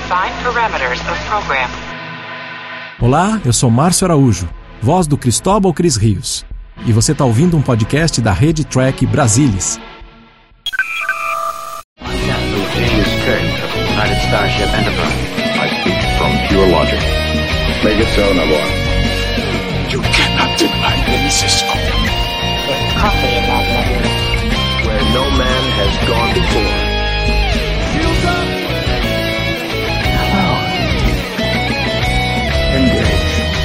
Define parameters of program. Olá, eu sou Márcio Araújo, voz do Cristóbal Cris Rios. E você está ouvindo um podcast da Rede Track Brasilis. James Kirk of the United Starship Enterprise. I speak from pure logic. Make it so, Nabor. You cannot deny any system. Coffee in that letter. Where no man has gone before. Hello. Engage.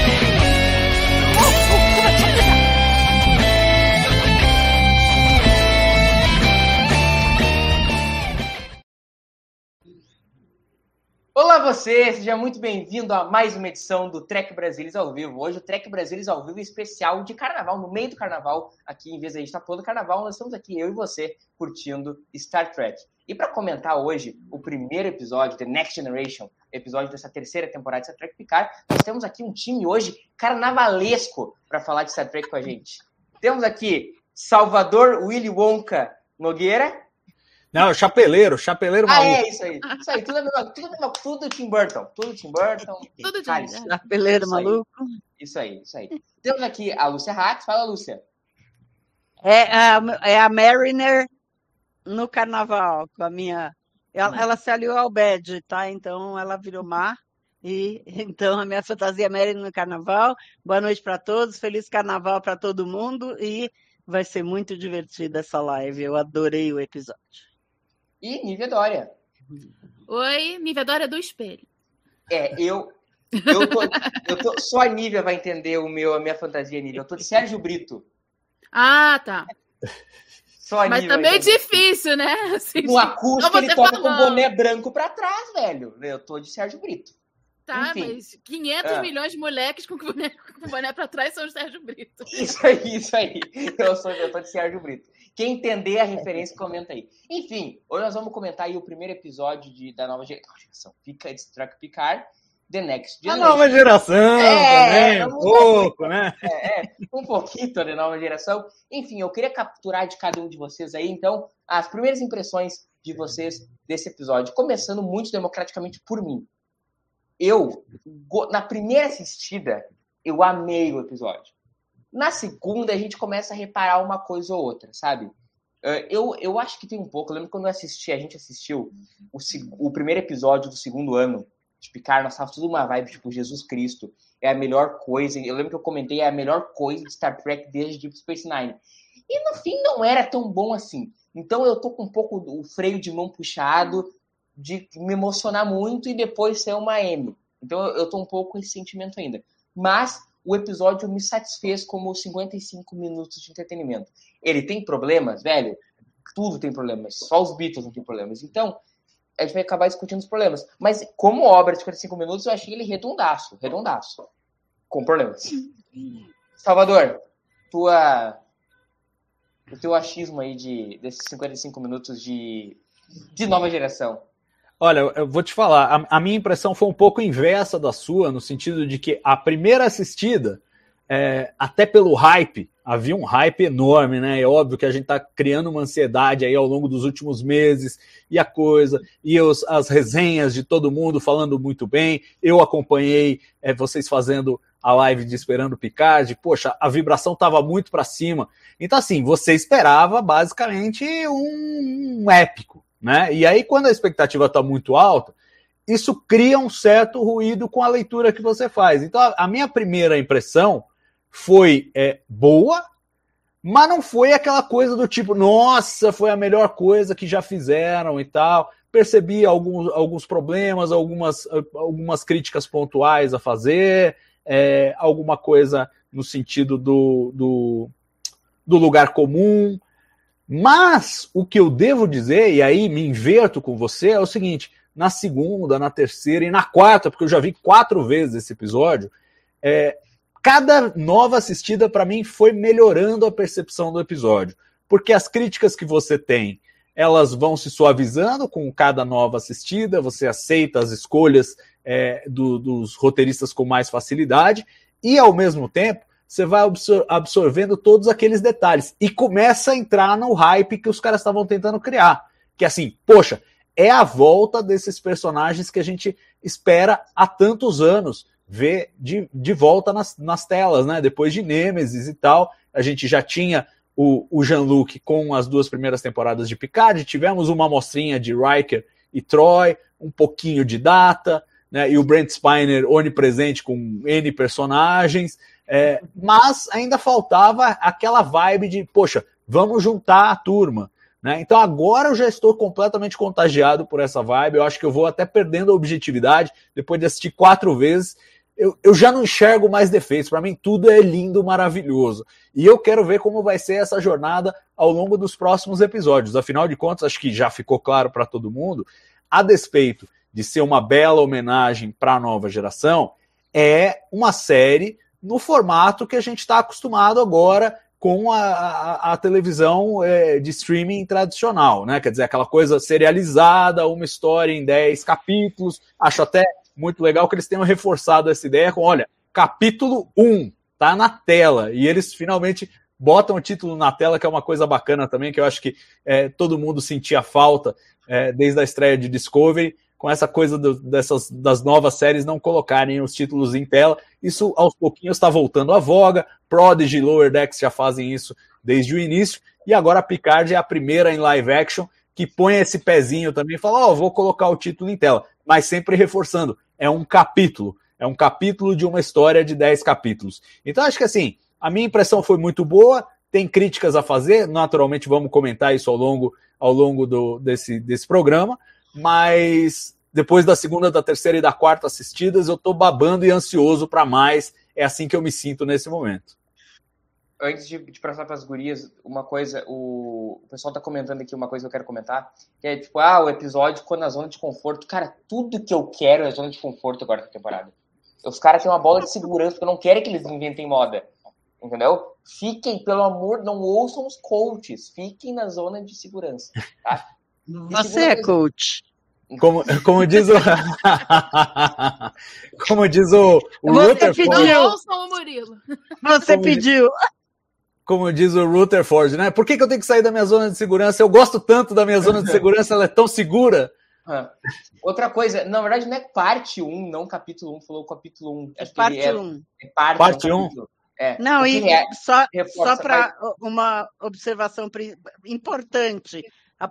Olá você, seja muito bem-vindo a mais uma edição do Trek Brasilis ao vivo. Hoje o Trek Brasilis ao vivo é especial de carnaval, no meio do carnaval, aqui em vez de a gente estar pulando carnaval, nós estamos aqui, eu e você, curtindo Star Trek. E para comentar hoje o primeiro episódio, The Next Generation, episódio dessa terceira temporada de Star Trek Picard, nós temos aqui um time hoje carnavalesco para falar de Star Trek com a gente. Temos aqui Salvador Willy Wonka Nogueira. Não, chapeleiro maluco. É isso aí, tudo Tim Burton, tudo Tim Burton. Tudo Chapeleiro maluco. Isso aí. Temos aqui a Lúcia Hatz. Fala, Lúcia. É a Mariner no carnaval, com a minha... Ela se aliou ao Bad, tá? Então ela virou mar. E então a minha fantasia é Mariner no carnaval. Boa noite para todos, feliz carnaval para todo mundo e vai ser muito divertida essa live. Eu adorei o episódio. E Nívia Dória. Oi, Nívia Dória do espelho. Só a Nívia vai entender a minha fantasia, Nívia. Eu tô de Sérgio Brito. Ah, tá. Só a Mas Nívia também é difícil, né? Assim, no acústico ele toca com o falou. boné branco pra trás, velho. Eu tô de Sérgio Brito. Tá, Enfim. mas 500 milhões de moleques com boné pra trás são o Sérgio Brito. Isso aí. Eu tô de Sérgio Brito. Quem entender a referência, comenta aí. Enfim, hoje nós vamos comentar aí o primeiro episódio da nova geração. Fica de Trek Picard, The Next Generation. A nova geração também, um pouco, né? Um pouquinho da nova geração. Enfim, eu queria capturar de cada um de vocês aí, então, as primeiras impressões de vocês desse episódio. Começando muito democraticamente por mim. Na primeira assistida, eu amei o episódio. Na segunda, a gente começa a reparar uma coisa ou outra, sabe? Eu acho que tem um pouco. Eu lembro quando a gente assistiu o primeiro episódio do segundo ano de Picard, nós tava tudo uma vibe, tipo, Jesus Cristo é a melhor coisa. Eu lembro que eu comentei, é a melhor coisa de Star Trek desde Deep Space Nine. E no fim não era tão bom assim. Então eu tô com um pouco o freio de mão puxado, de me emocionar muito e depois ser uma M. Então eu tô um pouco com esse sentimento ainda. Mas o episódio me satisfez como 55 minutos de entretenimento. Ele tem problemas, velho? Tudo tem problemas. Só os Beatles não tem problemas. Então, a gente vai acabar discutindo os problemas. Mas como obra de 55 minutos, eu achei ele redondaço. Com problemas. Salvador, o teu achismo aí desses 55 minutos de nova geração. Olha, eu vou te falar, a minha impressão foi um pouco inversa da sua, no sentido de que a primeira assistida, até pelo hype, havia um hype enorme, né? É óbvio que a gente tá criando uma ansiedade aí ao longo dos últimos meses, e a coisa, e as resenhas de todo mundo falando muito bem. Eu acompanhei vocês fazendo a live de Esperando Picard, poxa, a vibração tava muito para cima. Então, assim, você esperava basicamente um épico, né? E aí, quando a expectativa está muito alta, isso cria um certo ruído com a leitura que você faz. Então, a minha primeira impressão foi boa, mas não foi aquela coisa do tipo, nossa, foi a melhor coisa que já fizeram e tal. Percebi alguns problemas, algumas críticas pontuais a fazer, alguma coisa no sentido do lugar comum. Mas o que eu devo dizer, e aí me inverto com você, é o seguinte: na segunda, na terceira e na quarta, porque eu já vi 4 vezes esse episódio, cada nova assistida para mim foi melhorando a percepção do episódio. Porque as críticas que você tem, elas vão se suavizando com cada nova assistida, você aceita as escolhas dos roteiristas com mais facilidade, e ao mesmo tempo você vai absorvendo todos aqueles detalhes e começa a entrar no hype que os caras estavam tentando criar. Que assim, poxa, é a volta desses personagens que a gente espera há tantos anos ver de volta nas telas, né? Depois de Nêmesis e tal, a gente já tinha o Jean-Luc com as 2 primeiras temporadas de Picard, tivemos uma amostrinha de Riker e Troy, um pouquinho de Data, né? E o Brent Spiner onipresente com N personagens, mas ainda faltava aquela vibe de, poxa, vamos juntar a turma. Né? Então agora eu já estou completamente contagiado por essa vibe, eu acho que eu vou até perdendo a objetividade, depois de assistir 4 vezes, eu já não enxergo mais defeitos, para mim tudo é lindo, maravilhoso, e eu quero ver como vai ser essa jornada ao longo dos próximos episódios, afinal de contas, acho que já ficou claro para todo mundo, a despeito de ser uma bela homenagem para a nova geração, é uma série no formato que a gente está acostumado agora com a televisão de streaming tradicional, né? Quer dizer, aquela coisa serializada, uma história em 10 capítulos. Acho até muito legal que eles tenham reforçado essa ideia com, olha, capítulo 1, tá na tela. E eles finalmente botam o título na tela, que é uma coisa bacana também, que eu acho que todo mundo sentia falta desde a estreia de Discovery, com essa coisa das novas séries não colocarem os títulos em tela. Isso, aos pouquinhos, está voltando à voga. Prodigy e Lower Decks já fazem isso desde o início. E agora a Picard é a primeira em live action que põe esse pezinho também e fala, vou colocar o título em tela. Mas sempre reforçando, é um capítulo. É um capítulo de uma história de 10 capítulos. Então, acho que assim, a minha impressão foi muito boa. Tem críticas a fazer. Naturalmente, vamos comentar isso ao longo desse programa. Mas depois da segunda, da terceira e da quarta assistidas, eu tô babando e ansioso para mais. É assim que eu me sinto nesse momento. Antes de passar para as gurias, uma coisa, o pessoal tá comentando aqui uma coisa que eu quero comentar, que é tipo, o episódio ficou na zona de conforto. Cara, tudo que eu quero é zona de conforto agora na temporada. Os caras têm uma bola de segurança, porque eu não quero que eles inventem moda. Entendeu? Fiquem, pelo amor, não ouçam os coaches. Fiquem na zona de segurança, tá? Você é coach. Como diz o como diz o Rutherford. Não ouçam o Murilo. Você pediu. Como diz o Rutherford, né? Por que eu tenho que sair da minha zona de segurança? Eu gosto tanto da minha zona de segurança, ela é tão segura. Outra coisa, na verdade não é parte 1, não capítulo 1, falou capítulo 1. É parte 1. É parte 1. Não, e só para uma observação importante.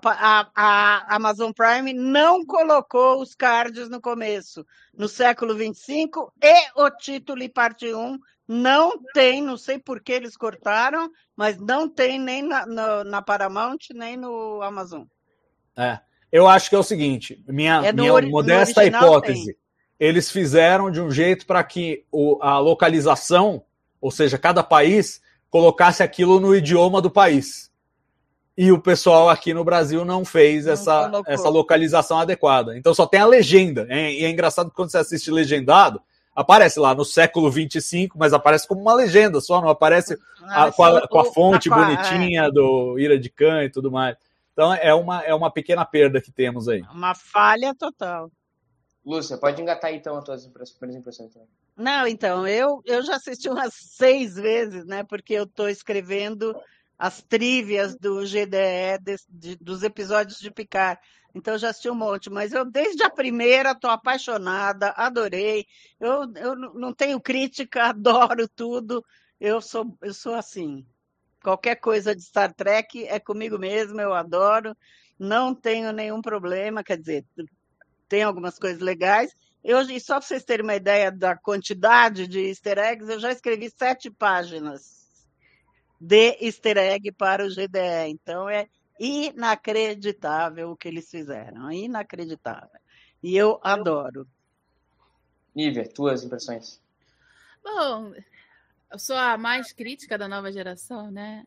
A Amazon Prime não colocou os cards no começo. No século 25 e o título e parte 1 não tem, não sei por que eles cortaram, mas não tem nem na Paramount, nem no Amazon. Eu acho que é o seguinte, minha modesta hipótese, tem. Eles fizeram de um jeito para que a localização, ou seja, cada país, colocasse aquilo no idioma do país. E o pessoal aqui no Brasil não fez essa localização adequada. Então só tem a legenda. E é engraçado que quando você assiste legendado, aparece lá no século 25, mas aparece como uma legenda só, não aparece com a fonte bonitinha do Ira de Khan e tudo mais. Então é uma pequena perda que temos aí. Uma falha total. Lúcia, pode engatar aí, então as tuas primeiras impressões. Não, então, eu já assisti umas 6 vezes, né? Porque eu estou escrevendo as trívias do GDE dos episódios de Picard. Então, eu já assisti um monte, mas eu, desde a primeira, estou apaixonada, adorei. Eu não tenho crítica, adoro tudo. Eu sou assim. Qualquer coisa de Star Trek é comigo mesmo, eu adoro. Não tenho nenhum problema, quer dizer, tem algumas coisas legais. E só para vocês terem uma ideia da quantidade de easter eggs, eu já escrevi 7 páginas de easter egg para o GDE. Então, é inacreditável o que eles fizeram. Inacreditável. E eu adoro. Nívia, tuas impressões? Bom, eu sou a mais crítica da nova geração, né?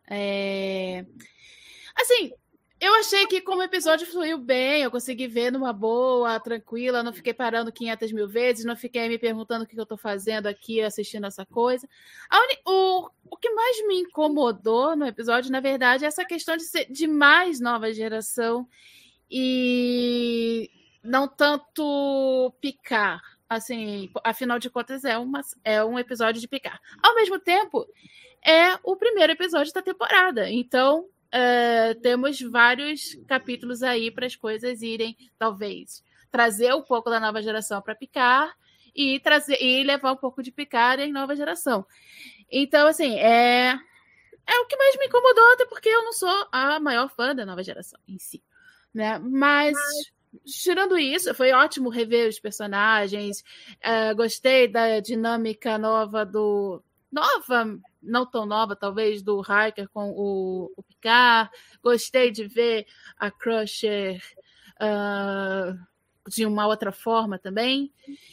Assim, eu achei que como o episódio fluiu bem, eu consegui ver numa boa, tranquila, não fiquei parando 500 mil vezes, não fiquei me perguntando o que eu estou fazendo aqui, assistindo essa coisa. O que mais me incomodou no episódio, na verdade, é essa questão de ser de mais nova geração e não tanto Picard. Assim, afinal de contas, é um episódio de Picard. Ao mesmo tempo, é o primeiro episódio da temporada. Então, temos vários capítulos aí para as coisas irem, talvez, trazer um pouco da nova geração para Picard e levar um pouco de Picard em nova geração. Então, assim, é o que mais me incomodou, até porque eu não sou a maior fã da nova geração em si, né? Mas, tirando isso, foi ótimo rever os personagens, gostei da dinâmica nova não tão nova, talvez, do Riker com o Picard. Gostei de ver a Crusher de uma outra forma também.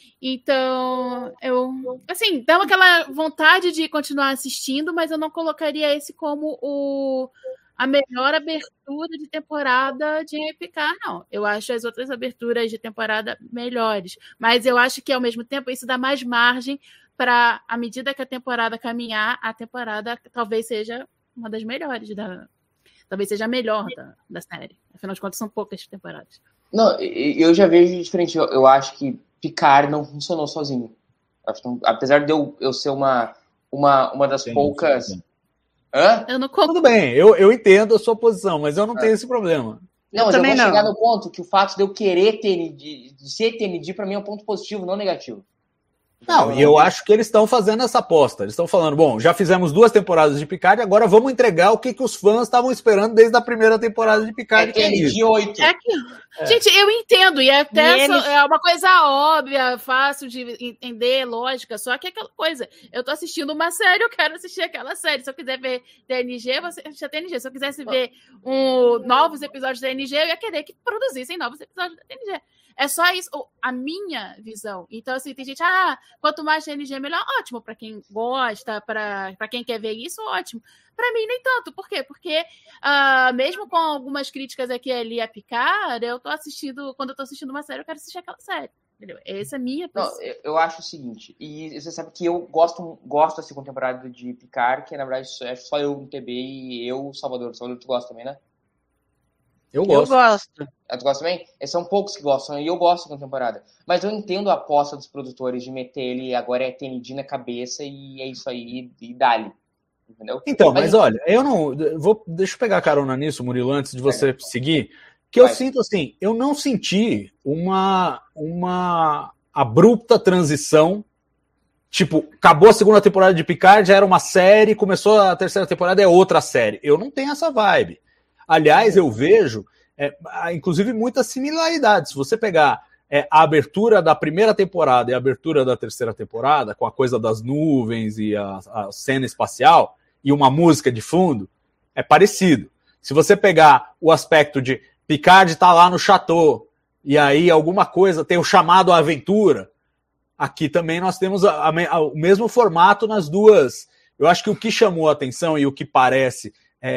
Então, assim, dá aquela vontade de continuar assistindo, mas eu não colocaria esse como a melhor abertura de temporada de Picard, não. Eu acho as outras aberturas de temporada melhores. Mas eu acho que, ao mesmo tempo, isso dá mais margem para, à medida que a temporada caminhar, a temporada talvez seja uma das melhores, talvez seja a melhor da série. Afinal de contas, são poucas temporadas. Não, eu já vejo diferente. Eu acho que Picard não funcionou sozinho. Apesar de eu ser uma das poucas... Hã? Eu não Tudo bem, eu entendo a sua posição, mas eu não tenho esse problema. Não, mas eu vou chegar no ponto que o fato de eu querer TND, de ser TND, pra mim é um ponto positivo, não negativo. Não, e eu acho que eles estão fazendo essa aposta. Eles estão falando, bom, já fizemos 2 temporadas de Picard, agora vamos entregar o que os fãs estavam esperando desde a primeira temporada de Picard. TND 8. Gente, eu entendo, e até é uma coisa óbvia, fácil de entender, lógica, só que é aquela coisa, eu tô assistindo uma série, eu quero assistir aquela série. Se eu quiser ver TNG, você assiste a TNG. Se eu quisesse ver novos episódios da TNG, eu ia querer que produzissem novos episódios da TNG. É só isso, a minha visão. Então, assim, tem gente, quanto mais TNG, melhor. Ótimo, para quem gosta, para quem quer ver isso, ótimo. Para mim, nem tanto. Por quê? Porque, mesmo com algumas críticas aqui e ali a Picard, quando eu tô assistindo uma série, eu quero assistir aquela série. Entendeu? Essa é a minha posição. Não, eu acho o seguinte, e você sabe que eu gosto da segunda temporada de Picard, que na verdade é só eu no TB e eu, Salvador. Salvador, tu gosta também, né? Eu gosto. Tu gosta também? São poucos que gostam, e eu gosto da temporada. Mas eu entendo a aposta dos produtores de meter ele agora TND na cabeça e é isso aí, e dá-lhe. Entendeu? Então, mas olha, eu não... Deixa eu pegar carona nisso, Murilo, antes de você seguir. Que eu sinto assim, eu não senti uma abrupta transição. Tipo, acabou a segunda temporada de Picard, já era uma série, começou a terceira temporada, é outra série. Eu não tenho essa vibe. Aliás, eu vejo, inclusive, muitas similaridades. Se você pegar a abertura da primeira temporada e a abertura da terceira temporada, com a coisa das nuvens e a cena espacial, e uma música de fundo, é parecido. Se você pegar o aspecto de Picard tá lá no chateau, e aí alguma coisa, tem o chamado à aventura, aqui também nós temos o mesmo formato nas duas. Eu acho que o que chamou a atenção e o que parece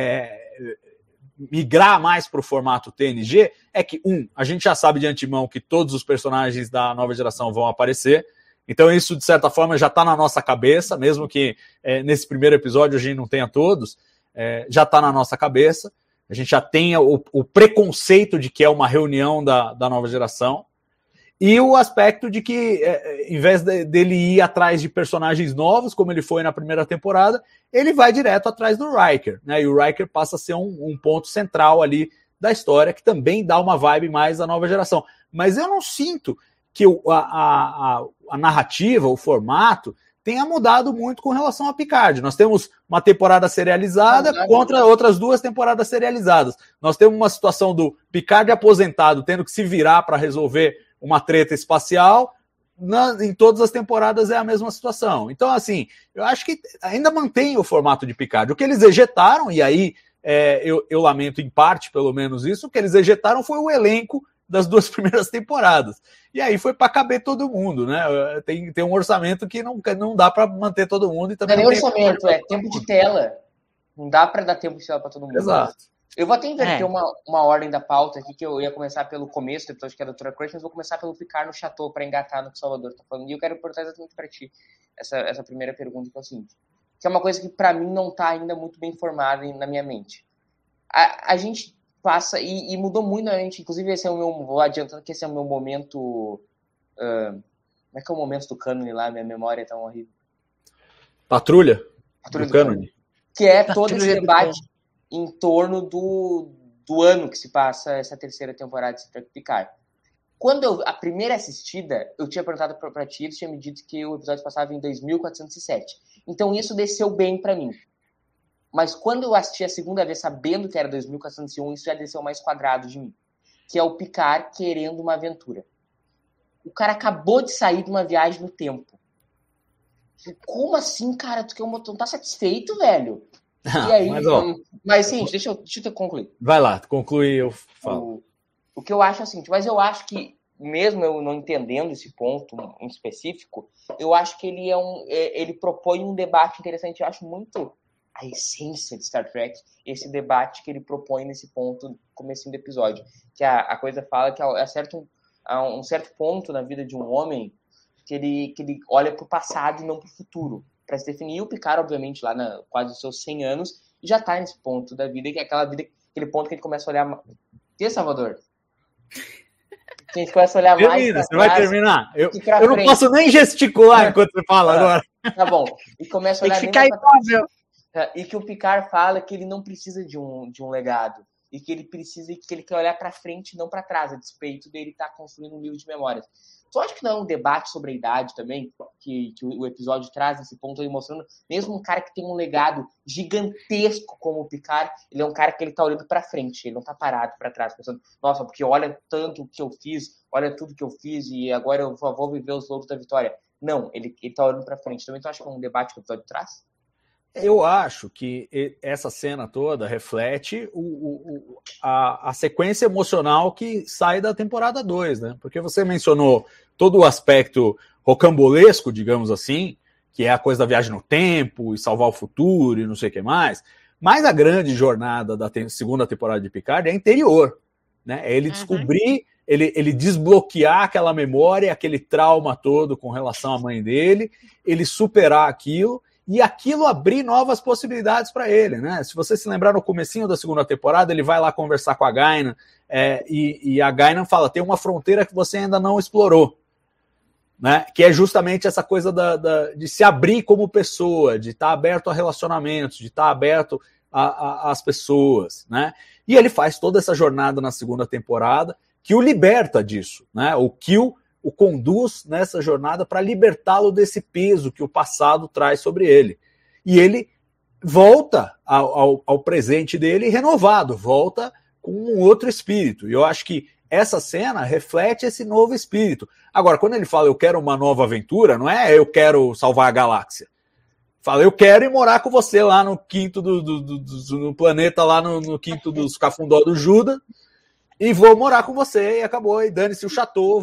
migrar mais para o formato TNG é que, a gente já sabe de antemão que todos os personagens da nova geração vão aparecer, então isso, de certa forma, já está na nossa cabeça, mesmo que nesse primeiro episódio a gente não tenha todos, já está na nossa cabeça, a gente já tem o preconceito de que é uma reunião da nova geração, e o aspecto de que, em vez dele ir atrás de personagens novos, como ele foi na primeira temporada, ele vai direto atrás do Riker, né? E o Riker passa a ser um ponto central ali da história, que também dá uma vibe mais da nova geração. Mas eu não sinto que a narrativa, o formato, tenha mudado muito com relação a Picard. Nós temos uma temporada serializada contra outras 2 temporadas serializadas. Nós temos uma situação do Picard aposentado, tendo que se virar para resolver uma treta espacial, em todas as temporadas é a mesma situação. Então, assim, eu acho que ainda mantém o formato de Picard. O que eles ejetaram, e aí eu lamento em parte, pelo menos isso, o que eles ejetaram foi o elenco das 2 primeiras temporadas. E aí foi para caber todo mundo, né? Tem um orçamento que não dá para manter todo mundo. E também não é nem orçamento, é tempo de tela. Não dá para dar tempo de tela para todo mundo. Exato. Eu vou até inverter uma ordem da pauta aqui, que eu ia começar pelo começo do episódio, que é a Doutora Crusher, mas vou começar pelo Picard no Chateau, para engatar no que o Salvador está falando. E eu quero perguntar exatamente para ti essa primeira pergunta, que é o seguinte, que é uma coisa que para mim não está ainda muito bem formada na minha mente. A gente passa, e mudou muito na mente, inclusive esse é o meu, vou adiantando que esse é o meu momento, como é que é o momento do cânone lá, minha memória é tão horrível. Patrulha do cânone. Que é todo esse debate em torno do ano que se passa essa terceira temporada de Star Trek Picard. Quando a primeira assistida, eu tinha perguntado pra ti, eles tinham me dito que o episódio passava em 2407. Então isso desceu bem pra mim. Mas quando eu assisti a segunda vez, sabendo que era 2401, isso já desceu mais quadrado de mim. Que é o Picard querendo uma aventura. O cara acabou de sair de uma viagem no tempo. Como assim, cara? Tu não tá satisfeito, velho? E aí, mas sim, deixa eu concluir. Vai lá, conclui, eu falo. O que eu acho assim, mas eu acho que, mesmo eu não entendendo esse ponto em específico, eu acho que ele propõe um debate interessante. Eu acho muito a essência de Star Trek, esse debate que ele propõe nesse ponto, no comecinho do episódio. Que a coisa fala que há um certo ponto na vida de um homem que ele olha para o passado e não para o futuro, para se definir. O Picard, obviamente, lá quase os seus 100 anos, já está nesse ponto da vida, que é aquele ponto que ele começa a olhar... Que, Salvador? A gente começa a olhar mais... Termina, você vai terminar. Eu não posso nem gesticular enquanto você fala agora. Tá bom. E começa a olhar... Tem que ficar imóvel. E que o Picard fala que ele não precisa de um legado. E que ele quer olhar para frente, não para trás, a despeito dele estar construindo um livro de memórias. Tu acha que não é um debate sobre a idade também, que o episódio traz esse ponto aí, mostrando, mesmo um cara que tem um legado gigantesco como o Picard, ele é um cara que ele tá olhando para frente, ele não tá parado para trás, pensando, nossa, porque olha tanto o que eu fiz, olha tudo que eu fiz e agora eu vou viver os louros da vitória. Não, ele tá olhando para frente. Também tu acha que é um debate que o episódio traz? Eu acho que essa cena toda reflete a sequência emocional que sai da temporada 2, né? Porque você mencionou todo o aspecto rocambolesco, digamos assim, que é a coisa da viagem no tempo e salvar o futuro e não sei o que mais, mas a grande jornada da segunda temporada de Picard é interior, né? É ele descobrir, ele desbloquear aquela memória, aquele trauma todo com relação à mãe dele, ele superar aquilo, e aquilo abrir novas possibilidades para ele, né? Se você se lembrar no comecinho da segunda temporada, ele vai lá conversar com a Guinan, e a Guinan fala, tem uma fronteira que você ainda não explorou, né? Que é justamente essa coisa de se abrir como pessoa, de estar aberto a relacionamentos, de estar aberto às pessoas, né? E ele faz toda essa jornada na segunda temporada que o liberta disso, né? O conduz nessa jornada para libertá-lo desse peso que o passado traz sobre ele. E ele volta ao presente dele renovado, volta com um outro espírito. E eu acho que essa cena reflete esse novo espírito. Agora, quando ele fala eu quero uma nova aventura, não é eu quero salvar a galáxia. Fala, eu quero ir morar com você lá no quinto no planeta, lá no quinto dos Cafundó do Judas, e vou morar com você, e acabou, e dane-se o chateau,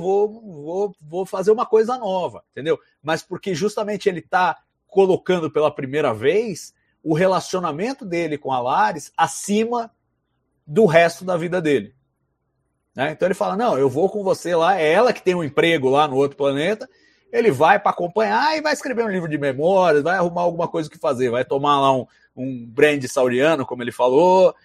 vou fazer uma coisa nova, entendeu? Mas porque justamente ele está colocando pela primeira vez o relacionamento dele com a Laris acima do resto da vida dele. Né? Então ele fala, não, eu vou com você lá, é ela que tem um emprego lá no outro planeta, ele vai para acompanhar e vai escrever um livro de memórias, vai arrumar alguma coisa que fazer, vai tomar lá um brand sauriano, como ele falou,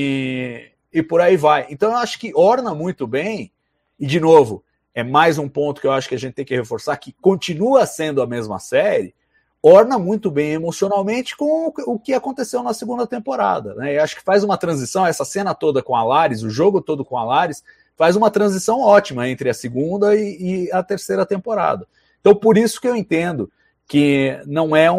e por aí vai. Então eu acho que orna muito bem, e de novo, é mais um ponto que eu acho que a gente tem que reforçar, que continua sendo a mesma série, orna muito bem emocionalmente com o que aconteceu na segunda temporada. Né? Eu acho que faz uma transição, essa cena toda com a Laris, o jogo todo com a Laris, faz uma transição ótima entre a segunda e a terceira temporada. Então por isso que eu entendo que não é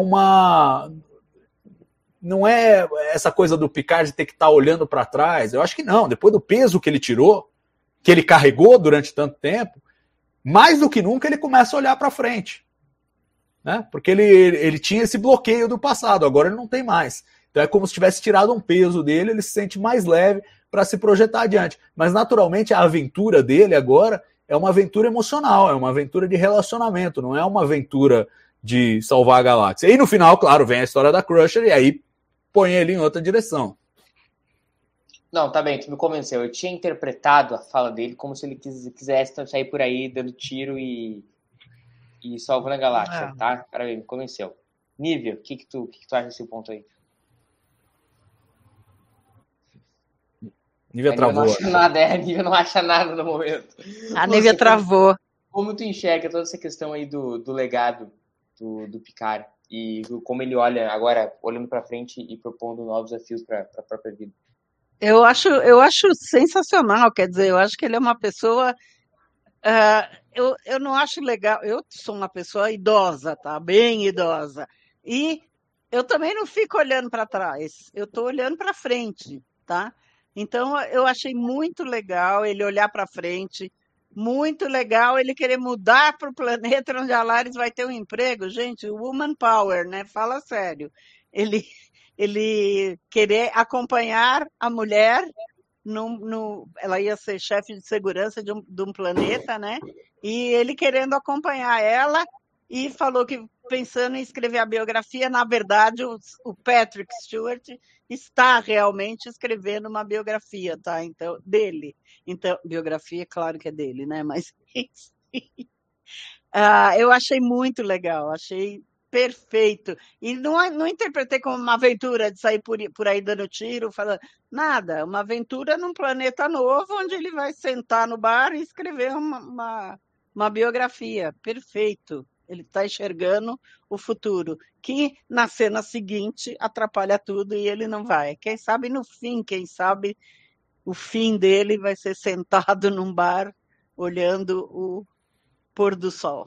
essa coisa do Picard ter que estar olhando para trás. Eu acho que não. Depois do peso que ele tirou, que ele carregou durante tanto tempo, mais do que nunca ele começa a olhar para frente. Né? Porque ele tinha esse bloqueio do passado, agora ele não tem mais. Então é como se tivesse tirado um peso dele, ele se sente mais leve para se projetar adiante. Mas naturalmente a aventura dele agora é uma aventura emocional, é uma aventura de relacionamento, não é uma aventura de salvar a galáxia. E no final, claro, vem a história da Crusher e aí põe ele em outra direção. Não, tá bem, tu me convenceu. Eu tinha interpretado a fala dele como se ele quisesse sair por aí dando tiro e salvando a galáxia, tá? Parabéns, me convenceu. Nívia, o que tu acha desse ponto aí? Nívia travou. A Nívia não acha nada no momento. A Nívia travou. Como tu enxerga toda essa questão aí do legado do Picard? e como ele olha agora, olhando para frente e propondo novos desafios para a própria vida. Eu acho sensacional, quer dizer, eu acho que ele é uma pessoa. Eu não acho legal. Eu sou uma pessoa idosa, tá? Bem idosa. E eu também não fico olhando para trás, eu estou olhando para frente, tá? Então, eu achei muito legal ele olhar para frente, muito legal ele querer mudar para o planeta onde a Laris vai ter um emprego. Gente, woman power, né? Fala sério. Ele querer acompanhar a mulher, ela ia ser chefe de segurança de um planeta, né? E ele querendo acompanhar ela, e falou que, pensando em escrever a biografia, na verdade, o Patrick Stewart está realmente escrevendo uma biografia, tá? Então, dele. Então, biografia, claro que é dele, né? Mas eu achei muito legal, achei perfeito. E não interpretei como uma aventura de sair por aí dando tiro, falando nada. Uma aventura num planeta novo, onde ele vai sentar no bar e escrever uma biografia. Perfeito. Ele está enxergando o futuro, que na cena seguinte atrapalha tudo e ele não vai. Quem sabe no fim, o fim dele vai ser sentado num bar, olhando o pôr do sol.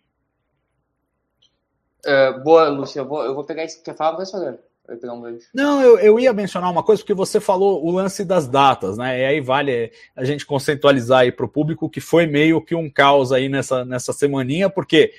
Boa, Lúcia, eu vou pegar isso. Quer falar? Vai fazer. Não, eu ia mencionar uma coisa, porque você falou o lance das datas, né? E aí vale a gente conceitualizar aí para o público que foi meio que um caos aí nessa semaninha, porque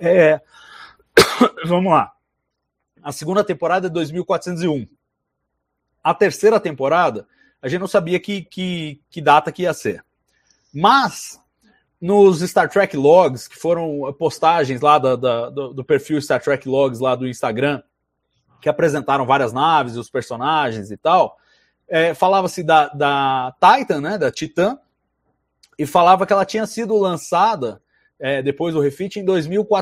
vamos lá. A segunda temporada é 2401. A terceira temporada, a gente não sabia que data que ia ser. Mas nos Star Trek Logs, que foram postagens lá do perfil Star Trek Logs lá do Instagram, que apresentaram várias naves, os personagens e tal, falava-se da Titan, né, da Titã, e falava que ela tinha sido lançada depois do refit em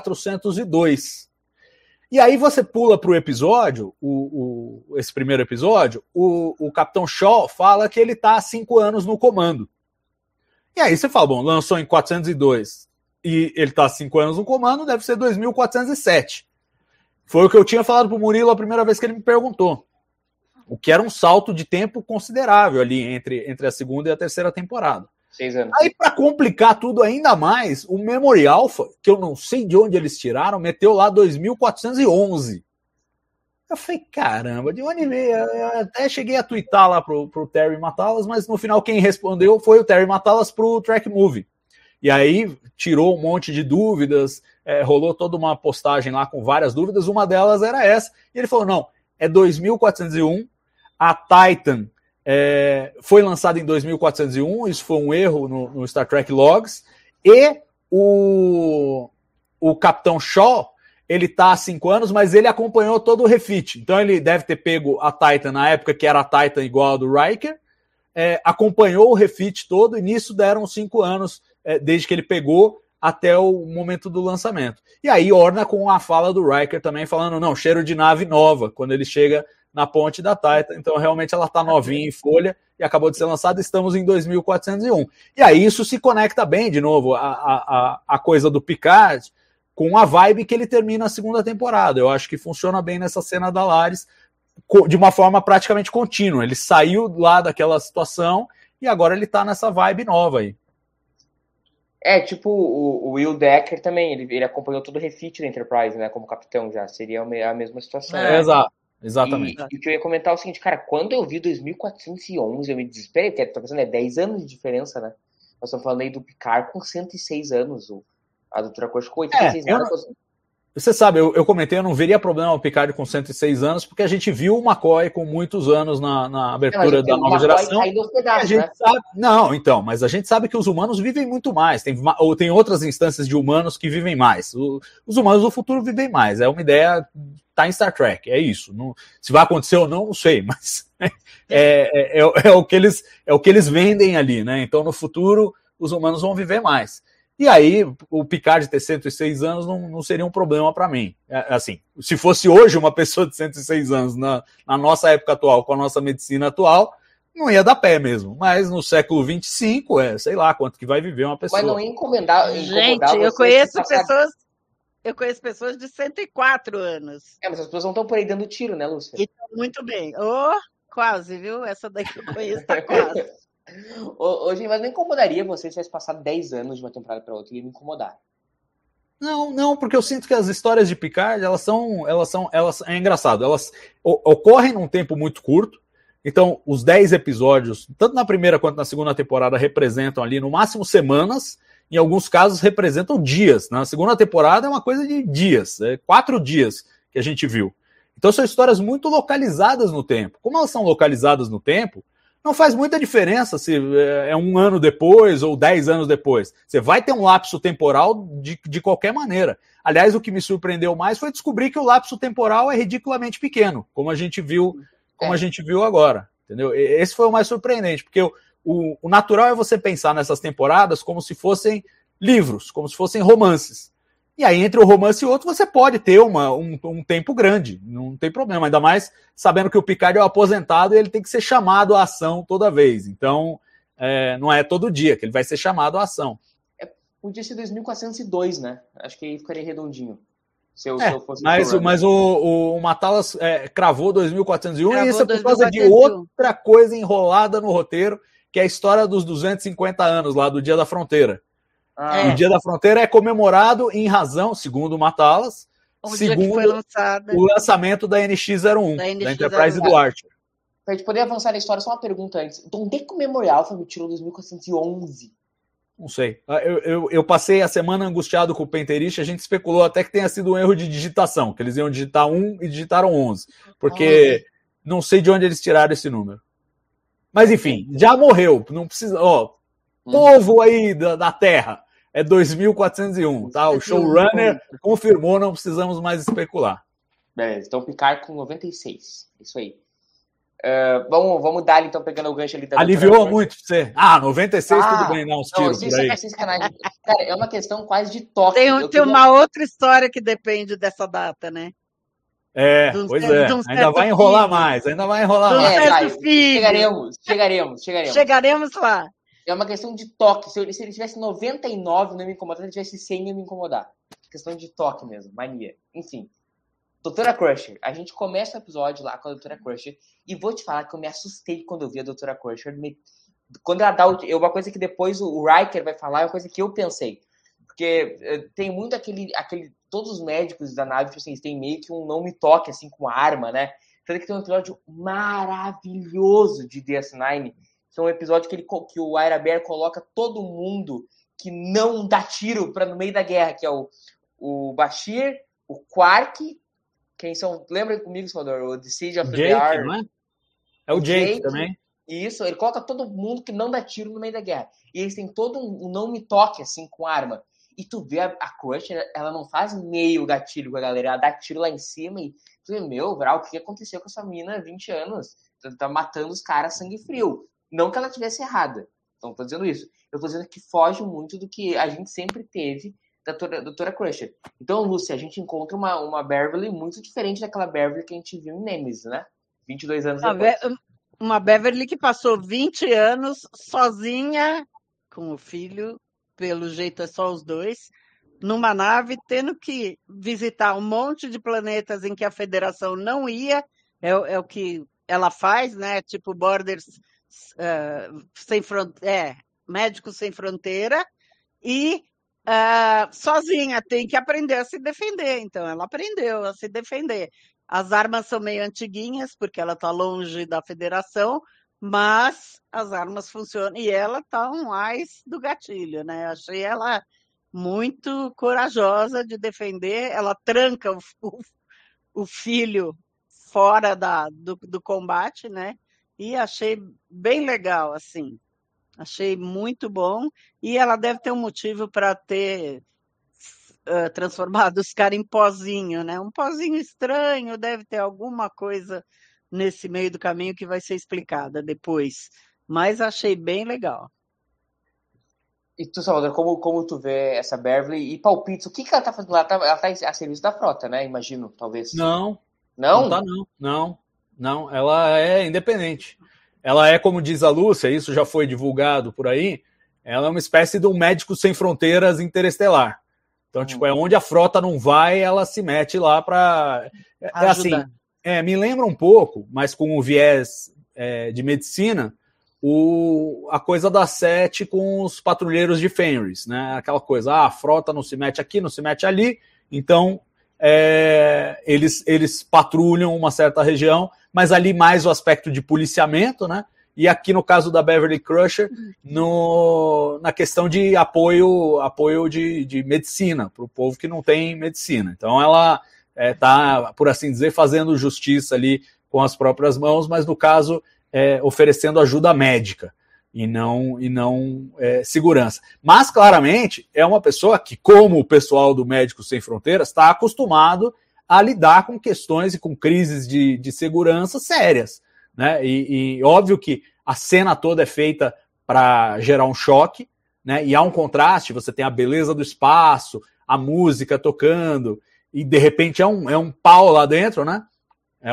2402. E aí você pula para o episódio, esse primeiro episódio, o Capitão Shaw fala que ele está há 5 anos no comando. E aí você fala, bom, lançou em 402 e ele está há 5 anos no comando, deve ser 2407. Foi o que eu tinha falado para o Murilo a primeira vez que ele me perguntou. O que era um salto de tempo considerável ali entre a segunda e a terceira temporada. 6 anos. Aí, para complicar tudo ainda mais, o Memory Alpha, que eu não sei de onde eles tiraram, meteu lá 2411. Eu falei, caramba, de onde veio? Eu até cheguei a twittar lá pro Terry Matalas, mas no final quem respondeu foi o Terry Matalas pro Track Movie. E aí tirou um monte de dúvidas, rolou toda uma postagem lá com várias dúvidas, uma delas era essa, e ele falou, não, é 2401, a Titan foi lançada em 2401, isso foi um erro no Star Trek Logs, e o Capitão Shaw, ele tá há 5 anos, mas ele acompanhou todo o refit. Então ele deve ter pego a Titan na época que era a Titan igual a do Riker, acompanhou o refit todo, e nisso deram 5 anos, desde que ele pegou até o momento do lançamento. E aí orna com a fala do Riker também, falando, não, cheiro de nave nova, quando ele chega na ponte da Titan. Então realmente ela tá novinha em folha e acabou de ser lançada, estamos em 2401. E aí isso se conecta bem, de novo, a coisa do Picard, com a vibe que ele termina a segunda temporada. Eu acho que funciona bem nessa cena da Laris, de uma forma praticamente contínua. Ele saiu lá daquela situação e agora ele tá nessa vibe nova aí. Tipo o Will Decker também, ele acompanhou todo o refit da Enterprise, né, como capitão já, seria a mesma situação. Exato, exatamente. E o que eu ia comentar é o seguinte, cara, quando eu vi 2411, eu me desesperei, porque tô pensando, 10 anos de diferença, né? Nós estamos falando aí do Picard com 106 anos, a doutora Costa com 86 anos. Você sabe, eu comentei, eu não veria problema o Picard com 106 anos, porque a gente viu o McCoy com muitos anos na abertura da nova geração. Pedaços, a gente sabe, não, então, mas a gente sabe que os humanos vivem muito mais. Tem outras instâncias de humanos que vivem mais. Os humanos do futuro vivem mais. É uma ideia, tá em Star Trek, é isso. Não, se vai acontecer ou não sei, mas é o que eles vendem ali, né? Então, no futuro, os humanos vão viver mais. E aí, o Picard ter 106 anos não seria um problema para mim. Assim, se fosse hoje uma pessoa de 106 anos na nossa época atual, com a nossa medicina atual, não ia dar pé mesmo. Mas no século 25, sei lá quanto que vai viver uma pessoa. Mas não ia incomodar. Gente, eu conheço pessoas... Eu conheço pessoas de 104 anos. Mas as pessoas não estão por aí dando tiro, né, Lúcia? E estão muito bem. Quase, viu? Essa daí que eu conheço tá quase. Hoje, mas não incomodaria você se tivesse passado 10 anos de uma temporada para outra, ia me incomodar. Não, porque eu sinto que as histórias de Picard, elas é engraçado, elas ocorrem num tempo muito curto. Então, os 10 episódios, tanto na primeira quanto na segunda temporada, representam ali no máximo semanas, em alguns casos representam dias. Na segunda temporada é uma coisa de dias, 4 dias que a gente viu. Então são histórias muito localizadas no tempo. Como elas são localizadas no tempo, não faz muita diferença se é 1 ano depois ou 10 anos depois. Você vai ter um lapso temporal de qualquer maneira. Aliás, o que me surpreendeu mais foi descobrir que o lapso temporal é ridiculamente pequeno, como a gente viu agora. Entendeu? Esse foi o mais surpreendente, porque o natural é você pensar nessas temporadas como se fossem livros, como se fossem romances. E aí, entre um romance e outro, você pode ter um tempo grande, não tem problema, ainda mais sabendo que o Picard é o aposentado e ele tem que ser chamado à ação toda vez. Então, não é todo dia que ele vai ser chamado à ação. Podia ser 2402, né? Acho que aí ficaria redondinho. Se eu fosse mas o Matalas cravou 2401 Cravou e isso é por causa de 2401. outra coisa enrolada no roteiro, que é a história dos 250 anos lá do Dia da Fronteira. O Dia da Fronteira é comemorado em razão, segundo o Matalas, segundo foi lançada. o lançamento da NX-01, da Enterprise do Archer. Pra gente poder avançar na história, só uma pergunta antes. De onde é que o Memorial foi tirou 2411? Não sei. Eu passei a semana angustiado com o Penterist, a gente especulou até que tenha sido um erro de digitação, que eles iam digitar 1 e digitaram 11, porque não sei de onde eles tiraram esse número. Mas enfim, já morreu, não precisa... Povo aí da Terra, é 2401, tá? O showrunner confirmou, não precisamos mais especular. Beleza, então Picard com 96, isso aí. Vamos dar então, pegando o gancho ali da... Aliviou muito pra você. 96 tudo bem, não, os tiros por aí. Cara, é uma questão quase de toque. Tem uma outra história que depende dessa data, né? Ainda vai enrolar mais, Chegaremos lá. É uma questão de toque. Se ele tivesse 99, não ia me incomodar. Se ele tivesse 100, ia me incomodar. Questão de toque mesmo, mania. Enfim. Doutora Crusher. A gente começa o episódio lá com a Doutora Crusher. E vou te falar que eu me assustei quando eu vi a Doutora Crusher. Quando ela dá uma coisa que depois o Riker vai falar, é uma coisa que eu pensei. Porque tem muito aquele... Todos os médicos da nave, tipo assim, eles têm meio que um não me toque, assim, com arma, né? Tanto que tem um episódio maravilhoso de DS9. Que é um episódio que o Ira Behr coloca todo mundo que não dá tiro no meio da guerra, que é o Bashir, o Quark, quem são... Lembra comigo, Salvador? O The Siege of the Bear. Não é? É o Jake também. Isso, ele coloca todo mundo que não dá tiro no meio da guerra. E eles têm todo um não me toque, assim, com arma. E tu vê a Crusher, ela não faz meio gatilho com a galera, ela dá tiro lá em cima e tu vê, o que aconteceu com essa mina há 20 anos? Tá matando os caras sangue frio. Não que ela tivesse errada. Não tô dizendo isso. Eu tô dizendo que foge muito do que a gente sempre teve da Doutora Crusher. Então, Lúcia, a gente encontra uma Beverly muito diferente daquela Beverly que a gente viu em Nemesis, né? 22 anos depois. Uma Beverly que passou 20 anos sozinha com o filho, pelo jeito é só os dois, numa nave, tendo que visitar um monte de planetas em que a Federação não ia, é o que ela faz, né? Tipo Borders... Médicos Sem Fronteira, e sozinha tem que aprender a se defender. Então ela aprendeu a se defender. As armas são meio antiguinhas porque ela está longe da Federação, mas as armas funcionam e ela está um ás do gatilho, né? Achei ela muito corajosa de defender. Ela tranca o filho fora do combate, né? E achei bem legal, assim. Achei muito bom. E ela deve ter um motivo para ter transformado os caras em pozinho, né? Um pozinho estranho, deve ter alguma coisa nesse meio do caminho que vai ser explicada depois. Mas achei bem legal. E tu, Salvador, como tu vê essa Beverly e palpites? O que ela tá fazendo lá? Ela tá a serviço da frota, né? Imagino, talvez. Não. Não? Não tá, não, ela é independente. Ela é, como diz a Lúcia, isso já foi divulgado por aí, ela é uma espécie de um médico sem fronteiras interestelar. Então, tipo, é onde a frota não vai, ela se mete lá para... assim, me lembra um pouco, mas com o viés de medicina, a coisa da Sete com os patrulheiros de Fenris, né? Aquela coisa, a frota não se mete aqui, não se mete ali, então eles patrulham uma certa região, mas ali mais o aspecto de policiamento, né? E aqui no caso da Beverly Crusher, na questão de apoio de medicina, para o povo que não tem medicina. Então ela está, por assim dizer, fazendo justiça ali com as próprias mãos, mas no caso oferecendo ajuda médica e não segurança. Mas claramente é uma pessoa que, como o pessoal do Médicos Sem Fronteiras, está acostumado a lidar com questões e com crises de segurança sérias. Né? E óbvio que a cena toda é feita para gerar um choque, né? E há um contraste, você tem a beleza do espaço, a música tocando, e de repente é um pau lá dentro, né? É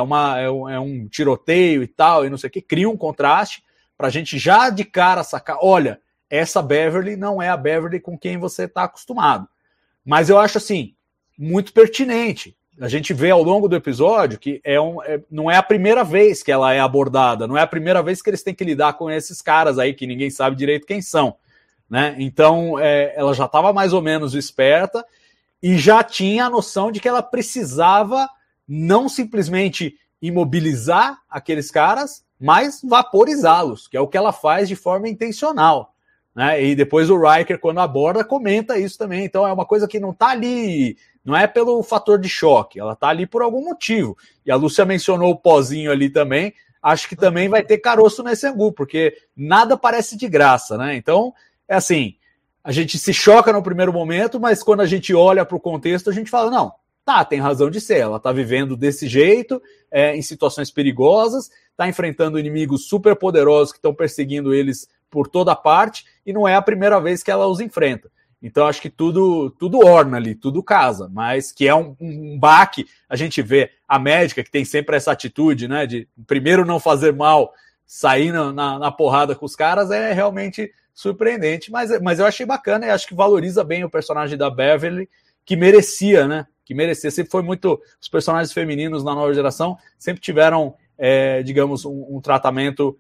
um tiroteio e tal, e não sei o que, cria um contraste para a gente já de cara sacar, olha, essa Beverly não é a Beverly com quem você está acostumado. Mas eu acho assim, muito pertinente. A gente vê ao longo do episódio que não é a primeira vez que ela é abordada, não é a primeira vez que eles têm que lidar com esses caras aí que ninguém sabe direito quem são, né? Então ela já estava mais ou menos esperta e já tinha a noção de que ela precisava não simplesmente imobilizar aqueles caras, mas vaporizá-los, que é o que ela faz de forma intencional. Né? E depois o Riker, quando aborda, comenta isso também. Então é uma coisa que não está ali, não é pelo fator de choque, ela está ali por algum motivo. E a Lúcia mencionou o pozinho ali também, acho que também vai ter caroço nesse angu, porque nada parece de graça, né? Então, é assim, a gente se choca no primeiro momento, mas quando a gente olha para o contexto, a gente fala, não, tem razão de ser, ela está vivendo desse jeito, em situações perigosas, está enfrentando inimigos super poderosos que estão perseguindo eles por toda parte, e não é a primeira vez que ela os enfrenta. Então, acho que tudo orna ali, tudo casa, mas que é um baque. A gente vê a médica, que tem sempre essa atitude, né, de primeiro não fazer mal, sair na porrada com os caras, é realmente surpreendente. Mas eu achei bacana e acho que valoriza bem o personagem da Beverly, que merecia, né? Que merecia. Sempre foi muito... Os personagens femininos na nova geração sempre tiveram, digamos, um tratamento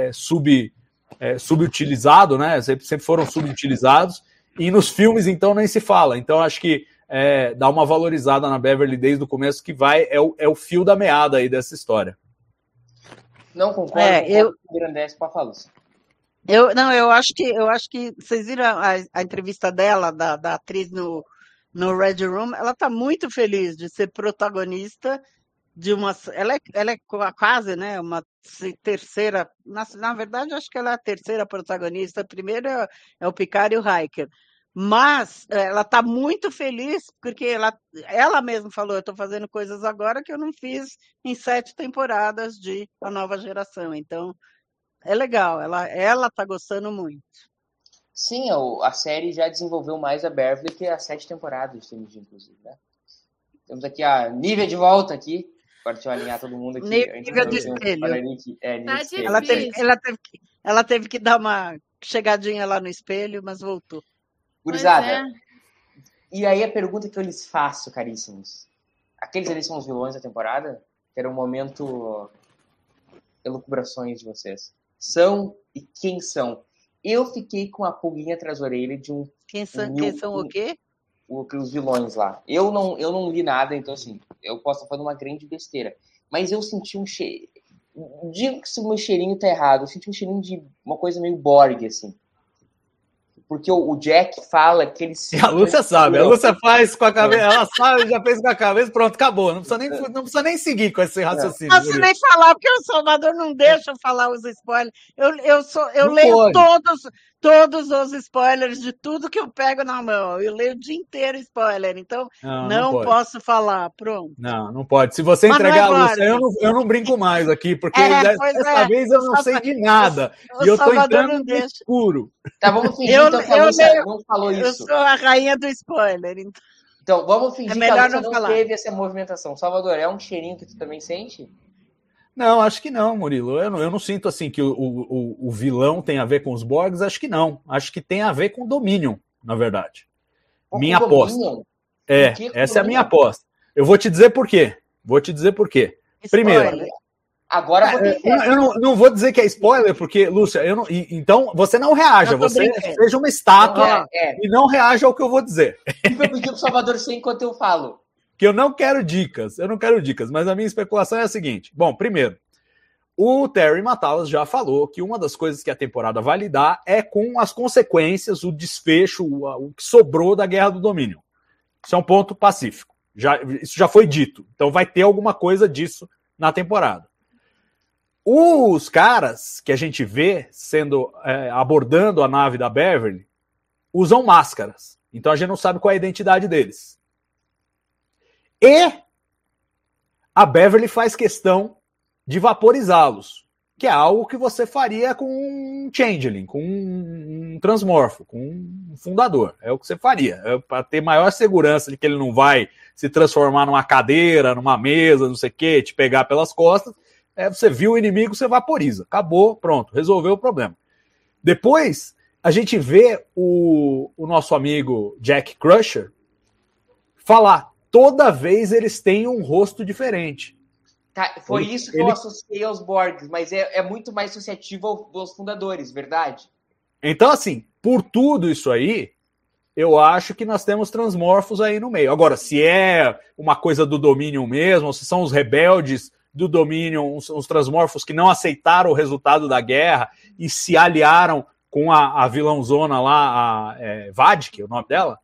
subutilizado, né? Sempre foram subutilizados. E nos filmes, então, nem se fala. Então, acho que dá uma valorizada na Beverly desde o começo, que é o fio da meada aí dessa história. Não concordo com o Grandesse para falar. Eu acho que vocês viram a entrevista dela, da atriz no Red Room, ela está muito feliz de ser protagonista de uma... Ela é quase, né, uma terceira... Na verdade, acho que ela é a terceira protagonista. A primeira é o Picard e o Riker. Mas ela está muito feliz porque ela mesma falou, eu estou fazendo coisas agora que eu não fiz em 7 temporadas de A Nova Geração. Então, é legal. Ela está gostando muito. Sim, a série já desenvolveu mais a Beverly que as 7 temporadas, inclusive, né? Temos aqui a Nívia de volta aqui. Agora deixa eu alinhar todo mundo aqui. Nívia do espelho. Tá ela teve que dar uma chegadinha lá no espelho, mas voltou. Gurizada, e aí a pergunta que eu lhes faço, caríssimos. Aqueles ali são os vilões da temporada? Que era o momento elucubrações de vocês. São e quem são? Eu fiquei com a pulguinha atrás da orelha de um... Quem são o quê? Os vilões lá. Eu não li nada, então assim, eu posso estar falando uma grande besteira. Mas eu senti um cheirinho... Digo que se o meu cheirinho tá errado, eu senti um cheirinho de uma coisa meio Borg, assim. Porque o Jack fala que ele se... A Lúcia sabe, a Lúcia faz com a cabeça, ela sabe, já fez com a cabeça, pronto, acabou. Não precisa nem seguir com esse raciocínio. Não posso nem falar, porque o Salvador não deixa eu falar os spoilers. Eu leio todos os spoilers de tudo que eu pego na mão. Eu leio o dia inteiro spoiler, então não posso falar, pronto. Não pode. Se você entregar a Lúcia, eu não brinco mais aqui, porque dessa vez eu não sei de nada. E eu tô entrando no escuro. Tá, vamos fingir então que a Lúcia não falou isso. Eu sou a rainha do spoiler. Então vamos fingir que a Lúcia não teve essa movimentação. Salvador, é um cheirinho que tu também sente? Não, acho que não, Murilo. Eu não sinto assim que o vilão tem a ver com os Borgs, acho que não. Acho que tem a ver com o Dominion, na verdade. Minha aposta. Essa é a minha aposta. Eu vou te dizer por quê. Primeiro, Spoiler. Agora vou ter eu não vou dizer que é spoiler, porque, Lúcia, então você não reaja, você seja uma estátua e não reaja ao que eu vou dizer. E eu pedi pro Salvador ser enquanto eu falo. Que eu não quero dicas, mas a minha especulação é a seguinte. Bom, primeiro, o Terry Matalas já falou que uma das coisas que a temporada vai lidar é com as consequências, o desfecho, o que sobrou da Guerra do Domínio. Isso é um ponto pacífico. Isso já foi dito. Então vai ter alguma coisa disso na temporada. Os caras que a gente vê abordando a nave da Beverly usam máscaras. Então a gente não sabe qual é a identidade deles. E a Beverly faz questão de vaporizá-los, que é algo que você faria com um Changeling, com um Transmorfo, com um Fundador. É o que você faria. Para ter maior segurança de que ele não vai se transformar numa cadeira, numa mesa, não sei o quê, te pegar pelas costas. Você viu o inimigo, você vaporiza. Acabou, pronto, resolveu o problema. Depois, a gente vê o nosso amigo Jack Crusher falar. Toda vez eles têm um rosto diferente. Tá, foi isso que eu associei aos Borgs, mas é muito mais associativo aos fundadores, verdade? Então, assim, por tudo isso aí, eu acho que nós temos transmorfos aí no meio. Agora, se é uma coisa do Dominion mesmo, ou se são os rebeldes do Dominion, os transmorfos que não aceitaram o resultado da guerra e se aliaram com a vilãozona lá, a Vadik, é o nome dela?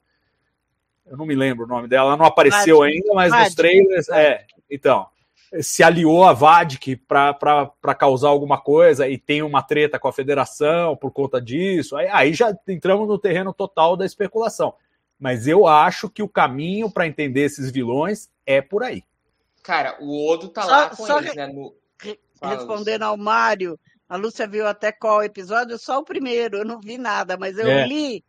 Eu não me lembro o nome dela, ela não apareceu ainda, mas nos trailers... Então, se aliou a Vadik para causar alguma coisa e tem uma treta com a Federação por conta disso, aí já entramos no terreno total da especulação. Mas eu acho que o caminho para entender esses vilões é por aí. Cara, o Odo tá lá com eles, né? Respondendo ao Mário, a Lúcia viu até qual episódio? Só o primeiro, eu não vi nada, mas eu li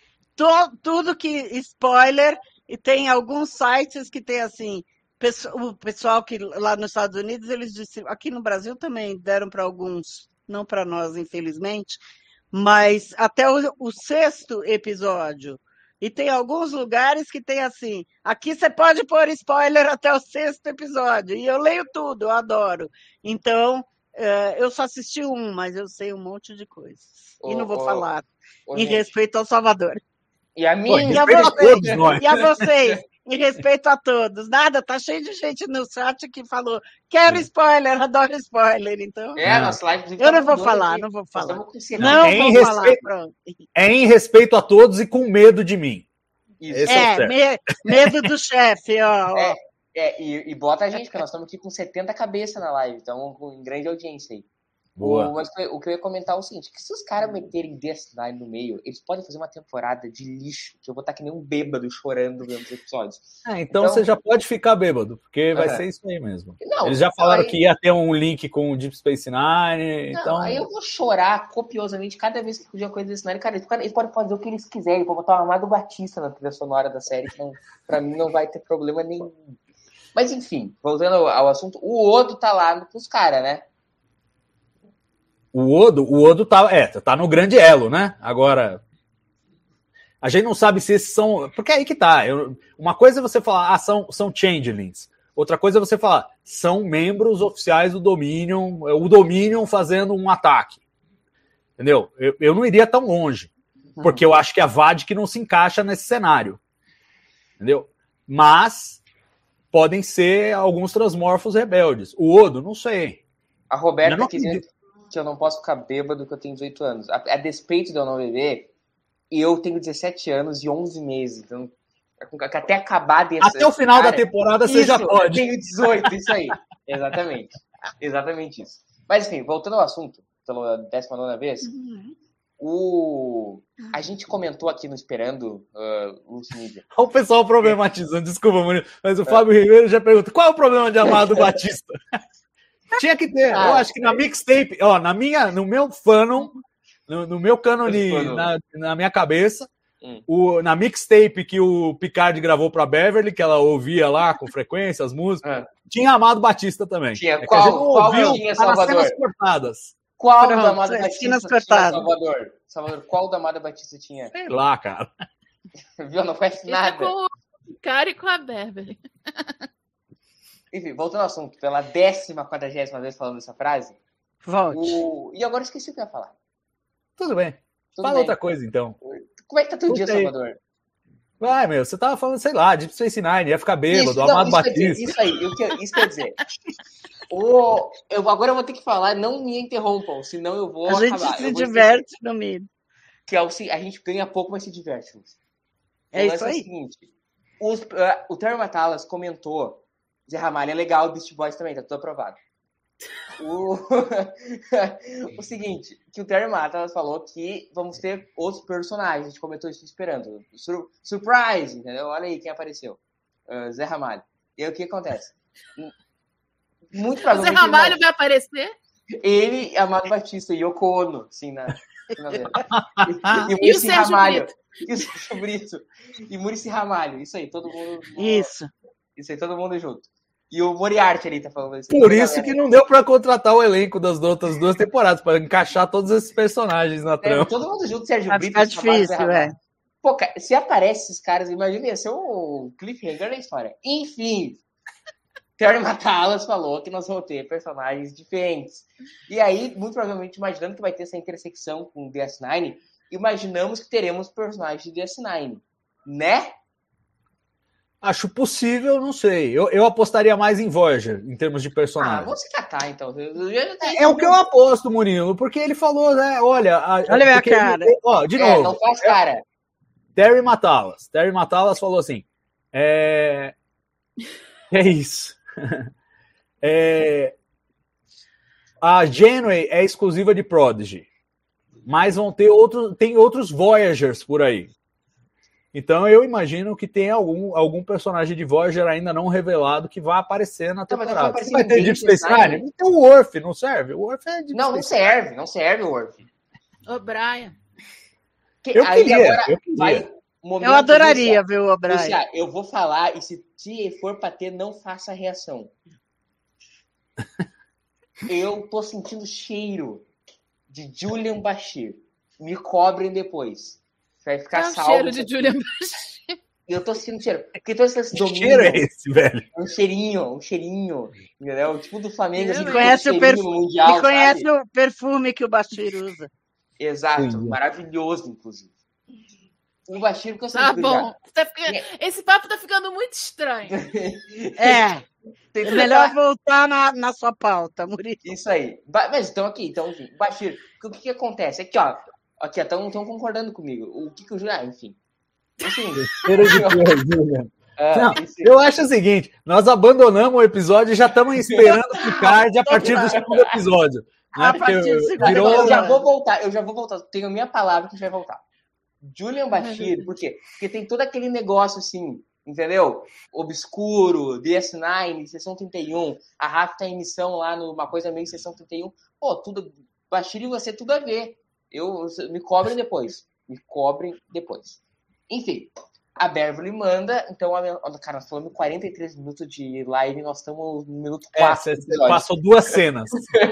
tudo que spoiler, e tem alguns sites que tem assim, o pessoal que lá nos Estados Unidos, eles disseram, aqui no Brasil também deram para alguns, não para nós, infelizmente, mas até o 6º episódio. E tem alguns lugares que tem assim, aqui você pode pôr spoiler até o 6º episódio. E eu leio tudo, eu adoro. Então, eu só assisti mas eu sei um monte de coisas. E não vou falar em respeito ao Salvador. E a minha... E a vocês, em respeito a todos. Nada, tá cheio de gente no chat que falou, quero spoiler, adoro spoiler. Então, nossa live... Eu não vou falar. Não vou falar, pronto. É em respeito a todos e com medo de mim. Isso. Medo do chefe, ó. E bota a gente, porque nós estamos aqui com 70 cabeças na live, então com grande audiência aí. Boa. Mas o que eu ia comentar é o seguinte, que se os caras meterem DS9 no meio, eles podem fazer uma temporada de lixo, que eu vou estar que nem um bêbado chorando vendo os episódios. Então você já pode ficar bêbado, porque vai ser isso aí mesmo. Não, eles já falaram que ia ter um link com o Deep Space Nine, então... Aí eu vou chorar copiosamente cada vez que pedir uma coisa desse Nine. Cara, eles podem fazer o que eles quiserem, vou botar o Amado Batista na trilha sonora da série, então pra mim não vai ter problema nenhum. Mas enfim, voltando ao assunto, o Odo tá lá com os caras, né? O Odo tá no grande elo, né? Agora, a gente não sabe se esses são... Porque aí que tá. Uma coisa é você falar, são changelings. Outra coisa é você falar, são membros oficiais do Dominion, o Dominion fazendo um ataque. Entendeu? Eu não iria tão longe. Porque eu acho que a Vadik não se encaixa nesse cenário. Entendeu? Mas podem ser alguns transmorfos rebeldes. O Odo, não sei. A Roberta quis que eu não posso ficar bêbado que eu tenho 18 anos. A despeito de eu não beber, eu tenho 17 anos e 11 meses. Então, até acabar desse... Até o final da temporada você já pode. Eu tenho 18, isso aí. Exatamente isso. Mas, enfim, voltando ao assunto, pela 19ª vez, a gente comentou aqui no Esperando o Mídia. Olha o pessoal problematizando, desculpa, Murilo, mas o Fábio Ribeiro já pergunta, qual é o problema de Amado Batista? Tinha que ter, eu acho que na mixtape, no meu fanon, no meu cânone, na minha cabeça, na mixtape que o Picard gravou pra Beverly, que ela ouvia lá com frequência, as músicas, tinha Amado Batista também. Tinha, qual tinha, Salvador? Cortadas. Qual da Amado Batista tinha, Salvador? Salvador, qual da Amado Batista tinha? Sei lá, cara. Viu? Não conhece Fica nada. com o cara e com a Beverly. Enfim, voltando ao assunto, pela 40ª vez falando essa frase. Volte. E agora eu esqueci o que eu ia falar. Tudo bem. Tudo Fala bem. outra coisa, então. Como é que tá teu dia, Gostei. Salvador? Vai, meu, você tava falando, sei lá, Deep Space Nine, ia ficar bêbado, Isso, Amado não, isso quer dizer, Batista. isso aí, isso quer dizer. Agora eu vou ter que falar, não me interrompam, senão eu vou A gente acabar. se diverte no meio. Que é a gente ganha pouco, mas se diverte. É isso É o aí. seguinte, o Terry Matalas comentou, Zé Ramalho é legal, Beast Boys também, tá tudo aprovado. O seguinte, que o Terry Matalas falou que vamos ter outros personagens, a gente comentou isso esperando. Surprise, entendeu? Olha aí quem apareceu. Zé Ramalho. E aí o que acontece? Muito O Zé provavelmente Ramalho vai aparecer? ele, Amado Batista e Yoko Ono, assim, na finaleira. E E o Muricy Sérgio Ramalho. Brito. E o Sérgio Brito. E Muricy Ramalho. Isso aí, todo mundo. Isso. Isso aí, todo mundo junto. E o Moriarty ali tá falando isso. Por isso que não deu pra contratar o elenco das outras 2 temporadas, pra encaixar todos esses personagens na trama. Todo mundo junto, Sérgio Vai Brito. ficar Ramalho, difícil, Ramalho. é. Pô, cara, se aparece esses caras, imagina, ia ser o cliffhanger da história. Enfim, Terry Matalas falou que nós vamos ter personagens diferentes. E aí, muito provavelmente, imaginando que vai ter essa intersecção com DS9, imaginamos que teremos personagens de DS9, né? Acho possível, não sei. Eu apostaria mais em Voyager, em termos de personagem. Vamos se catar, então. É o que eu aposto, Murilo, porque ele falou, né? Olha a minha porque cara. de novo. Não faz cara. Terry Matalas falou assim: é isso. A Janeway é exclusiva de Prodigy, mas tem outros Voyagers por aí. Então eu imagino que tem algum personagem de Voyager ainda não revelado que vai aparecer na temporada. Mas não vai ter ninguém Deep Space Nine? Nine? Então o Worf não serve? O Worf é Deep Não Space serve o Worf. Ô, Brian. Eu queria. Eu adoraria ver o O'Brien. Lúcia, eu vou falar, e se for pra ter, não faça reação. Eu tô sentindo cheiro de Julian Bashir. Me cobrem depois. Vai ficar Qual é o salvo. cheiro de Julian Bashir? Eu tô sentindo cheiro. Porque todos esses Que domínios. cheiro é esse, velho? Um cheirinho. Entendeu? Tipo do Flamengo. Assim, E conhece, um cheirinho mundial, e conhece sabe? o perfume que o Bashir usa. Exato. Sim. Maravilhoso, inclusive. O Bashir, que eu Tá sempre bom. Esse papo tá ficando muito estranho. É melhor voltar na sua pauta, Murilo. Isso aí. Mas então enfim, Bashir, o que acontece? Aqui, ó. Aqui, estão concordando comigo. O que o Julian... enfim. Assim, Cheiro de Julian. Não, eu acho o seguinte, nós abandonamos o episódio e já estamos esperando o Picard a partir do segundo episódio. Né? A partir do segundo virou... Eu já vou voltar. Tenho minha palavra que a gente vai voltar. Julian Bashir, por quê? Porque tem todo aquele negócio assim, entendeu? Obscuro, DS9, Seção 31, a Raf tá em missão lá numa coisa meio Seção 31. Pô, tudo... Bashir e você, tudo a ver. Me cobrem depois. Enfim, a Beverly manda, então, cara, nós falamos 43 minutos de live, nós estamos no minuto 4. Você passou 2 cenas.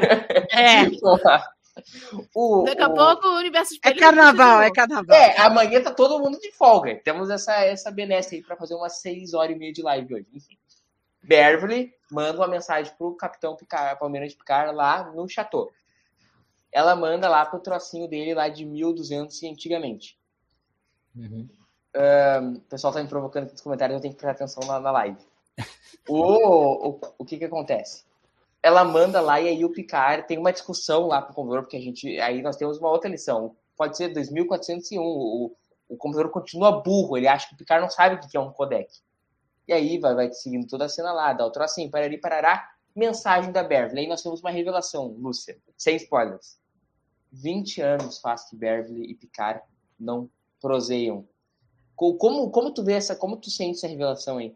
Daqui a pouco o universo de É carnaval. Amanhã tá todo mundo de folga. Temos essa benesse aí pra fazer umas 6h30 de live hoje. Enfim. Beverly manda uma mensagem pro Capitão Picard, Almirante Picard, lá no Chateau. Ela manda lá pro trocinho dele lá de 1200 antigamente. Uhum. O pessoal tá me provocando aqui nos comentários, eu tenho que prestar atenção na live. O que acontece? Ela manda lá e aí o Picard tem uma discussão lá com o computador, porque aí nós temos uma outra lição. Pode ser 2401, o computador continua burro, ele acha que o Picard não sabe o que é um codec. E aí vai seguindo toda a cena lá, dá o trocinho, parará, mensagem da Beverly. Aí nós temos uma revelação, Lúcia, sem spoilers. 20 anos faz que Beverly e Picard não proseiam. Como tu vê como tu sente essa revelação aí?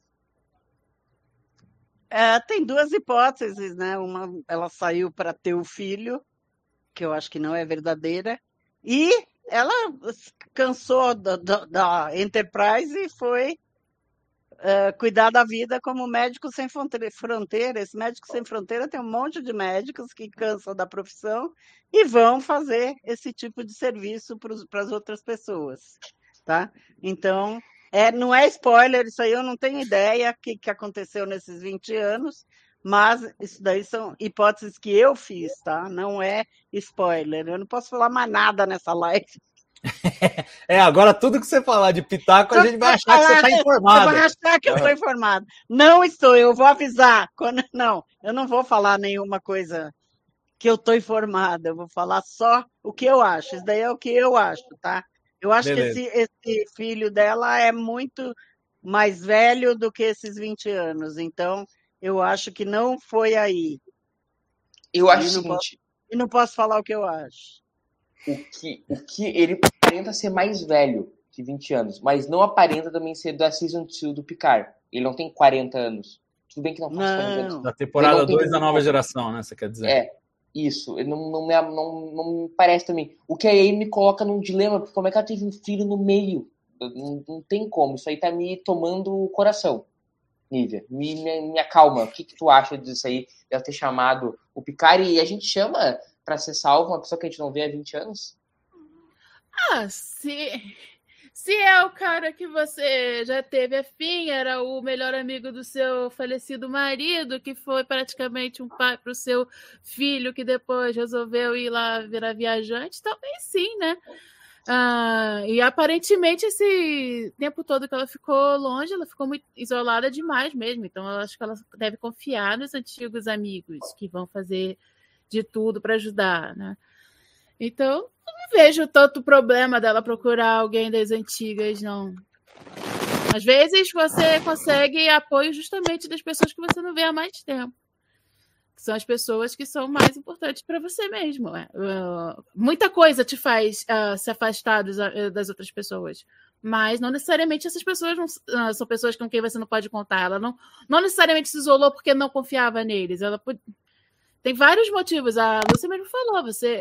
Tem 2 hipóteses, né? Uma, ela saiu para ter o filho, que eu acho que não é verdadeira, e ela cansou da Enterprise e foi cuidar da vida como médico sem fronteira. Esse médico sem fronteira tem um monte de médicos que cansam da profissão e vão fazer esse tipo de serviço para as outras pessoas. tá? Então, não é spoiler, isso aí eu não tenho ideia o que aconteceu nesses 20 anos, mas isso daí são hipóteses que eu fiz, tá? Não é spoiler. Eu não posso falar mais nada nessa live. Agora tudo que você falar de pitaco, a gente vai achar que você está informado. Você vai achar que eu estou informado. Não estou, eu vou avisar. Não, eu não vou falar nenhuma coisa que eu estou informada, eu vou falar só o que eu acho. Isso daí é o que eu acho, tá? Eu acho Beleza. que esse filho dela é muito mais velho do que esses 20 anos, então eu acho que não foi aí. Eu acho o seguinte... E não posso falar o que eu acho. O que ele aparenta ser mais velho que 20 anos, mas não aparenta também ser da Season 2 do Picard. Ele não tem 40 anos. Tudo bem que não faz 40 anos. Da temporada 2 da nova geração, né? Você quer dizer? Isso. Não me parece também. O que aí me coloca num dilema, porque como é que ela teve um filho no meio? Não tem como. Isso aí tá me tomando o coração. Nívia, me acalma. O que tu acha disso aí? De ela ter chamado o Picard e a gente chama pra ser salvo uma pessoa que a gente não vê há 20 anos? Se é o cara que você já teve afim, era o melhor amigo do seu falecido marido, que foi praticamente um pai para o seu filho, que depois resolveu ir lá virar viajante, talvez sim, né? E aparentemente esse tempo todo que ela ficou longe, ela ficou muito isolada demais mesmo. Então eu acho que ela deve confiar nos antigos amigos que vão fazer de tudo para ajudar, né? Então eu não vejo tanto problema dela procurar alguém das antigas, não. Às vezes você consegue apoio justamente das pessoas que você não vê há mais tempo. São as pessoas que são mais importantes para você mesmo. Muita coisa te faz se afastar das outras pessoas. Mas não necessariamente essas pessoas são pessoas com quem você não pode contar. Ela não necessariamente se isolou porque não confiava neles. Tem vários motivos. A Lúcia mesmo falou.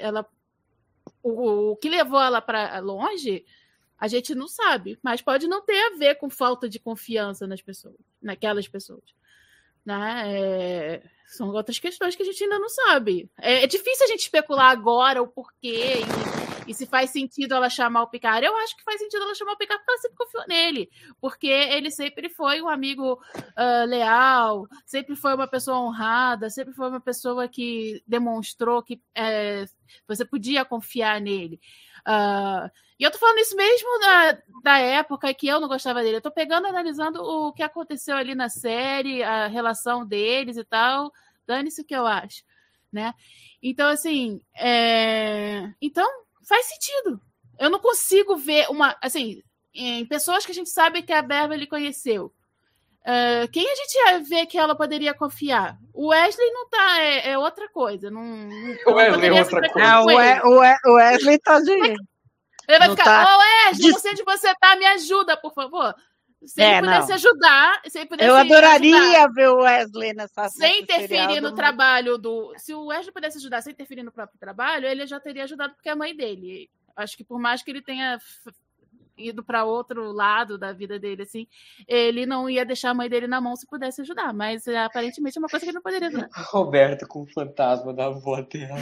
O que levou ela para longe, a gente não sabe. Mas pode não ter a ver com falta de confiança naquelas pessoas. Né? São outras questões que a gente ainda não sabe. É difícil a gente especular agora o porquê e se faz sentido ela chamar o Picard. Eu acho que faz sentido ela chamar o Picard porque ela sempre confiou nele. Porque ele sempre foi um amigo leal, sempre foi uma pessoa honrada, sempre foi uma pessoa que demonstrou que você podia confiar nele. E eu tô falando isso mesmo da época que eu não gostava dele. Eu tô pegando, analisando o que aconteceu ali na série, a relação deles e tal. Dane-se o que eu acho, né? Então, assim, então faz sentido. Eu não consigo ver em pessoas que a gente sabe que a Beverly conheceu. Quem a gente vê que ela poderia confiar? O Wesley não tá, é outra coisa. O Wesley é outra coisa. O Wesley tá de... Ele vai ficar, Wesley, não sei onde você tá, me ajuda, por favor. Se ele pudesse ajudar, eu adoraria ver o Wesley nessa sem interferir no trabalho Se o Wesley pudesse ajudar sem interferir no próprio trabalho, ele já teria ajudado porque é a mãe dele. Acho que por mais que ele tenha ido para outro lado da vida dele, assim, ele não ia deixar a mãe dele na mão se pudesse ajudar, mas aparentemente é uma coisa que ele não poderia ajudar. Roberta com o fantasma da avó dela.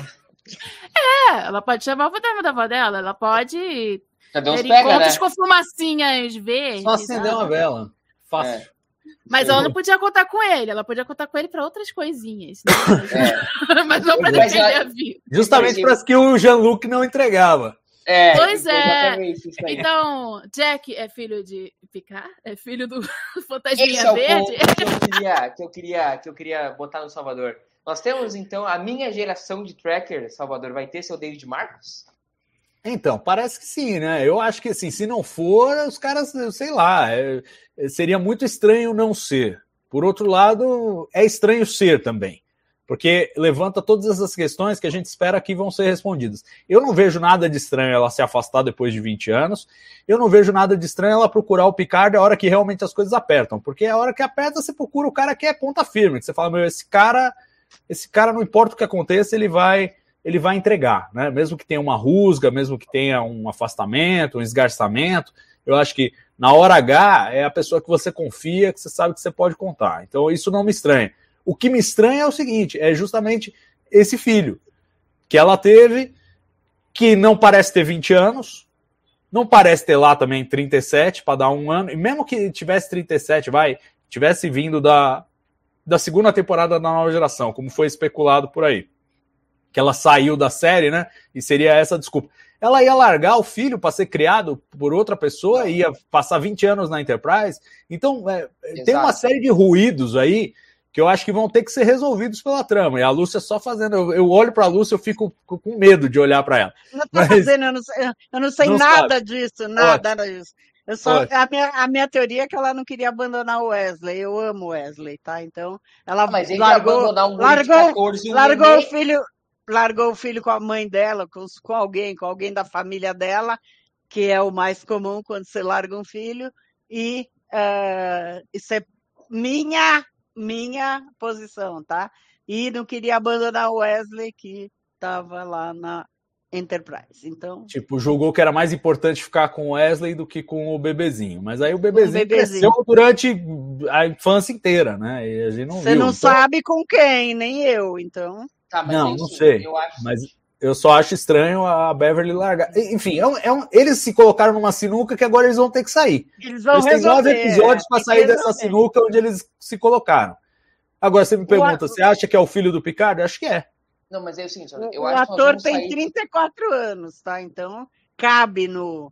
Ela pode chamar o fantasma da avó dela, ela pode ter encontros com fumacinhas verdes. Só acender uma vela. Fácil. Mas ela não podia contar com ele, ela podia contar com ele para outras coisinhas. Né? Mas não para defender a vida. Justamente para as que o Jean-Luc não entregava. Pois é. Então, Jack é filho de Picard? É filho do Fantasminha Verde? Que eu queria botar no Salvador. Nós temos, então, a minha geração de tracker, Salvador, vai ter seu David Marcos? Então, parece que sim, né? Eu acho que, assim, se não for, os caras, sei lá, seria muito estranho não ser. Por outro lado, é estranho ser também, porque levanta todas essas questões que a gente espera que vão ser respondidas. Eu não vejo nada de estranho ela se afastar depois de 20 anos, eu não vejo nada de estranho ela procurar o Picard a hora que realmente as coisas apertam, porque a hora que aperta você procura o cara que é ponta firme, que você fala, meu, esse cara não importa o que aconteça, ele vai entregar, né? Mesmo que tenha uma rusga, mesmo que tenha um afastamento, um esgarçamento, eu acho que na hora H é a pessoa que você confia, que você sabe que você pode contar. Então isso não me estranha. O que me estranha é o seguinte, é justamente esse filho que ela teve, que não parece ter 20 anos, Não parece ter lá também 37 para dar um ano. E mesmo que tivesse 37, tivesse vindo da segunda temporada da nova geração, como foi especulado por aí. Que ela saiu da série, né? E seria essa a desculpa. Ela ia largar o filho para ser criado por outra pessoa, ia passar 20 anos na Enterprise. Então, tem uma série de ruídos aí que eu acho que vão ter que ser resolvidos pela trama. E a Lúcia só fazendo... Eu olho para a Lúcia, eu fico com medo de olhar para ela. Não tá fazendo, eu não sei nada disso, nada disso. A minha teoria é que ela não queria abandonar o Wesley. Eu amo o Wesley, tá? Então, ela largou o filho com a mãe dela, com alguém da família dela, que é o mais comum quando você larga um filho, e isso é minha posição, tá? E não queria abandonar o Wesley, que estava lá na Enterprise. Então, tipo, julgou que era mais importante ficar com o Wesley do que com o bebezinho. Mas aí o bebezinho cresceu durante a infância inteira, né? E a gente não Você não sabe com quem, nem eu, então... Tá, mas não sei. Mas eu só acho estranho a Beverly largar. Enfim, eles se colocaram numa sinuca que agora eles vão ter que sair. Eles têm 9 episódios para sair dessa sinuca onde eles se colocaram. Agora, você me pergunta, você acha que é o filho do Picard? Acho que é. Não, mas é o seguinte, o ator tem 34 anos, tá? Então, cabe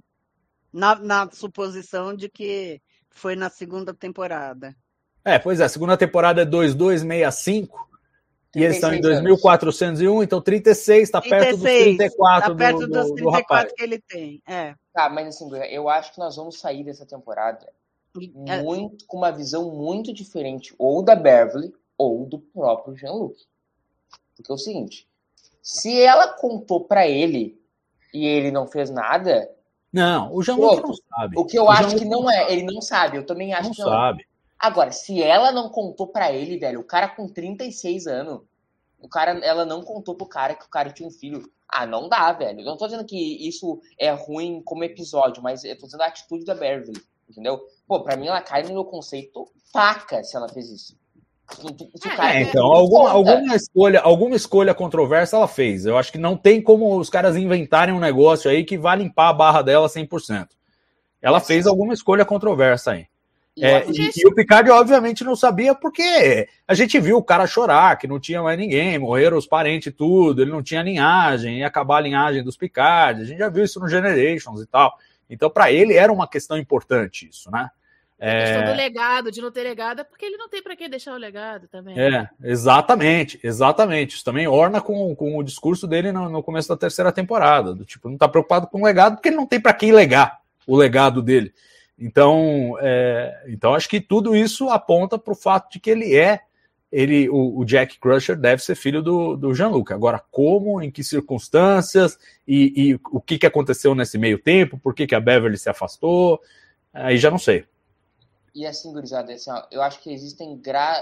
na suposição de que foi na segunda temporada. Pois é, a segunda temporada é 2265. E eles estão em 2401, então 36, está perto dos 34 dos 34 rapaz. que ele tem. Tá, mas assim, eu acho que nós vamos sair dessa temporada com uma visão muito diferente, ou da Beverly, ou do próprio Jean-Luc. Porque é o seguinte, se ela contou pra ele e ele não fez nada... Não, o Jean-Luc não sabe. O que eu acho que não é, ele não sabe, eu também acho que não sabe. Agora, se ela não contou pra ele, velho, o cara com 36 anos, ela não contou pro cara que o cara tinha um filho. Ah, não dá, velho. Eu não tô dizendo que isso é ruim como episódio, mas eu tô dizendo a atitude da Beverly, entendeu? Pô, pra mim ela cai no meu conceito faca se ela fez isso. Então, alguma escolha controversa ela fez. Eu acho que não tem como os caras inventarem um negócio aí que vai limpar a barra dela 100%. Ela fez alguma escolha controversa aí. E o Picard, obviamente, não sabia porque a gente viu o cara chorar, que não tinha mais ninguém, morreram os parentes e tudo, ele não tinha linhagem, ia acabar a linhagem dos Picard, a gente já viu isso no Generations e tal. Então, para ele, era uma questão importante isso, né? A questão do legado, de não ter legado, é porque ele não tem para que deixar o legado também. Exatamente. Isso também orna com o discurso dele no começo da terceira temporada, do tipo, não tá preocupado com o legado porque ele não tem para quem legar o legado dele. Então acho que tudo isso aponta para o fato de que o Jack Crusher deve ser filho do Jean-Luc. Agora, como, em que circunstâncias e o que aconteceu nesse meio tempo, por que a Beverly se afastou, aí já não sei. E assim, gurizada, assim, eu acho que existem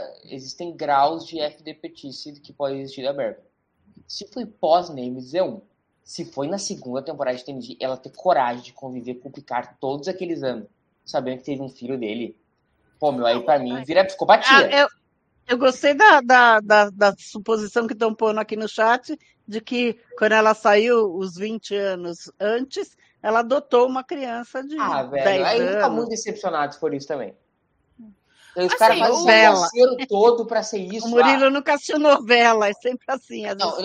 graus de FDPtice que pode existir da Beverly. Se foi pós-Nemesis é um. Se foi na segunda temporada de TNG, ela ter coragem de conviver com o Picard todos aqueles anos, sabendo que teve um filho dele. Pô, meu, aí pra mim vira psicopatia. Eu gostei da suposição que estão pondo aqui no chat, de que quando ela saiu os 20 anos antes, ela adotou uma criança de 10 aí anos. Aí fica muito decepcionado por isso também. Então, os Assim, caras fazem um parceiro todo pra ser isso. O Murilo nunca assistiu novela, é sempre assim.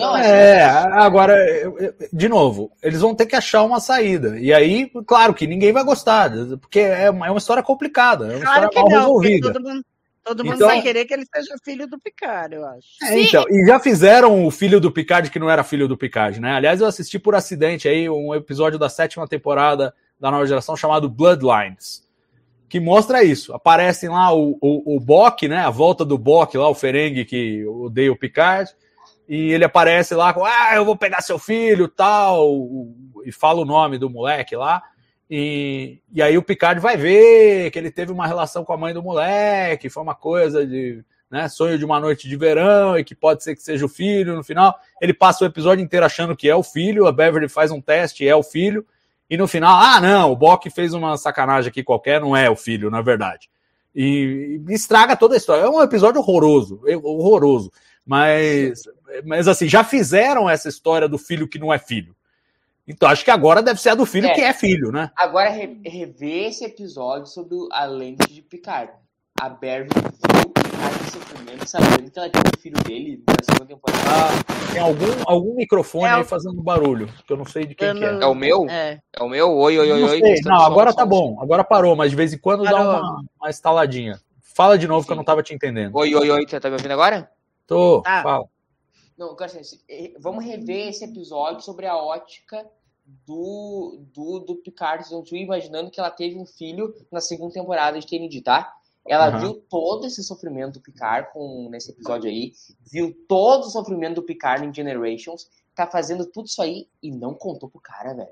Agora, de novo, eles vão ter que achar uma saída. E aí, claro que ninguém vai gostar, porque é uma história complicada, é uma história mal resolvida. Todo mundo vai querer que ele seja filho do Picard, eu acho. Então, e já fizeram o filho do Picard que não era filho do Picard, né? Aliás, eu assisti por acidente aí um episódio da 7ª temporada da nova geração chamado Bloodlines, que mostra isso. Aparecem lá o Bock, né? A volta do Bock lá, o Ferengi que odeia o Picard, e ele aparece lá com, eu vou pegar seu filho, tal, e fala o nome do moleque lá. E aí o Picard vai ver que ele teve uma relação com a mãe do moleque, foi uma coisa de, né, sonho de uma noite de verão, e que pode ser que seja o filho no final. Ele passa o episódio inteiro achando que é o filho, a Beverly faz um teste, é o filho, e no final, não, o Bock fez uma sacanagem aqui qualquer, não é o filho, na verdade. E estraga toda a história. É um episódio horroroso. Mas assim, já fizeram essa história do filho que não é filho. Então acho que agora deve ser a do filho, que é filho, né? Agora rever esse episódio sobre a lente de Picard. A Barry viu o Picard em sofrimento, sabendo que ela tinha o filho dele na segunda temporada. Tem algum microfone aí fazendo barulho, que eu não sei de quem que é. É o meu? É. É o meu? Oi. Não, agora tá bom. Agora parou, mas de vez em quando dá uma estaladinha. Fala de novo que eu não tava te entendendo. Oi. Você tá me ouvindo agora? Tô, fala. Não, eu quero dizer, vamos rever esse episódio sobre a ótica do Picard, imaginando que ela teve um filho na segunda temporada de TNG, tá? Ela viu todo esse sofrimento do Picard nesse episódio aí, viu todo o sofrimento do Picard em Generations, tá fazendo tudo isso aí e não contou pro cara, velho.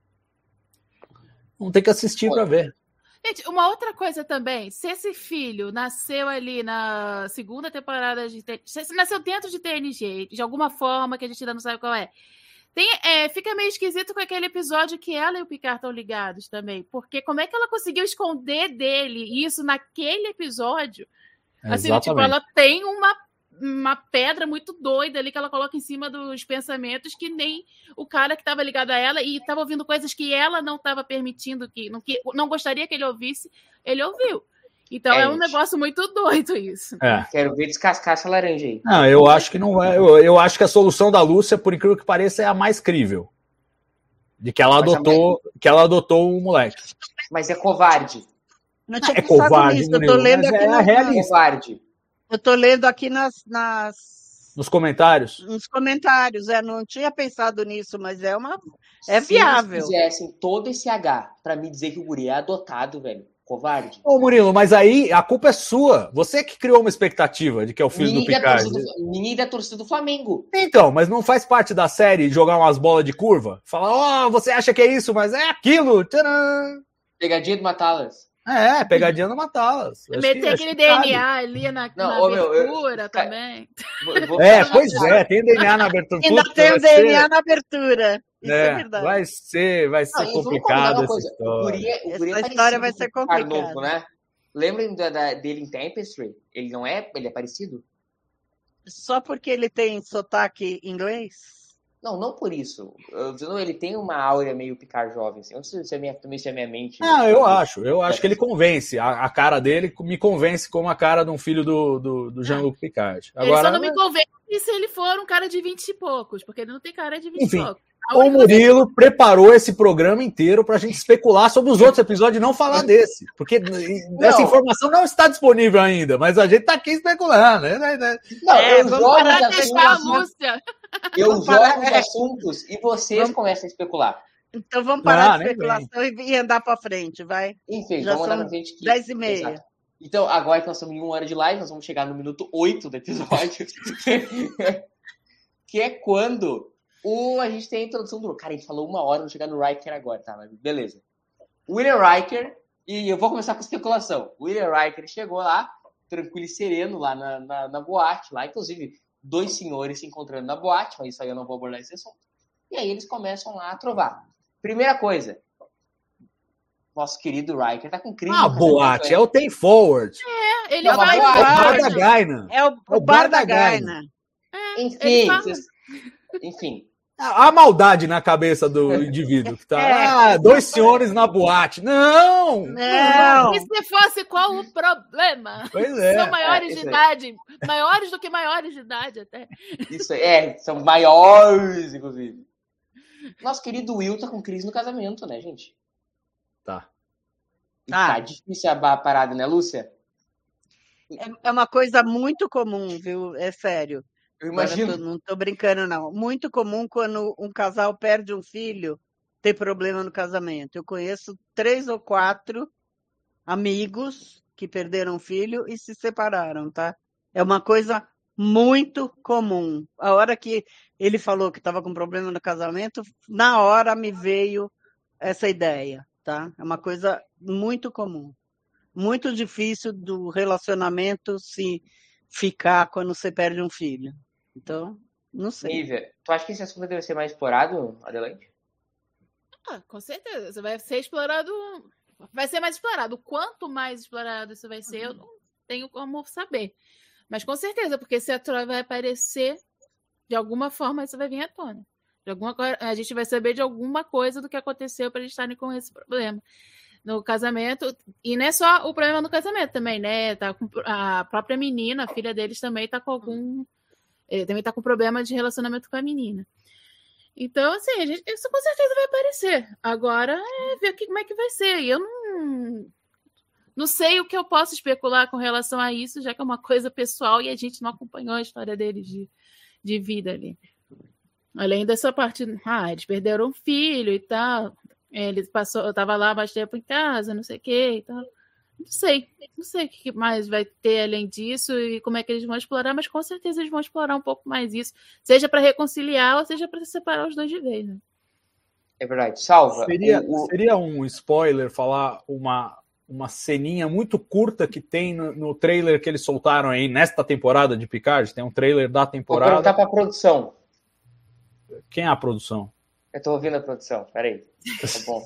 Não tem que assistir pra ver. Gente, uma outra coisa também, se esse filho nasceu ali na segunda temporada de TNG, se nasceu dentro de TNG, de alguma forma que a gente ainda não sabe qual é, fica meio esquisito com aquele episódio que ela e o Picard estão ligados também, porque como é que ela conseguiu esconder dele isso naquele episódio? Assim, tipo, ela tem uma pedra muito doida ali que ela coloca em cima dos pensamentos que nem o cara que estava ligado a ela e estava ouvindo coisas que ela não estava permitindo, que não gostaria que ele ouvisse, ele ouviu. Então é um negócio muito doido isso. Quero ver descascar essa laranja aí. Não, eu acho que não vai. Eu acho que a solução da Lúcia, por incrível que pareça, é a mais crível. De que ela adotou o moleque. Mas é covarde. Não tinha pensado covarde, nisso. Eu tô lendo aqui covarde. Eu tô lendo aqui nos comentários. Nos comentários, não tinha pensado nisso, mas é viável. Se eles fizessem todo esse H pra me dizer que o guri é adotado, velho, covarde. Ô, Murilo, mas aí a culpa é sua. Você que criou uma expectativa de que é o filho do Picard. Menino da torcida do Flamengo. Então, mas não faz parte da série jogar umas bolas de curva? Falar, você acha que é isso, mas é aquilo. Tcharam! Pegadinha do Matalas. Pegadinha do Matalas. Meter aquele DNA ali na abertura também. Pois é, tem DNA na abertura. Ainda tem o DNA na abertura. Isso é verdade. Vai ser complicado essa história. Essa história vai ser complicada. Novo, né? Lembrem dele em Tapestry? Ele é parecido? Só porque ele tem sotaque inglês? Não por isso. Ele tem uma áurea meio Picard jovem. Assim. Eu não sei se é a minha mente. Não, eu acho que ele convence. A cara dele me convence como a cara de um filho do Jean-Luc Picard. Agora, ele só não me convence se ele for um cara de 20 e poucos, porque ele não tem cara de 20 e poucos. O Murilo preparou esse programa inteiro pra gente especular sobre os outros episódios e não falar desse. Porque essa informação não está disponível ainda, mas a gente tá aqui especulando. Eu jogo os assuntos e vocês começam a especular. Então vamos parar de especulação e andar pra frente, vai. Enfim, vamos andar pra frente. 10h30. Exato. Então, agora que nós estamos em 1 hora de live, nós vamos chegar no minuto 8 do episódio. Que é quando a gente tem a introdução do... Cara, a gente falou 1 hora, vamos chegar no Riker agora, tá? Mas beleza. William Riker, e eu vou começar com especulação. O William Riker chegou lá, tranquilo e sereno, lá na boate, lá, inclusive 2 senhores se encontrando na boate, mas isso aí eu não vou abordar esse assunto. E aí eles começam lá a trovar. Primeira coisa, nosso querido Riker tá com crise. Boate, é o Tem Forward. Ele vai o bar da Gaina. É o bar da Gaina. Enfim. A maldade na cabeça do indivíduo que tá. 2 senhores na boate. Não! E se fosse, qual o problema? Pois é. São maiores de idade. Maiores do que maiores de idade, até. Isso são maiores, inclusive. Nosso querido Will tá com crise no casamento, né, gente? Tá. Tá difícil a parada, né, Lúcia? É uma coisa muito comum, viu? É sério. Eu imagino. Não tô brincando, não. Muito comum quando um casal perde um filho, ter problema no casamento. Eu conheço 3 ou 4 amigos que perderam um filho e se separaram, tá? É uma coisa muito comum. A hora que ele falou que estava com problema no casamento, na hora me veio essa ideia, tá? É uma coisa muito comum. Muito difícil do relacionamento se ficar quando você perde um filho. Então, não sei. Nívia, tu acha que esse assunto deve ser mais explorado, Adelaide? Com certeza. Vai ser explorado. Vai ser mais explorado. Quanto mais explorado isso vai ser, eu não tenho como saber. Mas com certeza, porque se a Troy vai aparecer, de alguma forma isso vai vir à tona. A gente vai saber de alguma coisa do que aconteceu para eles estarem com esse problema no casamento. E não é só o problema no casamento também, né? Tá com a própria menina, a filha deles também tá com também tá com problema de relacionamento com a menina. Então, assim, isso com certeza vai aparecer. Agora é ver como é que vai ser. E eu não sei o que eu posso especular com relação a isso, já que é uma coisa pessoal e a gente não acompanhou a história deles de vida ali. Além dessa parte, eles perderam um filho e tal. Eu estava lá mais tempo em casa, não sei o que e tal. Não sei o que mais vai ter além disso e como é que eles vão explorar, mas com certeza eles vão explorar um pouco mais isso, seja para reconciliar ou seja para separar os dois de vez, né? É verdade. Salva. Seria um spoiler falar uma ceninha muito curta que tem no trailer que eles soltaram aí nesta temporada de Picard? Tem um trailer da temporada. Vou perguntar para a produção. Quem é a produção? Eu tô ouvindo a produção, peraí. Tá bom.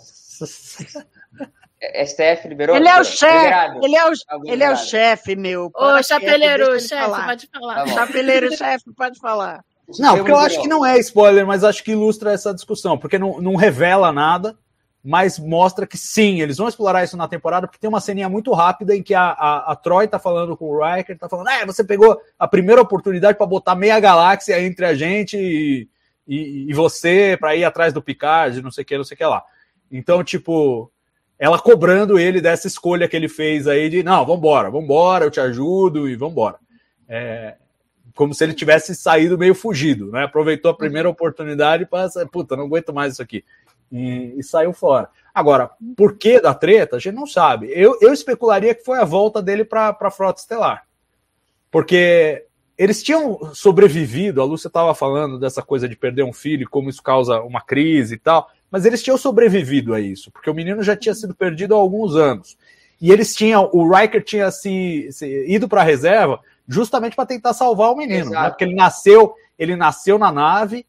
STF liberou? Ele é o chefe, ele é o chefe, meu. Ô, chapeleiro, chefe, pode falar. Tá Chapeleiro, chefe, pode falar. Não, porque eu acho que não é spoiler, mas acho que ilustra essa discussão, porque não revela nada, mas mostra que sim, eles vão explorar isso na temporada, porque tem uma ceninha muito rápida em que a Troi tá falando com o Riker, tá falando, você pegou a primeira oportunidade para botar meia galáxia entre a gente e você, para ir atrás do Picard, não sei o que lá. Então, tipo, ela cobrando ele dessa escolha que ele fez aí de, não, vambora, eu te ajudo e vambora. Como se ele tivesse saído meio fugido, né? Aproveitou a primeira oportunidade para, não aguento mais isso aqui. E saiu fora. Agora, por que da treta, a gente não sabe. Eu especularia que foi a volta dele para a Frota Estelar. Porque eles tinham sobrevivido, a Lúcia estava falando dessa coisa de perder um filho e como isso causa uma crise e tal, mas eles tinham sobrevivido a isso, porque o menino já tinha sido perdido há alguns anos. E o Riker tinha se ido para a reserva justamente para tentar salvar o menino, né? Porque ele nasceu na nave,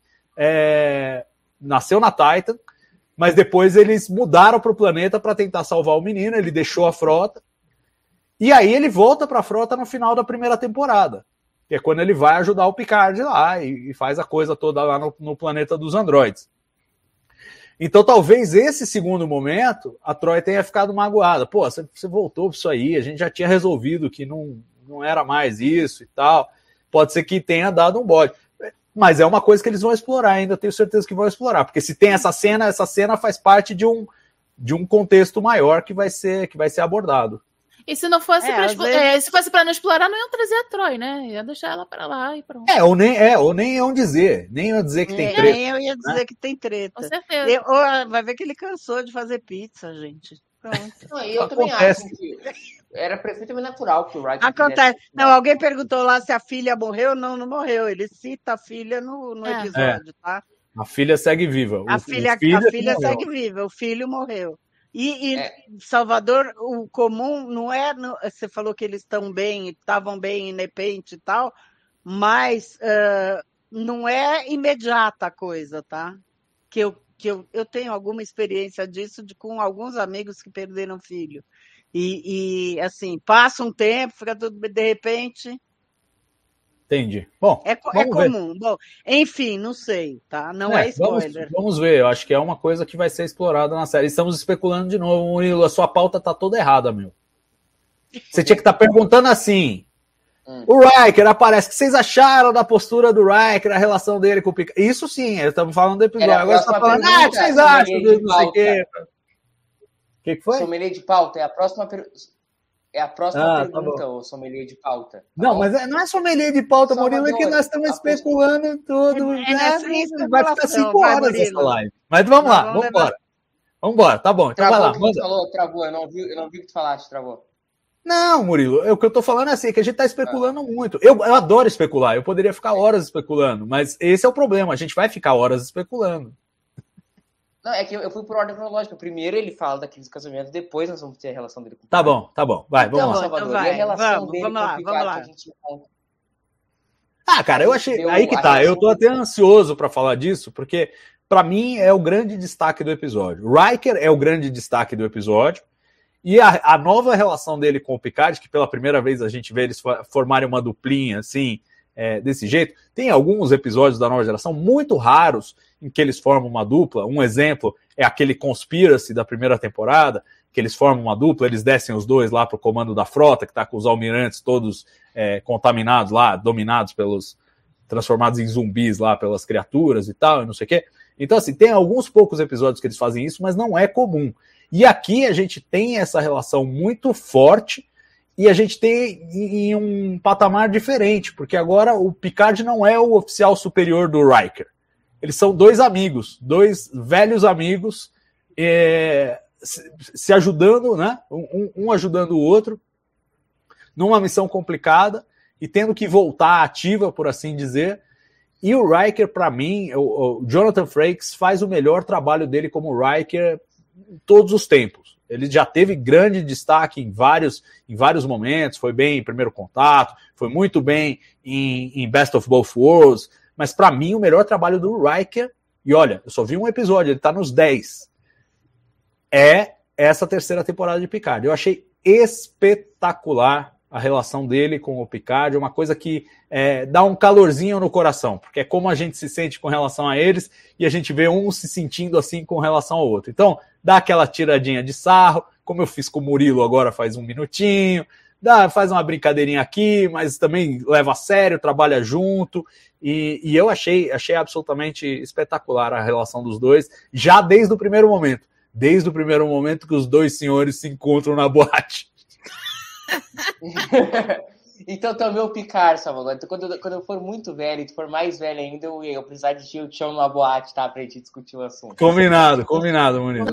nasceu na Titan, mas depois eles mudaram para o planeta para tentar salvar o menino, ele deixou a frota, e aí ele volta para a frota no final da primeira temporada, que é quando ele vai ajudar o Picard lá e faz a coisa toda lá no planeta dos androides. Então talvez esse segundo momento a Troi tenha ficado magoada. Pô, você voltou para isso aí, a gente já tinha resolvido que não era mais isso e tal. Pode ser que tenha dado um bode. Mas é uma coisa que eles vão explorar, ainda tenho certeza que vão explorar. Porque se tem essa cena faz parte de um contexto maior que vai ser abordado. E se não fosse se fosse para não explorar, não iam trazer a Troi, né? Ia deixar ela para lá e pronto. Ou nem iam dizer. Nem iam dizer que tem treta. Nem eu ia dizer que tem treta. Com certeza. Vai ver que ele cansou de fazer pizza, gente. Pronto. Eu também acho que era perfeitamente natural que o Riker acontece. Não, alguém perguntou lá se a filha morreu. Não morreu. Ele cita a filha no episódio, tá? A filha segue viva. A filha segue viva. O filho morreu. E Salvador, o comum não é... Você falou que eles estavam bem em Nepente e tal, mas não é imediata a coisa, tá? Que eu tenho alguma experiência disso com alguns amigos que perderam filho. E assim, passa um tempo, fica tudo de repente... Entendi. Bom, é comum. Ver. Bom, enfim, não sei, tá? Não é spoiler. Vamos ver, eu acho que é uma coisa que vai ser explorada na série. Estamos especulando de novo, Murilo, a sua pauta tá toda errada, meu. Você tinha que estar perguntando assim, o Riker aparece, o que vocês acharam da postura do Riker, a relação dele com o Picard? Isso sim, estamos falando do episódio. Agora você tá falando, o que vocês acham do não sei o quê? O que foi? Sommelier de pauta, é a próxima pergunta. É a próxima pergunta, o sommelier de pauta. Tá não, bom? Mas não é sommelier de pauta, Murilo, é que nós estamos especulando tudo. Vai ficar 5 horas essa live. Mas vamos lá, vamos embora. Tá bom, então travou, vai lá. Travou, eu não vi o que tu falaste, travou. Não, Murilo, o que eu tô falando é assim, que a gente tá especulando muito. Eu adoro especular, eu poderia ficar horas especulando, mas esse é o problema, a gente vai ficar horas especulando. Não, é que eu fui por ordem cronológica. Primeiro ele fala da crise do casamento, depois nós vamos ter a relação dele com o Picard. Tá bom. Vai, vamos lá. Salvador, e a relação dele com o Picard que a gente encontra. Cara, eu achei... Aí que tá, eu tô até ansioso pra falar disso, porque pra mim é o grande destaque do episódio. O Riker é o grande destaque do episódio, e a nova relação dele com o Picard, que pela primeira vez a gente vê eles formarem uma duplinha, assim, desse jeito. Tem alguns episódios da nova geração muito raros em que eles formam uma dupla. Um exemplo é aquele Conspiracy da primeira temporada, que eles formam uma dupla, eles descem os dois lá para o comando da frota, que está com os almirantes todos contaminados lá, dominados transformados em zumbis lá pelas criaturas e tal, e não sei o quê. Então, assim, tem alguns poucos episódios que eles fazem isso, mas não é comum. E aqui a gente tem essa relação muito forte e a gente tem em um patamar diferente, porque agora o Picard não é o oficial superior do Riker. Eles são dois amigos, dois velhos amigos, se ajudando, né? Um ajudando o outro, numa missão complicada e tendo que voltar ativa, por assim dizer. E o Riker, para mim, o Jonathan Frakes faz o melhor trabalho dele como Riker em todos os tempos. Ele já teve grande destaque em vários momentos, foi bem em Primeiro Contato, foi muito bem em Best of Both Worlds, mas para mim o melhor trabalho do Riker, e olha, eu só vi um episódio, ele tá nos 10, é essa terceira temporada de Picard. Eu achei espetacular a relação dele com o Picard, é uma coisa que dá um calorzinho no coração, porque é como a gente se sente com relação a eles, e a gente vê um se sentindo assim com relação ao outro. Então, dá aquela tiradinha de sarro, como eu fiz com o Murilo agora faz um minutinho, faz uma brincadeirinha aqui, mas também leva a sério, trabalha junto, e eu achei absolutamente espetacular a relação dos dois, já desde o primeiro momento que os dois senhores se encontram na boate. Então também o Picard, Salvador. Então, quando eu for muito velho, e tu for mais velho ainda, eu precisar de ti, eu te chamo numa boate, tá? Pra gente discutir o assunto. Combinado, Murilo.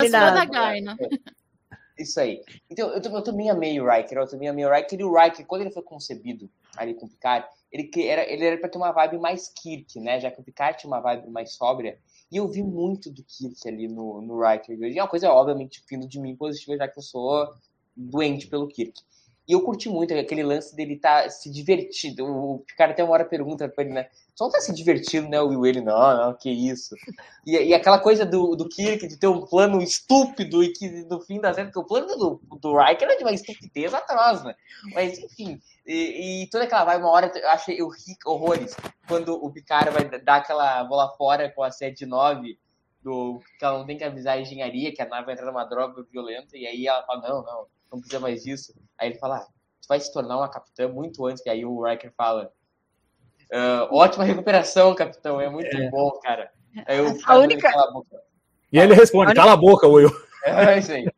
Isso aí. Então, eu também amei o Riker. E o Riker, quando ele foi concebido ali com o Picard, ele era pra ter uma vibe mais Kirk, né? Já que o Picard tinha uma vibe mais sóbria. E eu vi muito do Kirk ali no Riker. E é uma coisa, obviamente, vindo de mim positiva, já que eu sou doente pelo Kirk. E eu curti muito aquele lance dele tá se divertindo. O Picard até uma hora pergunta pra ele, né? Só tá se divertindo, né, Will? Ele, não, que isso. E aquela coisa do Kirk de ter um plano estúpido e que no fim da série, porque o plano do Riker é de uma estupidez atroz, né? Mas, enfim, e toda aquela vibe, uma hora eu ri horrores quando o Picard vai dar aquela bola fora com a 7-9 que ela não tem que avisar a engenharia, que a nave vai entrar numa droga violenta, e aí ela fala, não precisa mais disso. Aí ele fala, tu vai se tornar uma capitã muito antes, que aí o Riker fala, ótima recuperação, capitão, é muito bom, cara. Aí eu cala a boca. E ele responde, cala a boca, Will. É isso aí.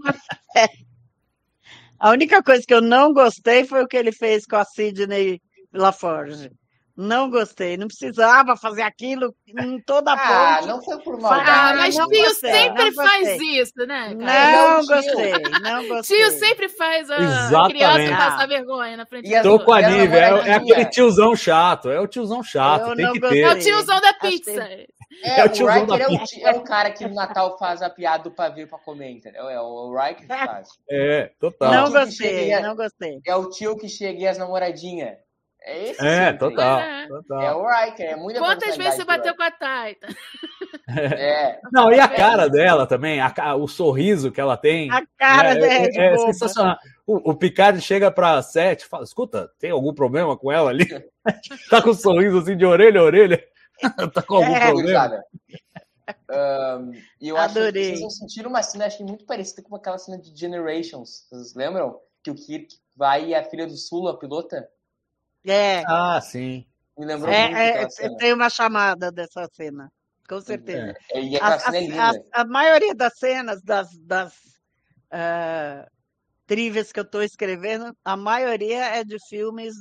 A única coisa que eu não gostei foi o que ele fez com a Sidney LaForge. Não gostei, não precisava fazer aquilo em toda a ponte. Não foi por maldade. Mas Tio sempre faz isso, né, cara? Não gostei. Tio sempre faz a criança passar vergonha na frente. Tô com a Nívia, é aquele tiozão chato, tem que ter. É o tiozão da pizza. O Riker é o cara que no Natal faz a piada do pavê pra comer, entendeu? É o Riker que faz. Total. Não gostei. É o tio que chega e as namoradinhas. É esse. Total. É o Riker, é muita Quantas vezes você bateu com a Taita? Não, e a cara dela também, o sorriso que ela tem. A cara dela é sensacional. O Picard chega pra Seth e fala, escuta, tem algum problema com ela ali? Tá com um sorriso assim de orelha a orelha? Tá com algum problema? E eu acho que vocês vão sentir uma cena, acho que muito parecida com aquela cena de Generations. Vocês lembram? Que o Kirk vai e a filha do Sulu, a pilota? Sim. Me lembrou muito tem uma chamada dessa cena, com certeza. E aquela cena é linda. A maioria das cenas das trivias que eu estou escrevendo, a maioria é de filmes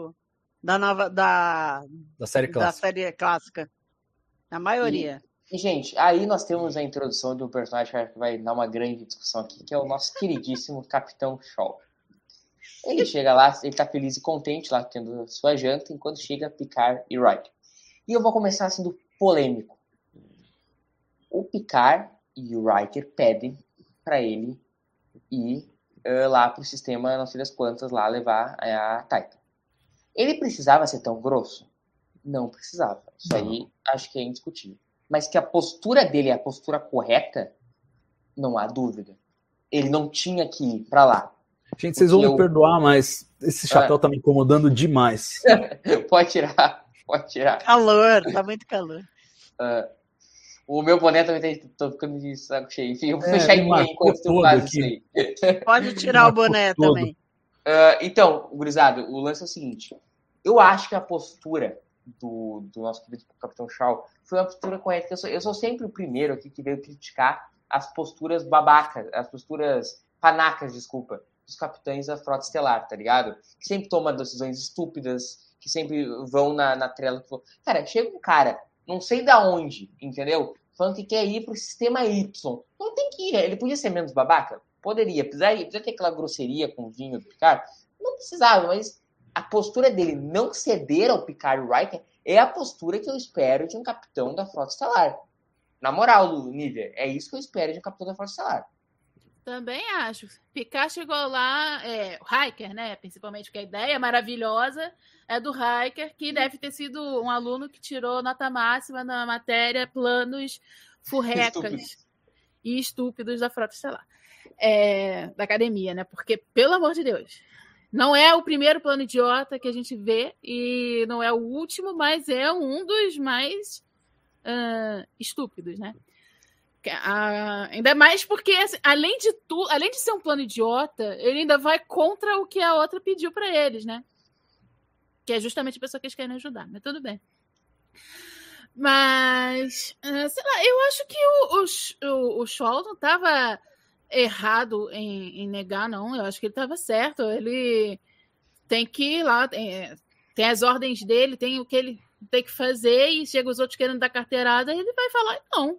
da série clássica. A maioria. E, gente, aí nós temos a introdução de um personagem que vai dar uma grande discussão aqui, que é o nosso queridíssimo Capitão Shaw. Ele chega lá, ele tá feliz e contente lá, tendo sua janta, enquanto chega Picard e Riker. E eu vou começar sendo polêmico. O Picard e o Riker pedem para ele ir lá pro sistema, não sei das quantas, lá levar a Titan. Ele precisava ser tão grosso? Não precisava. Isso aí acho que é indiscutível. Mas que a postura dele é a postura correta, não há dúvida. Ele não tinha que ir para lá. Gente, vocês vão me perdoar, mas esse chapéu tá me incomodando demais. Pode tirar. Pode tirar. Calor, tá muito calor. O meu boné também tô ficando de saco cheio. Enfim, eu vou fechar em mim enquanto tu faz isso aí. Pode tirar o boné também. Então, gurizada, o lance é o seguinte. Eu acho que a postura do nosso querido Capitão Shaw foi uma postura correta. Eu sou sempre o primeiro aqui que veio criticar as posturas babacas, as posturas panacas, desculpa, dos capitães da Frota Estelar, tá ligado? Que sempre tomam decisões estúpidas, que sempre vão na trela. Cara, chega um cara, não sei da onde, entendeu? Falando que quer ir pro sistema Y. Não tem que ir, ele podia ser menos babaca? Poderia. Podia ter aquela grosseria com o vinho do Picard? Não precisava, mas a postura dele não ceder ao Picard e o Riker é a postura que eu espero de um capitão da Frota Estelar. Na moral, Nívia, é isso que eu espero de um capitão da Frota Estelar. Também acho. Picard chegou lá, o Riker, né? Principalmente porque a ideia maravilhosa é do Riker, que deve ter sido um aluno que tirou nota máxima na matéria planos furrecas e estúpidos da Frota Estelar. Da academia, né? Porque, pelo amor de Deus, não é o primeiro plano idiota que a gente vê e não é o último, mas é um dos mais estúpidos, né? Ainda mais porque, assim, além de ser um plano idiota, ele ainda vai contra o que a outra pediu para eles, né? Que é justamente a pessoa que eles querem ajudar, mas tudo bem. Mas, sei lá, eu acho que o Shaw não estava errado em negar, não. Eu acho que ele estava certo. Ele tem que ir lá, tem as ordens dele, tem o que ele tem que fazer, e chega os outros querendo dar carteirada, ele vai falar não.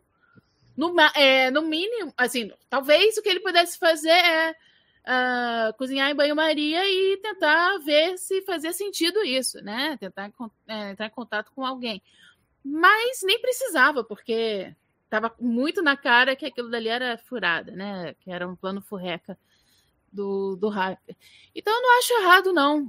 No mínimo, assim, talvez o que ele pudesse fazer é cozinhar em banho-maria e tentar ver se fazia sentido isso, né? Tentar entrar em contato com alguém. Mas nem precisava, porque estava muito na cara que aquilo dali era furada, né? Que era um plano furreca do Riker. Então, eu não acho errado, não,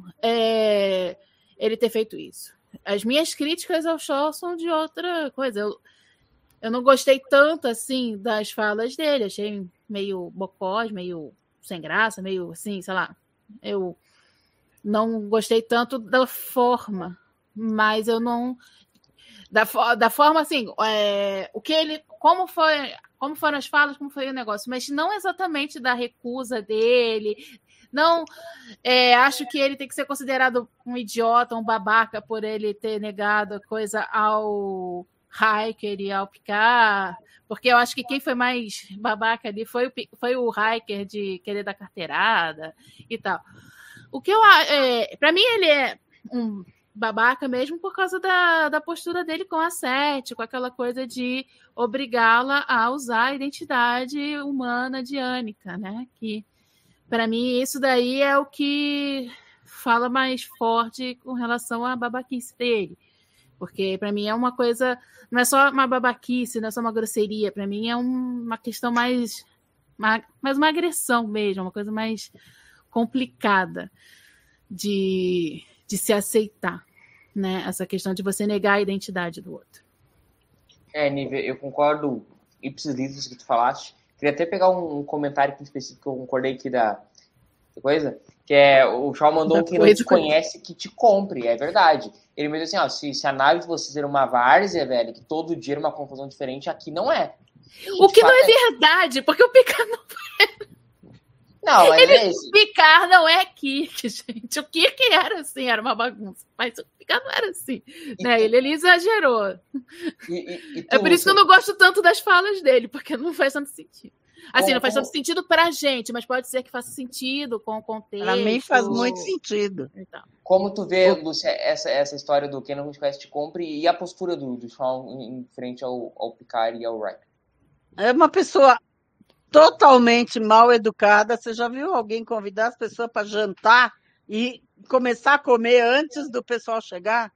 ele ter feito isso. As minhas críticas ao Shaw são de outra coisa. Eu não gostei tanto, assim, das falas dele. Achei meio bocós, meio sem graça, meio assim, sei lá. Eu não gostei tanto da forma, mas eu não... Da forma, assim, o que ele... Como foram as falas, como foi o negócio, mas não exatamente da recusa dele. Não, acho que ele tem que ser considerado um idiota, um babaca, por ele ter negado a coisa ao Riker e ao Picard, porque eu acho que quem foi mais babaca ali foi o Riker de querer dar carteirada e tal. O que para mim ele é um babaca mesmo por causa da postura dele com a Sete, com aquela coisa de obrigá-la a usar a identidade humana de Annika, né? Que para mim isso daí é o que fala mais forte com relação à babaquice dele. Porque para mim é uma coisa, não é só uma babaquice, não é só uma grosseria, para mim é uma questão mais uma agressão mesmo, uma coisa mais complicada de se aceitar, né? Essa questão de você negar a identidade do outro. Nívia, eu concordo ipsis litteris que tu falaste. Queria até pegar um comentário aqui específico que eu concordei aqui da coisa, que o Shaw mandou quem não te conhece que te compre, é verdade. Ele me disse assim, se a nave de vocês era uma várzea, velho, que todo dia era uma confusão diferente, aqui não é. O que não é verdade, porque o Picard não é. Não, mas o Picard não é Kirk, gente. O Kirk era assim, era uma bagunça. Mas o Picard não era assim. Né? Ele exagerou. É por isso que eu não gosto tanto das falas dele, porque não faz tanto sentido. Assim, não faz tanto sentido pra gente, mas pode ser que faça sentido com o contexto. Pra mim faz muito sentido. Então. Como tu vê, Lúcia, essa história do quem não te conhece te compre e a postura do Shaw em frente ao Picard e ao Riker? É uma pessoa totalmente mal educada. Você já viu alguém convidar as pessoas para jantar e começar a comer antes do pessoal chegar?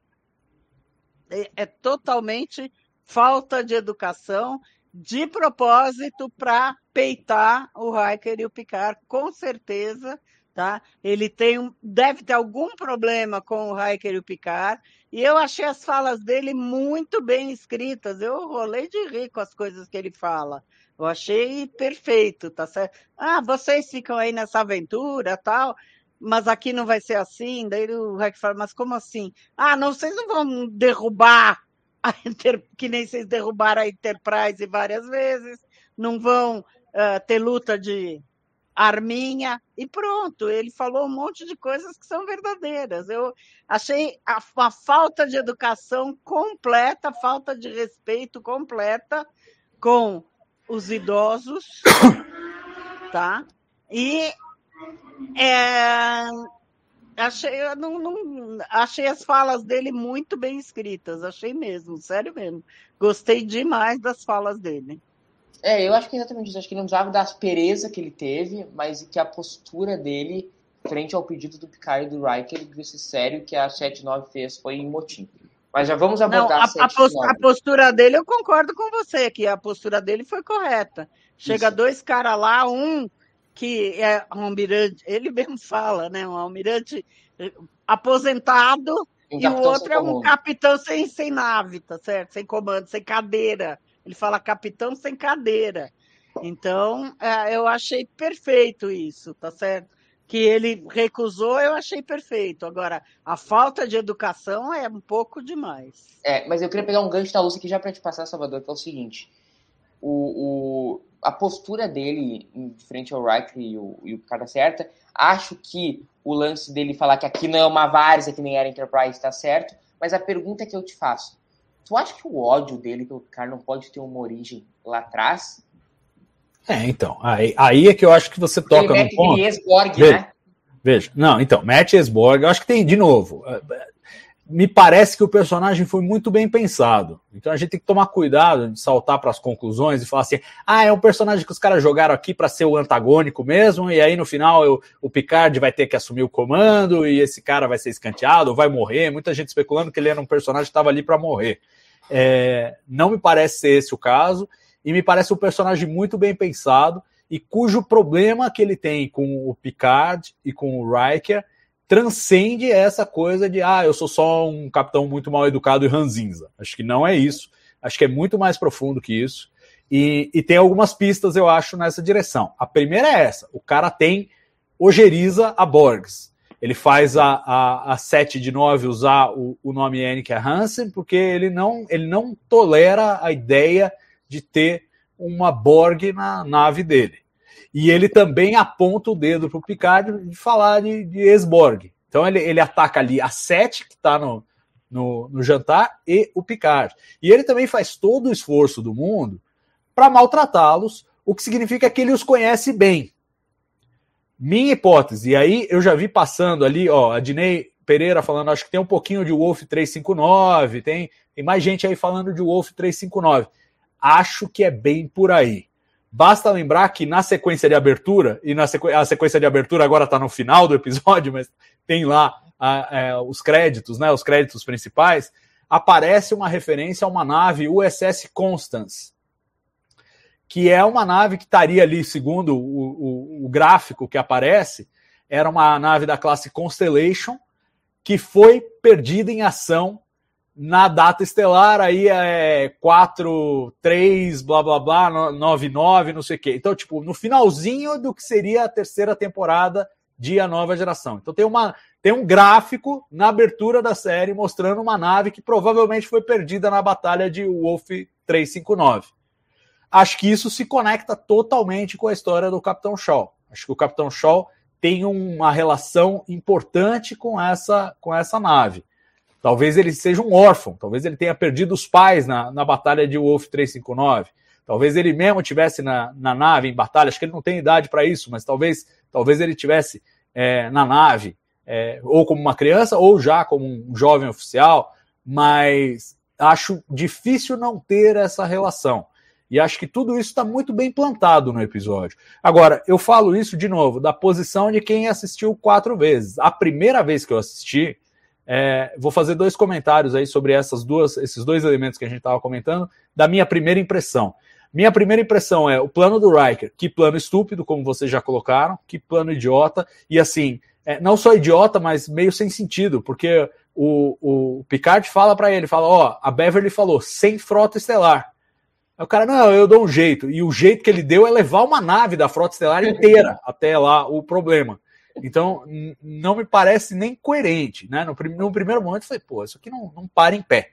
É totalmente falta de educação, de propósito para peitar o Riker e o Picard, com certeza, tá? Ele deve ter algum problema com o Riker e o Picard, e eu achei as falas dele muito bem escritas. Eu rolei de rir com as coisas que ele fala. Eu achei perfeito, tá certo? Vocês ficam aí nessa aventura, tal. mas aqui não vai ser assim. Daí o Riker fala, mas como assim? Ah, não, vocês não vão derrubar, que nem vocês derrubaram a Enterprise várias vezes, não vão ter luta de arminha, e pronto, ele falou um monte de coisas que são verdadeiras. Eu achei uma falta de educação completa, falta de respeito completa com os idosos, tá? E achei as falas dele muito bem escritas, achei mesmo, sério mesmo. Gostei demais das falas dele. Eu acho que é exatamente isso. Acho que não precisava da aspereza que ele teve, mas que a postura dele, frente ao pedido do Picard e do Riker, ele disse sério que a 79 fez foi em motim. Mas já vamos abordar a postura dele, eu concordo com você, que a postura dele foi correta. Chega isso. Dois caras lá, um que é um almirante, ele mesmo fala, né? Um almirante aposentado, e o outro é um capitão sem nave, tá certo? Sem comando, sem cadeira. Ele fala capitão sem cadeira. Então, eu achei perfeito isso, tá certo? Que ele recusou, eu achei perfeito. Agora, a falta de educação é um pouco demais. Mas eu queria pegar um gancho da Lúcia aqui já para te passar, Salvador, que é o seguinte. A postura dele em frente ao Riker e o cara certa, acho que o lance dele falar que aqui não é uma várzea, que nem era Enterprise, está certo, mas a pergunta que eu te faço, tu acha que o ódio dele pelo Picard não pode ter uma origem lá atrás? Então, aí é que eu acho que você toca no ponto. Esborg, né? Veja, não, então, Matt Esborg, eu acho que tem, de novo, me parece que o personagem foi muito bem pensado. Então a gente tem que tomar cuidado de saltar para as conclusões e falar assim, é um personagem que os caras jogaram aqui para ser o antagônico mesmo, e aí no final o Picard vai ter que assumir o comando, e esse cara vai ser escanteado, ou vai morrer. Muita gente especulando que ele era um personagem que estava ali para morrer. Não me parece ser esse o caso, e me parece um personagem muito bem pensado, e cujo problema que ele tem com o Picard e com o Riker transcende essa coisa de, eu sou só um capitão muito mal educado e ranzinza. Acho que não é isso. Acho que é muito mais profundo que isso. E tem algumas pistas, eu acho, nessa direção. A primeira é essa. O cara ojeriza a Borgs. Ele faz a 7 de 9 usar o nome Annika Hansen, porque ele não tolera a ideia de ter uma Borg na nave dele. E ele também aponta o dedo para o Picard de falar de Esborg. Então ele ataca ali a 7, que está no jantar, e o Picard. E ele também faz todo o esforço do mundo para maltratá-los, o que significa que ele os conhece bem. Minha hipótese, e aí eu já vi passando ali, a Dinei Pereira falando, acho que tem um pouquinho de Wolf 359, tem mais gente aí falando de Wolf 359. Acho que é bem por aí. Basta lembrar que na sequência de abertura, e a sequência de abertura agora está no final do episódio, mas tem lá os créditos, né, os créditos principais, aparece uma referência a uma nave USS Constance, que é uma nave que estaria ali, segundo o gráfico que aparece, era uma nave da classe Constellation, que foi perdida em ação na data estelar, aí 4-3, blá, blá, blá, 9-9, não sei o quê. Então, no finalzinho do que seria a terceira temporada de A Nova Geração. Então, tem um gráfico na abertura da série mostrando uma nave que provavelmente foi perdida na batalha de Wolf 359. Acho que isso se conecta totalmente com a história do Capitão Shaw. Acho que o Capitão Shaw tem uma relação importante com essa nave. Talvez ele seja um órfão, talvez ele tenha perdido os pais na batalha de Wolf 359, talvez ele mesmo estivesse na nave em batalha, acho que ele não tem idade para isso, mas talvez ele estivesse na nave, ou como uma criança, ou já como um jovem oficial, mas acho difícil não ter essa relação. E acho que tudo isso está muito bem plantado no episódio. Agora, eu falo isso de novo, da posição de quem assistiu 4 vezes. A primeira vez que eu assisti, vou fazer 2 comentários aí sobre esses 2 elementos que a gente estava comentando, da minha primeira impressão. Minha primeira impressão é o plano do Riker, que plano estúpido, como vocês já colocaram, que plano idiota, e assim, não só idiota, mas meio sem sentido, porque o Picard fala para ele, a Beverly falou, sem frota estelar. Aí o cara, não, eu dou um jeito, e o jeito que ele deu é levar uma nave da frota estelar inteira até lá o problema. Então, não me parece nem coerente, né? No primeiro momento, eu falei, pô, isso aqui não para em pé.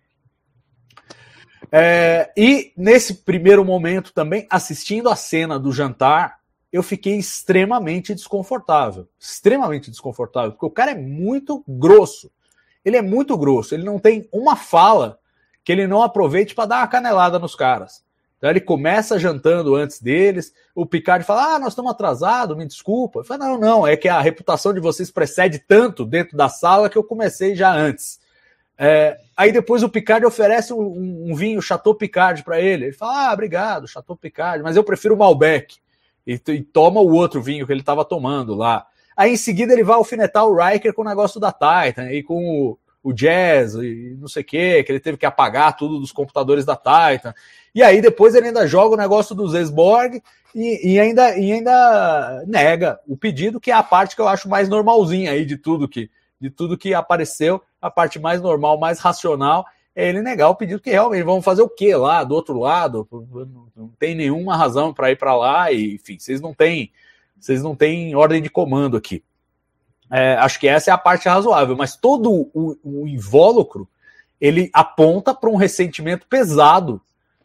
E nesse primeiro momento também, assistindo a cena do jantar, eu fiquei extremamente desconfortável, porque o cara é muito grosso. Ele é muito grosso, ele não tem uma fala que ele não aproveite para dar uma canelada nos caras. Então ele começa jantando antes deles, o Picard fala, nós estamos atrasados, me desculpa. Eu falo, não, é que a reputação de vocês precede tanto dentro da sala que eu comecei já antes. Aí depois o Picard oferece um vinho Chateau Picard para ele. Ele fala, obrigado, Chateau Picard, mas eu prefiro o Malbec. E toma o outro vinho que ele estava tomando lá. Aí em seguida ele vai alfinetar o Riker com o negócio da Titan, e com o Jazz, e não sei o que ele teve que apagar tudo dos computadores da Titan. E aí depois ele ainda joga o negócio dos Esborg e ainda nega o pedido, que é a parte que eu acho mais normalzinha aí de tudo que apareceu, a parte mais normal, mais racional, é ele negar o pedido, que realmente vão fazer o quê lá do outro lado? Não tem nenhuma razão para ir para lá, e enfim, vocês não têm ordem de comando aqui. Acho que essa é a parte razoável, mas todo o invólucro ele aponta para um ressentimento pesado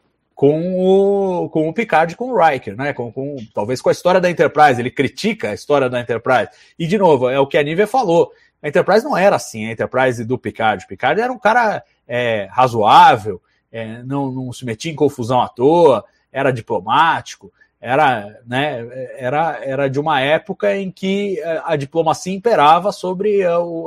com o Picard e com o Riker, né? Talvez com a história da Enterprise. Ele critica a história da Enterprise. E, de novo, é o que a Nívia falou. A Enterprise não era assim, a Enterprise do Picard. O Picard era um cara razoável, não se metia em confusão à toa, era diplomático, era de uma época em que a diplomacia imperava sobre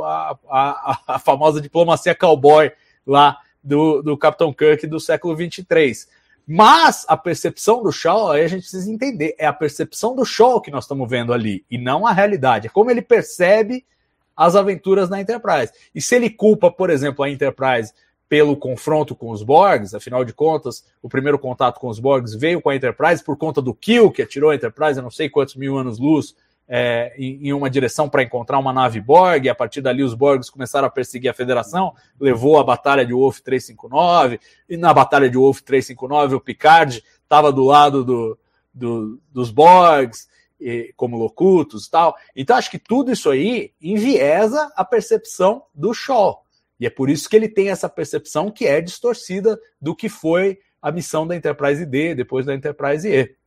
a famosa diplomacia cowboy lá do Capitão Kirk do século 23. Mas a percepção do Shaw, aí a gente precisa entender, é a percepção do Shaw que nós estamos vendo ali, e não a realidade. É como ele percebe as aventuras na Enterprise. E se ele culpa, por exemplo, a Enterprise pelo confronto com os Borgs, afinal de contas, o primeiro contato com os Borgs veio com a Enterprise por conta do kill que atirou a Enterprise, eu não sei quantos mil anos-luz, em uma direção para encontrar uma nave Borg, e a partir dali os Borgs começaram a perseguir a Federação, levou a Batalha de Wolf 359, e na Batalha de Wolf 359 o Picard estava do lado dos Borgs, como locutos e tal. Então acho que tudo isso aí enviesa a percepção do Shaw, e é por isso que ele tem essa percepção que é distorcida do que foi a missão da Enterprise D, depois da Enterprise E.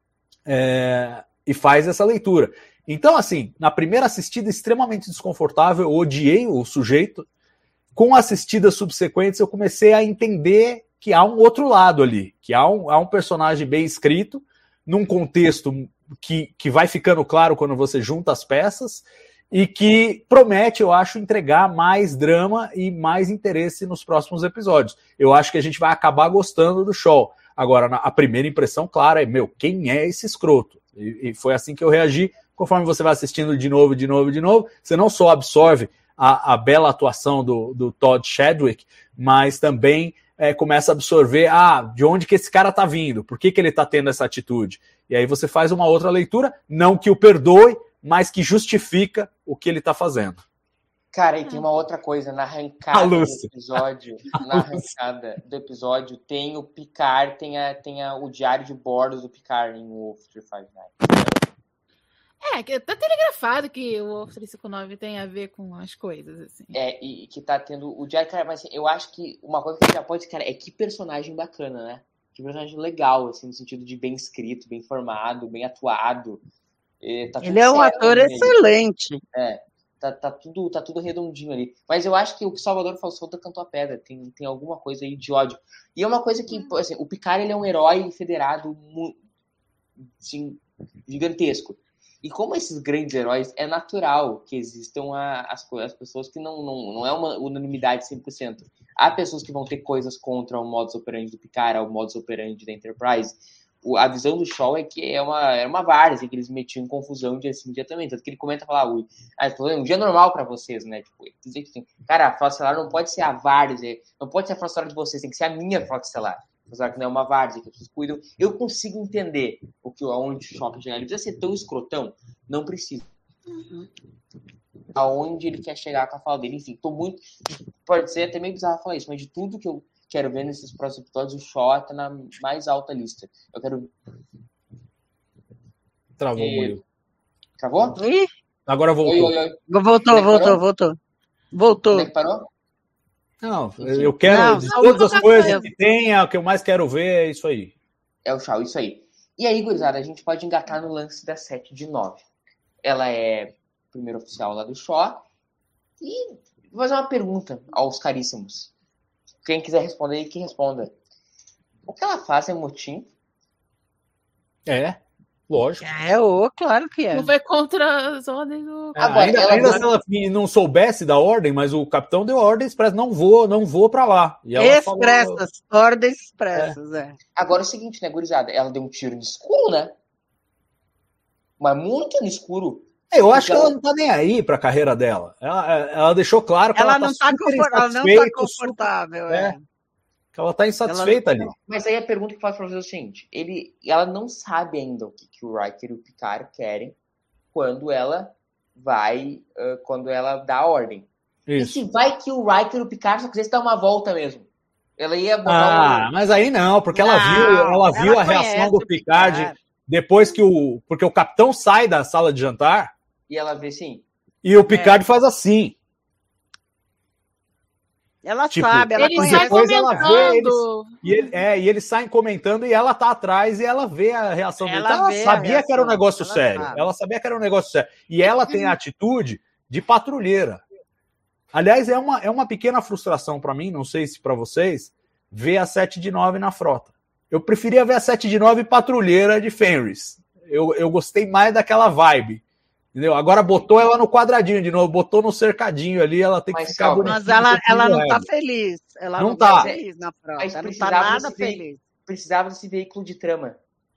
E faz essa leitura. Então, assim, na primeira assistida, extremamente desconfortável, eu odiei o sujeito. Com assistidas subsequentes, eu comecei a entender que há um outro lado ali, que há um personagem bem escrito, num contexto que vai ficando claro quando você junta as peças, e que promete, eu acho, entregar mais drama e mais interesse nos próximos episódios. Eu acho que a gente vai acabar gostando do Shaw. Agora, a primeira impressão, claro, é, quem é esse escroto? E foi assim que eu reagi. Conforme você vai assistindo de novo, você não só absorve a bela atuação do Todd Chadwick, mas também começa a absorver de onde que esse cara tá vindo, por que ele tá tendo essa atitude. E aí você faz uma outra leitura, não que o perdoe, mas que justifica o que ele tá fazendo. Cara, e tem uma outra coisa, na arrancada do episódio, tem o Picard, tem o diário de bordo do Picard em Wolf 359. Que tá telegrafado que o Wolf 359 tem a ver com as coisas, assim. E que tá tendo o diário, cara, mas assim, eu acho que uma coisa que a gente já pode, cara, é que personagem bacana, né? Que personagem legal, assim, no sentido de bem escrito, bem formado, bem atuado. Ele é um ator excelente. Tá tudo redondinho ali. Mas eu acho que o que Salvador falou da cantou a pedra. Tem alguma coisa aí de ódio. E é uma coisa que, assim, o Picard, ele é um herói federado assim, gigantesco. E como esses grandes heróis, é natural que existam as pessoas que não é uma unanimidade 100%. Há pessoas que vão ter coisas contra o modus operandi do Picard, o modus operandi da Enterprise. A visão do Shaw é que era uma várzea, que eles metiam em confusão imediatamente. Tanto que ele comenta, um dia normal pra vocês, né? Tipo, dizer que assim, cara, a Frota Estelar não pode ser a várzea, não pode ser a Frota Estelar de vocês, tem que ser a minha Frota Estelar. Apesar que não é uma várzea, que vocês cuidam. Eu consigo entender aonde o Shaw quer chegar. Ele precisa ser tão escrotão? Não precisa. Aonde ele quer chegar com a fala dele. Enfim, pode ser até meio bizarro falar isso, mas de tudo que eu quero ver nesses próximos episódios, o Shaw tá na mais alta lista. Eu quero... Travou, Murilo. Travou? Agora voltou. Oi. Voltou. Onde é que parou? Não, eu quero, Não, de só todas as uma coisas coisa. que tem, o que eu mais quero ver é isso aí. É o Shaw, isso aí. E aí, gurizada, a gente pode engatar no lance da 7 de 9. Ela é primeiro oficial lá do Shaw. E vou fazer uma pergunta aos caríssimos. Quem quiser responder, que responda. O que ela faz é motim? É, lógico. Claro que é. Não foi contra as ordens do. Agora, ainda se ela não soubesse da ordem, mas o capitão deu a ordem expressa, não vou pra lá. E ela Expressas, ordens expressas, Agora é o seguinte, né, gurizada? Ela deu um tiro no escuro, né? Mas muito no escuro. Eu acho que ela não tá nem aí pra carreira dela. Ela deixou claro que ela não tá tá super confortável. Que ela tá insatisfeita ali. Mas aí a pergunta que eu faço pra vocês é o seguinte: ela não sabe ainda o que o Riker e o Picard querem quando ela dá a ordem. Isso. E se vai que o Riker e o Picard só quisesse dar uma volta mesmo? Ela ia botar mas aí não, porque ela viu a reação do Picard depois porque o capitão sai da sala de jantar e ela vê sim. E o Picard faz assim. Ela sabe, ela conhece. Depois ela vê e eles saem comentando e ela tá atrás e ela vê a reação dele. Ela sabia que era um negócio sério. Ela sabia que era um negócio sério. E ela tem a atitude de patrulheira. Aliás, é uma pequena frustração para mim, não sei se para vocês, ver a 7 de 9 na frota. Eu preferia ver a 7 de 9 patrulheira de Fenris. Eu gostei mais daquela vibe. Entendeu? Agora botou ela no quadradinho de novo, botou no cercadinho ali, ela tem que ficar bonita. Mas ela não tá feliz. Ela não tá feliz na frota. Ela não tá nada feliz. Precisava desse veículo de trama.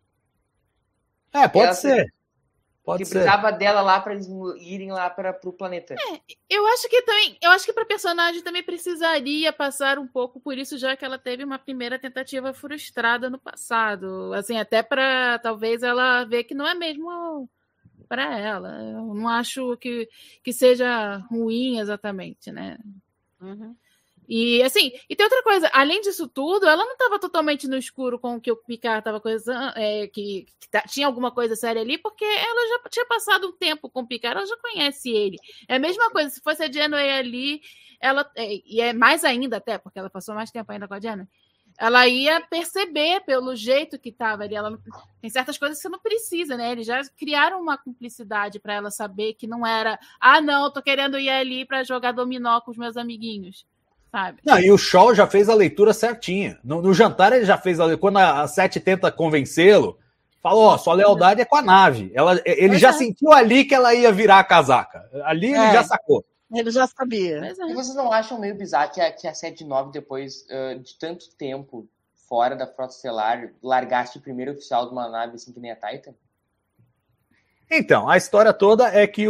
Pode ser. Precisava dela lá para eles irem lá para o planeta. Eu acho que para personagem também precisaria passar um pouco por isso, já que ela teve uma primeira tentativa frustrada no passado. Assim, até para talvez ela ver que não é mesmo para ela. Eu não acho que seja ruim exatamente, né? Uhum. E assim, e tem outra coisa, além disso tudo, ela não estava totalmente no escuro com o que o Picard estava coisando, que tinha alguma coisa séria ali, porque ela já tinha passado um tempo com o Picard, ela já conhece ele. É a mesma coisa, se fosse a Janeway ali, e é mais ainda até, porque ela passou mais tempo ainda com a Janeway, ela ia perceber pelo jeito que estava ali. Tem certas coisas que você não precisa, né? Eles já criaram uma cumplicidade para ela saber que não era, não, eu tô querendo ir ali para jogar dominó com os meus amiguinhos. Sabe? Não, e o Shaw já fez a leitura certinha. No jantar ele já fez a leitura. Quando a Sete tenta convencê-lo, falou, sua lealdade é com a nave. Ele já sentiu ali que ela ia virar a casaca. Ali ele já sacou. Ele já sabia. E vocês não acham meio bizarro que a 7-9, depois de tanto tempo fora da Frota Estelar, largasse o primeiro oficial de uma nave assim que nem a Titan? Então, a história toda é que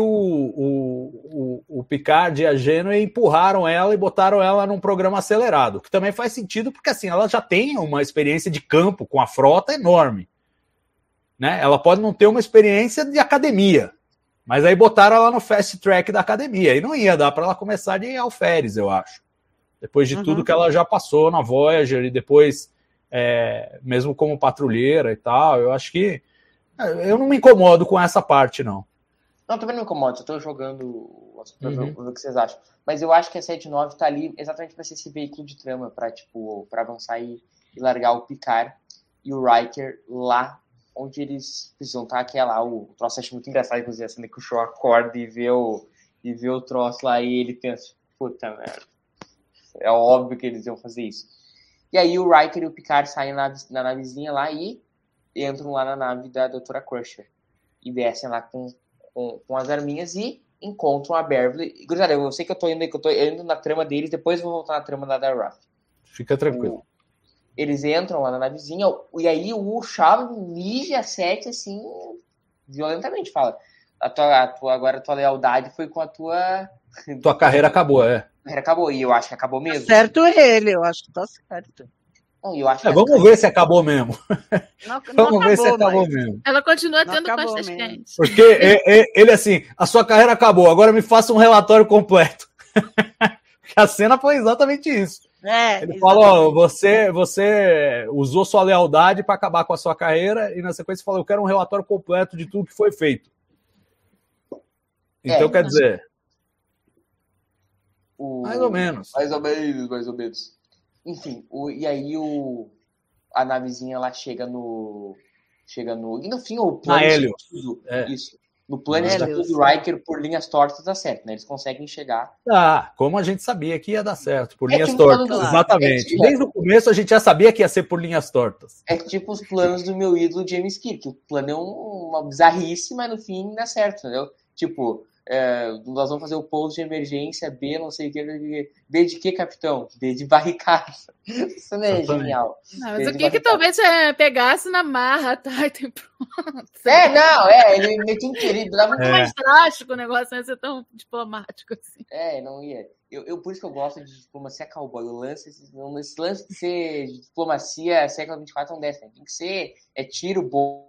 o Picard e a Janeway empurraram ela e botaram ela num programa acelerado, que também faz sentido porque assim, ela já tem uma experiência de campo com a frota enorme. Né? Ela pode não ter uma experiência de academia, mas aí botaram ela no fast track da academia e não ia dar para ela começar de alferes, eu acho. Depois de tudo que ela já passou na Voyager e depois mesmo como patrulheira e tal, eu acho que eu não me incomodo com essa parte, não. Não, também não me incomodo, eu tô jogando pra ver o que vocês acham. Mas eu acho que a 7-9 tá ali exatamente para ser esse veículo de trama, pra avançar e largar o Picard e o Riker lá onde eles precisam estar, que é lá o troço. Acho muito engraçado, inclusive, a cena que o Shaw acorda e vê o troço lá e ele pensa, puta merda, é óbvio que eles iam fazer isso. E aí o Riker e o Picard saem na navezinha lá e entram lá na nave da Dra. Crusher e descem lá com as arminhas e encontram a Beverly. Gurizada, eu sei que eu tô indo na trama deles, depois eu vou voltar na trama da Raf. Fica tranquilo. Eles entram lá na navezinha e aí o Shaw mija a 7 assim, violentamente, fala. Agora a tua lealdade foi com a tua... Tua carreira acabou, A carreira acabou, e eu acho que acabou mesmo. Tá certo ele, eu acho que tá certo. Eu acho que vamos ver se acabou mesmo. Vamos ver se acabou mesmo. Ela continua tendo costas quentes. Porque ele assim, a sua carreira acabou, agora me faça um relatório completo. A cena foi exatamente isso. Ele falou, você usou sua lealdade para acabar com a sua carreira e na sequência falou, eu quero um relatório completo de tudo que foi feito. Então, quer dizer... Mais ou menos. Enfim, e aí a navezinha lá chega no... E no fim, o plano Hélio. Isso. No plano de tudo do Riker por linhas tortas dá certo, né? Eles conseguem chegar. Como a gente sabia que ia dar certo, por linhas tortas. Exatamente. Desde o começo a gente já sabia que ia ser por linhas tortas. É tipo os planos do meu ídolo James Kirk. O plano é uma bizarrice, mas no fim dá certo, entendeu? Tipo, nós vamos fazer o pouso de emergência, B, não sei o que. B de que, capitão? B de barricada. Isso não é genial. Não, mas o que talvez pegasse na marra, tá? E tem pronto. Ele meio que querido. Dá muito mais drástico o negócio, não ia ser tão diplomático assim. Não ia. Por isso que eu gosto de diplomacia cowboy. Esse lance de ser de diplomacia século 24 não desce, né? Tem que ser tiro bom.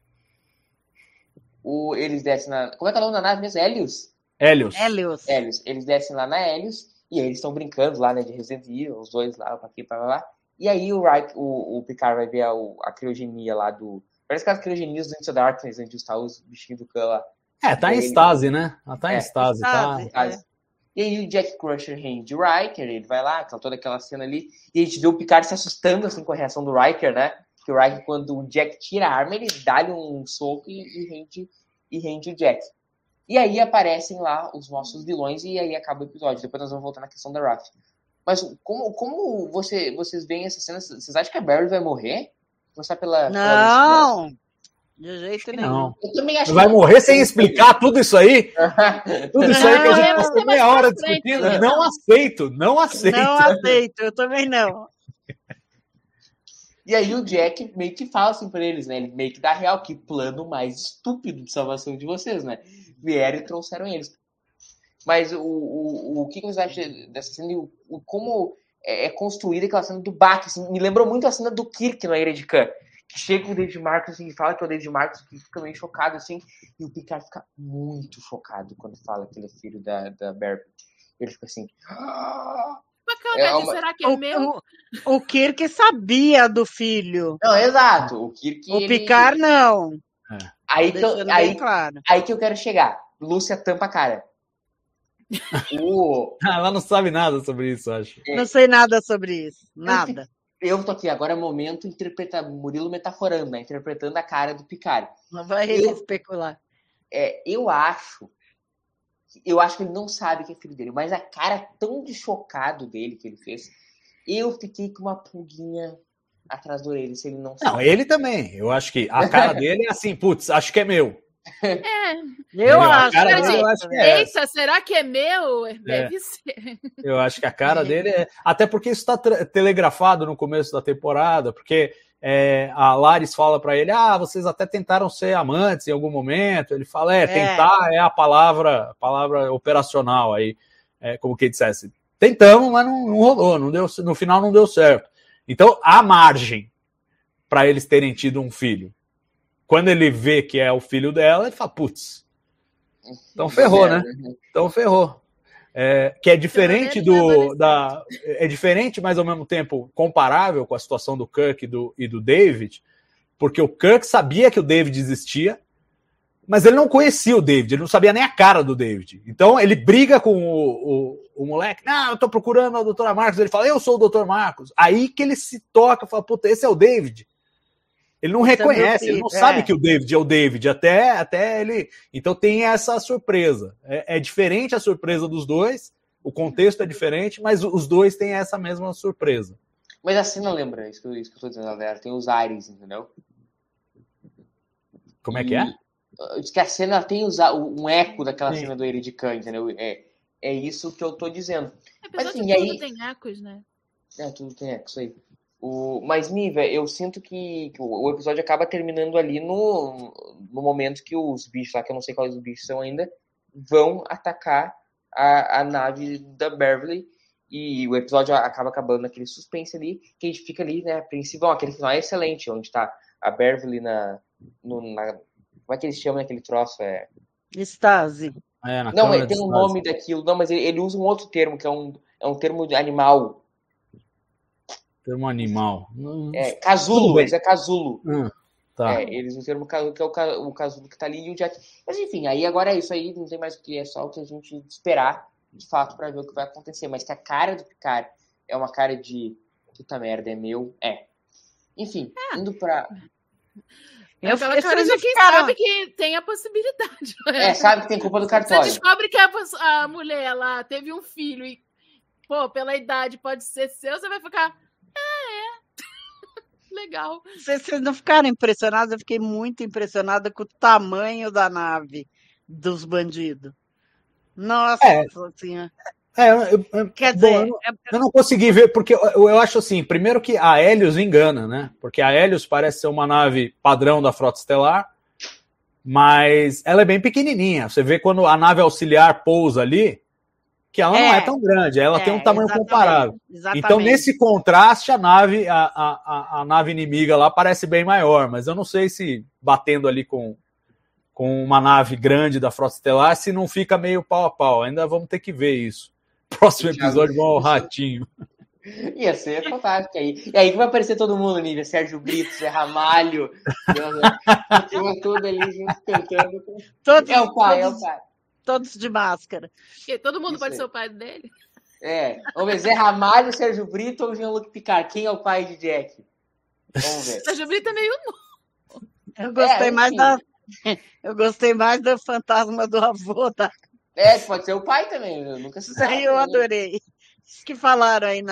Eles descem na... Como é que é o nome da nave mesmo? Hélios. Eles descem lá na Hélios e aí eles estão brincando lá, né, de Resident Evil, os dois lá, pra aqui, pra lá. E aí o Picard vai ver a criogenia lá do... Parece aquelas criogenias do Into the Darkness, onde está os bichinhos do Khan lá. Tá em estase, né? Ela tá em estase, tá? E aí o Jack Crusher rende o Riker, ele vai lá, toda aquela cena ali, e a gente vê o Picard se assustando assim, com a reação do Riker, né? Que o Riker, quando o Jack tira a arma, ele dá-lhe um soco e rende o Jack. E aí aparecem lá os nossos vilões e aí acaba o episódio. Depois nós vamos voltar na questão da Raffi. Mas como vocês veem essa cena? Vocês acham que a Barry vai morrer? Começar pela... Não! De jeito nenhum. Não. Eu também acho vai morrer sem explicar tudo isso aí? Tudo isso aí que a gente passou meia hora discutindo. Não aceito. Não aceito, eu também não. E aí o Jack meio que fala assim pra eles, né? Ele meio que dá real, que plano mais estúpido de salvação de vocês, né? Vieram e trouxeram eles. Mas o que vocês acham dessa cena e como é construída aquela cena do Bach? Assim, me lembrou muito a cena do Kirk na Era de Khan. Que chega o David Marcus assim, e fala que é o David Marcus, que fica meio chocado, assim. E o Picard fica muito chocado quando fala que ele é filho da Barry. Ele fica assim... Mas, será que é meu? O Kirk sabia do filho. Não, exato. O Kirk... O Picard, não. Aí que eu quero chegar. Lúcia tampa a cara. Ela não sabe nada sobre isso, acho. Não sei nada sobre isso. Nada. Eu tô aqui, agora é o momento interpretar Murilo metaforando, né? Interpretando a cara do Picard. Não vai especular. Eu acho que ele não sabe que é filho dele, mas a cara tão de chocado dele que ele fez, eu fiquei com uma pulguinha atrás da orelha, se ele não sabe. Não, ele também. Eu acho que a cara dele é assim, putz, acho que é meu. Eu acho que é. Eita, será que é meu? Deve ser. Eu acho que a cara dele é... Até porque isso está telegrafado no começo da temporada, porque a Laris fala para ele, vocês até tentaram ser amantes em algum momento. Ele fala, tentar é a palavra operacional aí, como que dissesse. Tentamos, mas não rolou, não deu, no final não deu certo. Então, há margem para eles terem tido um filho. Quando ele vê que é o filho dela, ele fala, putz, então ferrou, né? Então ferrou. Que é diferente é diferente, mas ao mesmo tempo comparável com a situação do Kirk e do David, porque o Kirk sabia que o David existia, mas ele não conhecia o David, ele não sabia nem a cara do David. Então ele briga com o moleque, não, eu tô procurando a doutora Marcos, ele fala, eu sou o doutor Marcos. Aí que ele se toca, fala, puta, esse é o David. Ele não reconhece, ele não sabe que o David é o David, até ele... Então tem essa surpresa. É diferente a surpresa dos dois, o contexto é diferente, mas os dois têm essa mesma surpresa. Mas a cena lembra isso que eu estou dizendo, galera. Tem os ares, entendeu? Como é que é? Diz que a cena tem um eco daquela cena do Era de Khan, entendeu? É isso que eu tô dizendo. Mas assim, tudo tem ecos, né? Tudo tem ecos aí. Mas, Nívia, eu sinto que o episódio acaba terminando ali no momento que os bichos lá, que eu não sei quais os bichos são ainda, vão atacar a nave da Beverly. E o episódio acaba acabando naquele suspense ali, que a gente fica ali, né, apreensível. Aquele final é excelente, onde tá a Beverly como é que eles chamam aquele troço? Estase. Não, tem um nome daquilo. Não, mas ele usa um outro termo, que é um termo de animal. Termo animal. Casulo, mas é casulo. Tá. Eles não terão que é o casulo que tá ali e o Jack. Mas enfim, aí agora é isso aí, não tem mais o que, é só o que a gente esperar, de fato, pra ver o que vai acontecer. Mas que a cara do Picard é uma cara de puta merda, é meu, Enfim, indo pra... Aquela cara de quem sabe que tem a possibilidade. Sabe que tem culpa do cartório. Você descobre que a mulher lá teve um filho e, pô, pela idade pode ser seu, você vai ficar... Legal. Vocês não ficaram impressionados? Eu fiquei muito impressionada com o tamanho da nave dos bandidos. Nossa senhora. Quer dizer, eu não consegui ver, porque eu acho assim, primeiro que a Helios engana, né? Porque a Helios parece ser uma nave padrão da Frota Estelar, mas ela é bem pequenininha. Você vê quando a nave auxiliar pousa ali, que ela não é tão grande, ela tem um tamanho comparável. Exatamente. Então, nesse contraste, a nave inimiga lá parece bem maior, mas eu não sei se batendo ali com uma nave grande da Frota Estelar, se não fica meio pau a pau. Ainda vamos ter que ver isso. Próximo episódio vão ao ratinho. Ia ser fantástico aí. E aí que vai aparecer todo mundo, nível Sérgio Brito, Zé Ramalho, tudo ali junto cantando. É o pai. Todos de máscara. E todo mundo pode ser o pai dele? Vamos ver, Zé Ramalho, Sérgio Brito ou Jean-Luc Picard? Quem é o pai de Jack? Vamos ver. Sérgio Brito é meio novo. Eu gostei mais do fantasma do avô da... Pode ser o pai também, eu nunca se sabe. Eu adorei. Isso que falaram aí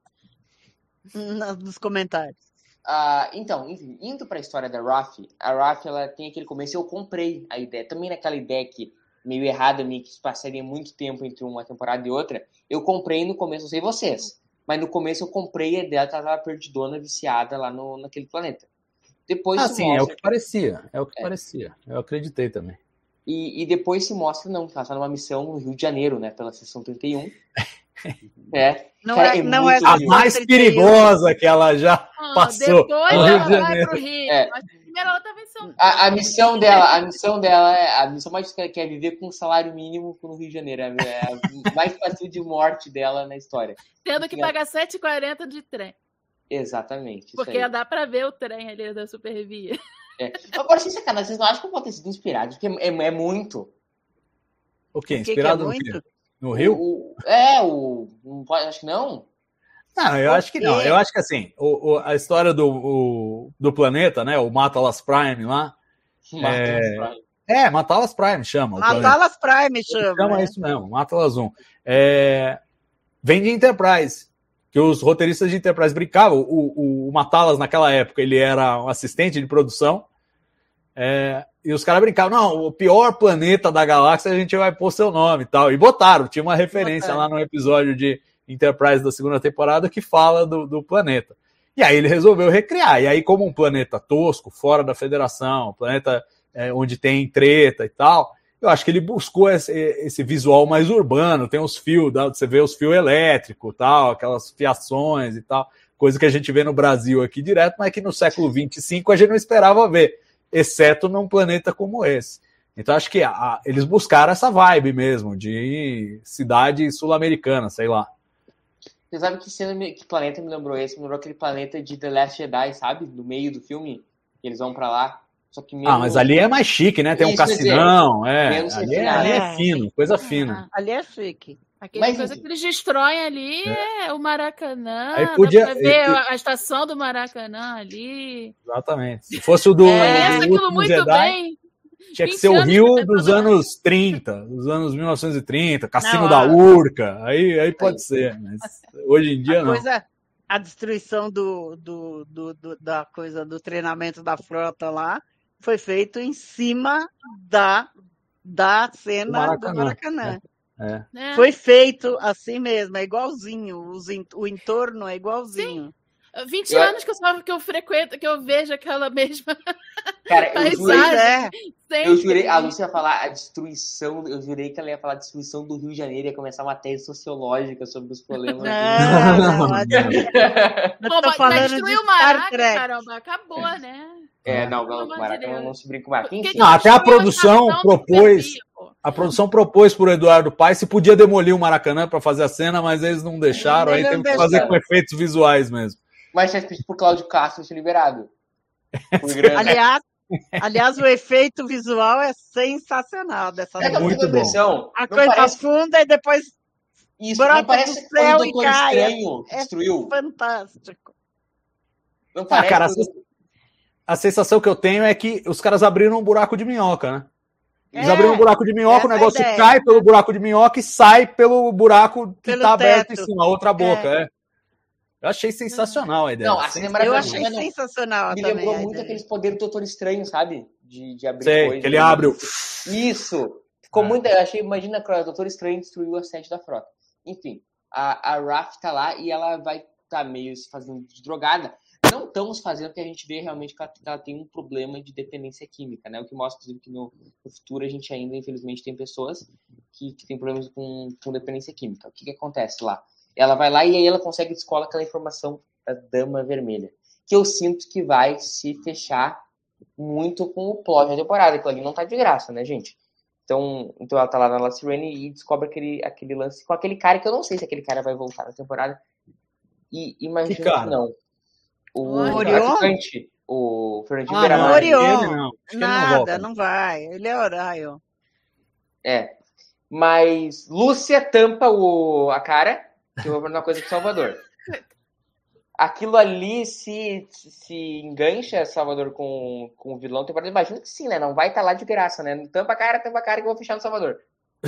nos comentários. Então, enfim, indo para a história da Raffi, a Raffi, ela tem aquele começo, eu comprei a ideia, também naquela ideia que meio errada, meio que passaria muito tempo entre uma temporada e outra, eu comprei no começo, não sei vocês, mas no começo eu comprei a ideia que ela estava perdidona, viciada lá naquele planeta. Depois sim, mostra... é o que parecia, eu acreditei também. E depois se mostra, não, que ela está numa missão no Rio de Janeiro, né, pela Seção 31. Não é a mais 31. Perigosa que ela já passou. Depois no ela Rio de vai Janeiro. pro Rio. Primeiro ela tava em São Paulo. A missão dela a missão mais que é viver com um salário mínimo no Rio de Janeiro. É a mais fácil de morte dela na história. Tendo que pagar R$7,40 de trem. Exatamente. Porque dá pra ver o trem ali da Supervia. Agora, sem sacanagem, vocês não acham que pode ter sido inspirado? Porque é muito. O quê? Inspirado no quê? No Rio? Acho que não. Não, eu acho que não. Eu acho que assim, a história do planeta, né? O Matalas Prime lá. Matalas Prime chama. Matalas Prime chama. Isso mesmo, Matalas 1. Vem de Enterprise. Que os roteiristas de Enterprise brincavam. O Matalas, naquela época, ele era um assistente de produção. E os caras brincavam, não, o pior planeta da galáxia a gente vai pôr seu nome e tal. E botaram, tinha uma referência lá no episódio de Enterprise da segunda temporada que fala do planeta. E aí ele resolveu recriar. E aí, como um planeta tosco, fora da Federação, um planeta onde tem treta e tal, eu acho que ele buscou esse visual mais urbano, tem os fios, você vê os fios elétricos, tal, aquelas fiações e tal, coisa que a gente vê no Brasil aqui direto, mas que no século 25 a gente não esperava ver, exceto num planeta como esse. Então acho que eles buscaram essa vibe mesmo, de cidade sul-americana, sei lá. Você sabe que planeta me lembrou esse? Me lembrou aquele planeta de The Last Jedi, sabe? No meio do filme, que eles vão pra lá. Só que mas ali é mais chique, né? Tem um cassinão, ali é fino, coisa fina. Ali é chique. Aquela coisa que eles destroem ali é o Maracanã. Aí podia dá pra ver a estação do Maracanã ali. Exatamente. Se fosse o do aquilo muito Jedi, bem. tinha que ser o Rio dos anos 30, dos anos 1930, Cassino da Urca. Aí pode ser, mas hoje em dia não. A destruição da coisa do treinamento da frota lá foi feito em cima da cena do Maracanã. Foi feito assim mesmo, é igualzinho, o entorno é igualzinho. Sim. 20 anos que eu frequento, que eu vejo aquela mesma paisagem. Eu jurei, a Lúcia ia falar a destruição, eu jurei que ela ia falar a destruição do Rio de Janeiro, ia começar uma tese sociológica sobre os problemas. Não. Mas destruiu o Maraca, caramba, acabou, né? O Maraca não se brinca com o Maraca. Até a produção propôs por Eduardo Paes se podia demolir o Maracanã para fazer a cena, mas eles não deixaram, aí teve que fazer com efeitos visuais mesmo. Mas tinha pedido pro Cláudio Castro ser liberado. Por grana. Aliás, o efeito visual é sensacional dessa É novela. muito bom. A Não coisa parece, afunda e depois isso, não brota parece do quando céu o e Doutor cai. Estranho É destruiu. fantástico. Não parece cara, quando- a sensação que eu tenho é que os caras abriram um buraco de minhoca, né? Eles É, abriram um buraco de minhoca, o essa é a negócio ideia. cai pelo buraco de minhoca e sai pelo buraco que Pelo tá aberto em teto. cima, a outra boca, Eu achei sensacional a ideia. Não, a cena é Eu maravilhosa. achei sensacional Me também. lembrou a muito ideia. aqueles poderes do Doutor Estranho, sabe? De abrir Sei, coisas. que ele abre o... Isso! Ficou muito. Eu achei, imagina que o Doutor Estranho destruiu a sede da frota. Enfim, a Raph tá lá e ela vai tá meio se fazendo de drogada. Não estamos fazendo porque a gente vê realmente que ela tem um problema de dependência química, né? O que mostra, inclusive, que no futuro a gente ainda, infelizmente, tem pessoas que têm problemas com dependência química. O que acontece lá? Ela vai lá e aí ela consegue descolar aquela informação da Dama Vermelha, que eu sinto que vai se fechar muito com o plot da temporada, que ali não tá de graça, né, gente? Então ela tá lá na Last Rain e descobre aquele lance com aquele cara que eu não sei se aquele cara vai voltar na temporada. E imagino que não. O traficante, o Fernandinho Beiramar. Orion. Ele Nada, não vai. Ele é Orion. Mas Lúcia tampa a cara, que eu vou perguntar uma coisa pro Salvador. Aquilo ali se engancha Salvador com o vilão temporada. Imagino que sim, né? Não vai estar lá de graça, né? Tampa a cara que eu vou fechar no Salvador.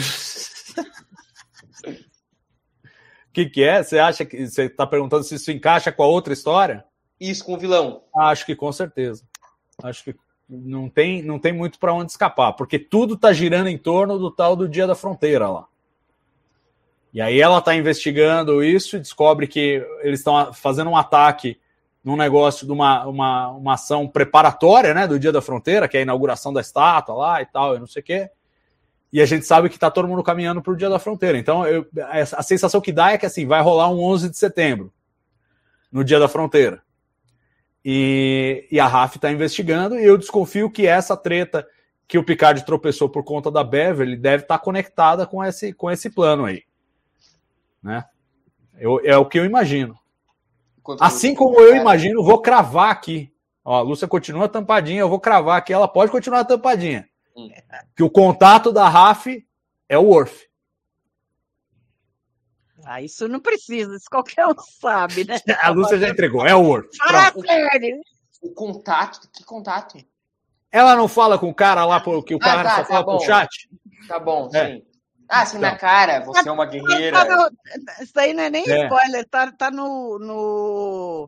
O que é? Você acha que você tá perguntando se isso encaixa com a outra história? Isso, com o vilão. Acho que com certeza. Acho que não tem muito para onde escapar, porque tudo tá girando em torno do tal do Dia da Fronteira lá. E aí ela tá investigando isso e descobre que eles estão fazendo um ataque num negócio de uma ação preparatória, né, do Dia da Fronteira, que é a inauguração da estátua lá e tal, e não sei o quê. E a gente sabe que tá todo mundo caminhando pro Dia da Fronteira. Então, a sensação que dá é que assim, vai rolar um 11 de setembro, no Dia da Fronteira. E a Raph está investigando, e eu desconfio que essa treta que o Picard tropeçou por conta da Beverly deve estar conectada com esse plano aí. Né? É o que eu imagino. Assim como eu imagino, vou cravar aqui. Ó, a Lúcia continua tampadinha, eu vou cravar aqui, ela pode continuar tampadinha. Que o contato da Raph é o Worf. Isso não precisa, isso qualquer um sabe, né? A Lúcia já entregou, é o Worf. Fala sério. O contato? Que contato? Ela não fala com o cara lá, porque o cara só fala pro chat? Tá bom, sim. Assim, na cara, você é uma guerreira. Isso aí não é nem spoiler, tá no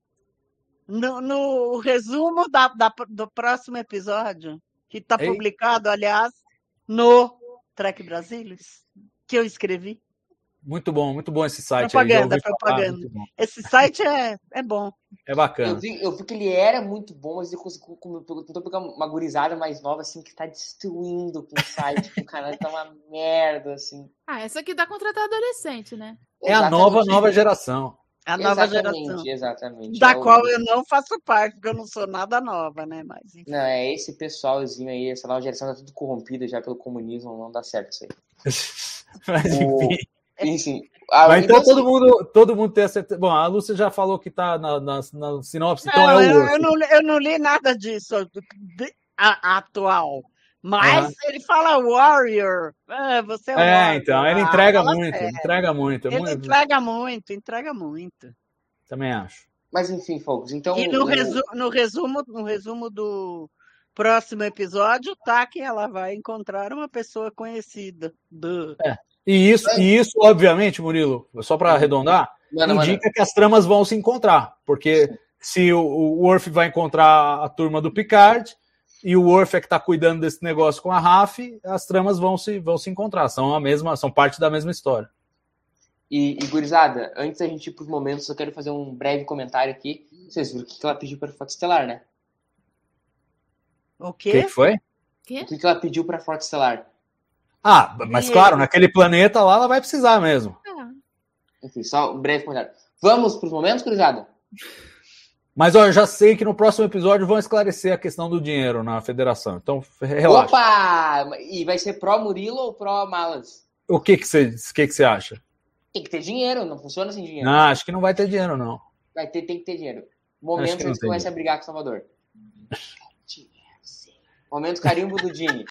resumo do próximo episódio, que tá publicado, aliás, no Trek Brasilis, que eu escrevi. Muito bom esse site. Propaganda. Esse site é bom. É bacana. Eu vi que ele era muito bom, mas eu tentou pegar uma gurizada mais nova, assim, que tá destruindo com o site, que o canal tá uma merda, assim. Essa aqui dá contratar adolescente, né? É a nova geração. A nova geração. Exatamente. Da qual eu não faço parte, porque eu não sou nada nova, né? Mas, enfim. Não, é esse pessoalzinho aí, essa nova geração tá tudo corrompida já pelo comunismo, não dá certo isso aí. Mas, enfim. Enfim. Mas então todo mundo tem a certeza. Bom, a Lúcia já falou que tá na sinopse, então é o Worf. Eu não li nada disso atual. Mas ele fala Warrior. Você é Warrior. Então, ele entrega muito. Ele entrega muito. Também acho. Mas enfim, folks, então... E no resumo do próximo episódio, tá que ela vai encontrar uma pessoa conhecida. E isso, obviamente, Murilo, só para arredondar, indica que as tramas vão se encontrar. Porque se o Worf vai encontrar a turma do Picard e o Worf é que está cuidando desse negócio com a Raph, as tramas vão se encontrar. São parte da mesma história. E gurizada, antes da gente ir para os momentos, eu quero fazer um breve comentário aqui. Vocês viram o que ela pediu para a Frota Estelar, né? O quê? O que foi? O que ela pediu para a Frota Estelar? Mas claro, naquele planeta lá ela vai precisar mesmo. Enfim, só um breve comentário. Vamos para os momentos, gurizada? Mas eu já sei que no próximo episódio vão esclarecer a questão do dinheiro na federação. Então, relaxa. Opa! E vai ser pró-Murilo ou pró-Malas? O que você acha? Tem que ter dinheiro, não funciona sem dinheiro. Não, acho que não vai ter dinheiro, não. Tem que ter dinheiro. Momentos eles começam a brigar com o Salvador. Momento carimbo do Gene.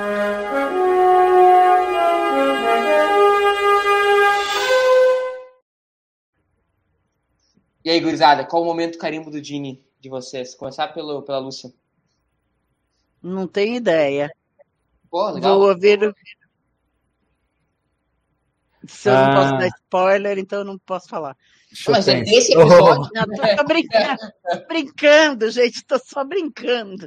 E aí, gurizada, qual o momento carimbo do Gene de vocês? Começar pela Lúcia. Não tenho ideia. Pô, legal. Vou ouvir. Se eu não posso dar spoiler, então eu não posso falar. Mas é desse episódio. Não, tô brincando, gente. Tô só brincando.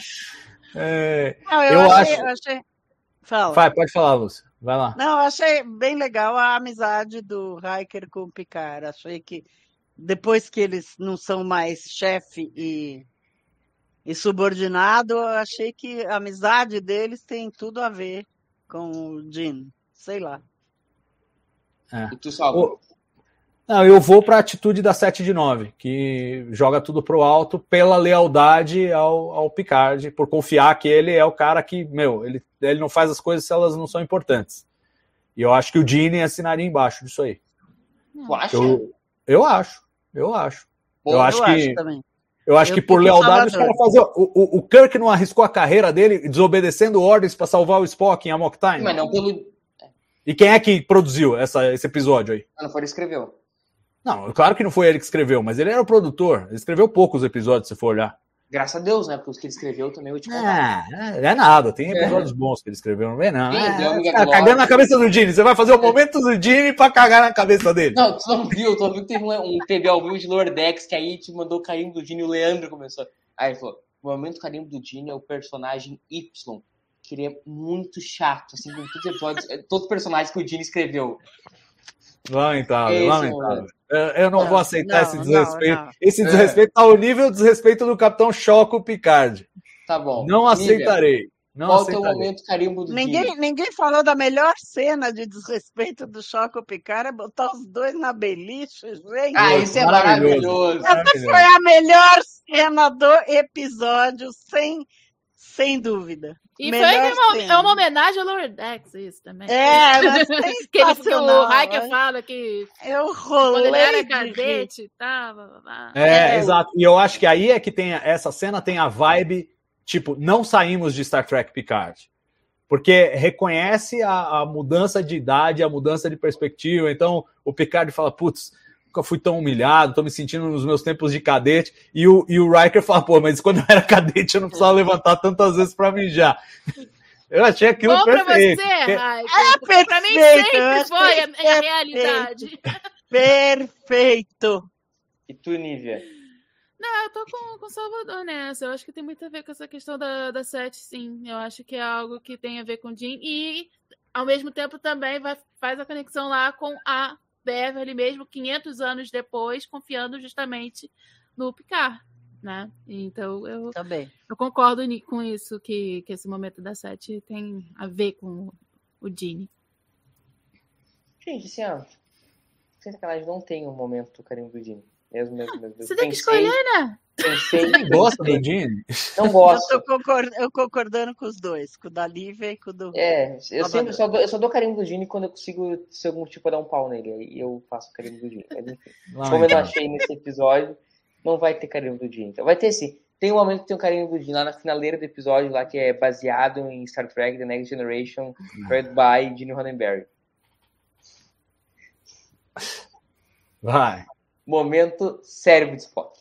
Não, eu achei... Fala. Pode falar, Lúcia. Vai lá. Não, eu achei bem legal a amizade do Riker com o Picard. Achei que depois que eles não são mais chefe e subordinado, eu achei que a amizade deles tem tudo a ver com o Gene. Sei lá. E tu, Salvo? Não, eu vou para a atitude da 7 de 9, que joga tudo pro alto pela lealdade ao Picard, por confiar que ele é o cara que, ele não faz as coisas se elas não são importantes. E eu acho que o Gene assinaria embaixo disso aí. Tu acha? Eu acho. Pô, eu acho que também. Eu acho que por lealdade os caras faziam. O Kirk não arriscou a carreira dele desobedecendo ordens para salvar o Spock em Amok Time. Mas não pelo... E quem é que produziu esse episódio aí? Não foi ele que escreveu. Não, claro que não foi ele que escreveu, mas ele era o produtor. Ele escreveu poucos episódios, se for olhar. Graças a Deus, né? Porque os que ele escreveu também eu te contar. É nada. Tem episódios bons que ele escreveu, não vem não. Cagando na cabeça do Gene. Você vai fazer o momento do Gene pra cagar na cabeça dele. Não, tu não viu. Tu não viu que teve um TV ao vivo de Lordex que aí te mandou o carimbo do Gene e o Leandro começou. Aí ele falou, o momento carimbo do Gene é o personagem Y. Que ele é muito chato, assim, com todos os episódios, todos os personagens que o Gene escreveu. Lamentável. Eu não vou aceitar esse desrespeito. Não. Esse desrespeito tá ao nível do desrespeito do Capitão Choco Picard. Tá bom. Não aceitarei. Qual é o momento carimbo do Gene? Ninguém falou da melhor cena de desrespeito do Choco Picard, é botar os dois na beliche, gente. Isso é maravilhoso. Essa foi a melhor cena do episódio, sem dúvida. E foi uma homenagem ao Lordex, isso também. Mas que o Riker fala que eu rolei quando ele era cadete e tal. Exato. E eu acho que aí é que tem essa cena tem a vibe, tipo, não saímos de Star Trek Picard. Porque reconhece a mudança de idade, a mudança de perspectiva. Então, o Picard fala, putz, nunca fui tão humilhado, tô me sentindo nos meus tempos de cadete, e o Riker fala, pô, mas quando eu era cadete eu não precisava levantar tantas vezes pra mijar. Eu achei aquilo bom perfeito. Pra você, Riker. Perfeito. Pra mim sempre foi a realidade. Perfeito. E tu, Nívia? Não, eu tô com o Salvador nessa. Eu acho que tem muito a ver com essa questão da 7, sim. Eu acho que é algo que tem a ver com o Gene e, ao mesmo tempo, também faz a conexão lá com a Beverly mesmo 500 anos depois, confiando justamente no Picard, né? Então eu concordo com isso, que esse momento da 7 tem a ver com o Gene. Gente, assim, ó, sem sacanagem, não tem um momento do carinho do Gene. Mesmo. Você tem que escolher, né? Você gosta do Gene? Não gosto. Eu concordando com os dois, com o da Lívia e com o do... Eu sempre só dou carinho do Gene quando eu consigo, se algum tipo, dar um pau nele. Aí eu faço carinho do Gene. Mas enfim, como eu não achei nesse episódio, não vai ter carinho do Gene. Então, vai ter sim. Tem um momento que tem um carinho do Gene lá na finaleira do episódio, lá que é baseado em Star Trek The Next Generation, read by Gene Roddenberry. Vai. Momento cérebro de Spock.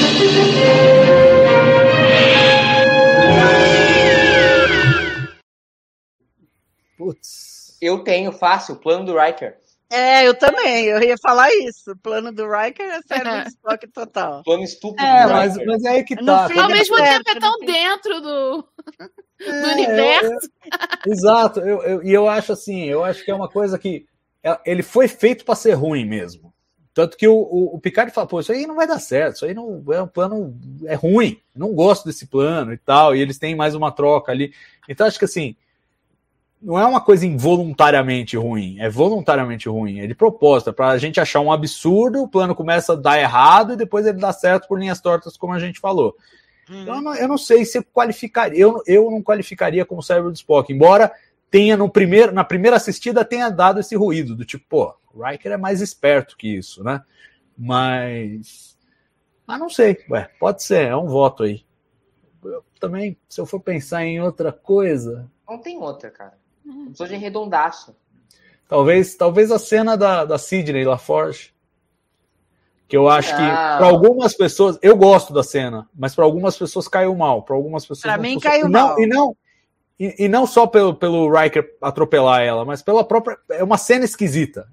Putz. Eu tenho fácil, o plano do Riker. Eu também, eu ia falar isso. O plano do Riker é cérebro de Spock total. Plano estúpido do mas Riker. é aí que tá. Ao mesmo tempo é tão dentro do universo. Exato. Eu acho assim, eu acho que é uma coisa que ele foi feito para ser ruim mesmo. Tanto que o Picard fala, pô, isso aí não vai dar certo, isso aí não é um plano, é ruim, não gosto desse plano e tal, e eles têm mais uma troca ali. Então acho que assim, não é uma coisa involuntariamente ruim, é voluntariamente ruim, é de propósito, é pra gente achar um absurdo, o plano começa a dar errado e depois ele dá certo por linhas tortas, como a gente falou. Então eu não sei se eu qualificaria, eu não qualificaria como cérebro de Spock, embora tenha na primeira assistida tenha dado esse ruído, do tipo, pô, o Riker é mais esperto que isso, né? Mas não sei, pode ser, é um voto aí. também, se eu for pensar em outra coisa... Não tem outra, cara. O episódio é redondaço. Talvez a cena da Sidney LaForge, que eu acho que para algumas pessoas, eu gosto da cena, mas para algumas pessoas caiu mal, para algumas pessoas para mim caiu mal. E não só pelo Riker atropelar ela, mas pela própria, é uma cena esquisita,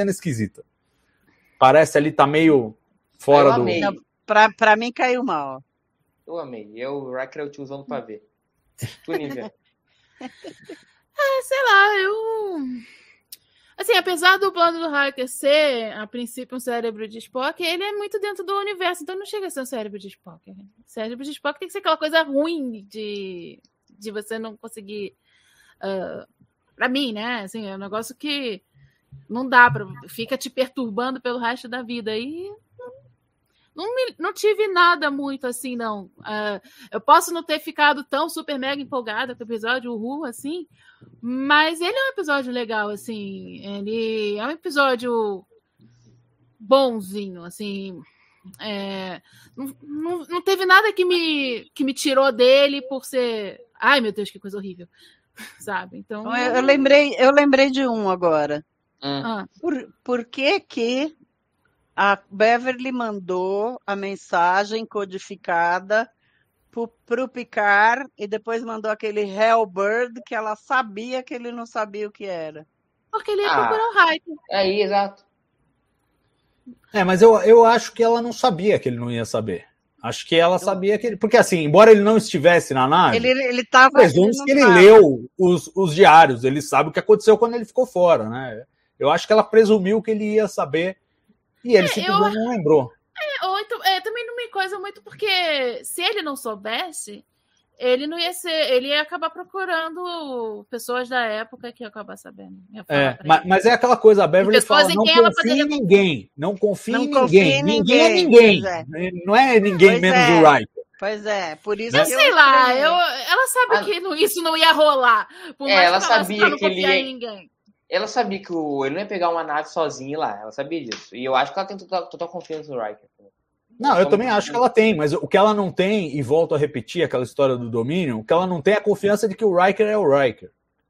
Parece ali tá meio fora do... Não, para mim caiu mal. Eu amei. O Riker é o tiozão pra ver. Tu, Nívia? Sei lá, assim, apesar do plano do Riker ser, a princípio, um cérebro de Spock, ele é muito dentro do universo, então não chega a ser um cérebro de Spock. O cérebro de Spock tem que ser aquela coisa ruim de você não conseguir... pra mim, né? Assim, é um negócio que não dá pra... Fica te perturbando pelo resto da vida. E não tive nada muito assim, não. Eu posso não ter ficado tão super mega empolgada com o episódio, assim, mas ele é um episódio legal, assim. Ele é um episódio bonzinho, assim. Não teve nada que me tirou dele por ser... Ai, meu Deus, que coisa horrível. Sabe? Então... Eu lembrei de um agora. Por que a Beverly mandou a mensagem codificada pro Picard e depois mandou aquele Hellbird que ela sabia que ele não sabia o que era? Porque ele ia procurar o Riker. Aí, exato. Mas eu acho que ela não sabia que ele não ia saber. Acho que ela sabia que ele... Porque assim, embora ele não estivesse na nave, ele tava... Presume que ele leu os diários, ele sabe o que aconteceu quando ele ficou fora, né? Eu acho que ela presumiu que ele ia saber e ele simplesmente não lembrou. Ou então, também não me coisa muito, porque se ele não soubesse, ele não ia ser... Ele ia acabar procurando pessoas da época que ia acabar sabendo. Mas é aquela coisa, a Beverly fala, não confia em ninguém. Não confia em ninguém. Ninguém é ninguém. Não é ninguém menos o Riker. Pois é, por isso que sei lá, ela sabe que isso não ia rolar. Por mais ela sabia que ele ia... em ninguém. Ela sabia que ele não ia pegar uma nave sozinho lá. Ela sabia disso. E eu acho que ela tem total confiança no Riker. Não, eu também acho que ela tem, mas o que ela não tem, e volto a repetir aquela história do Dominion, o que ela não tem é a confiança de que o Riker é o Riker.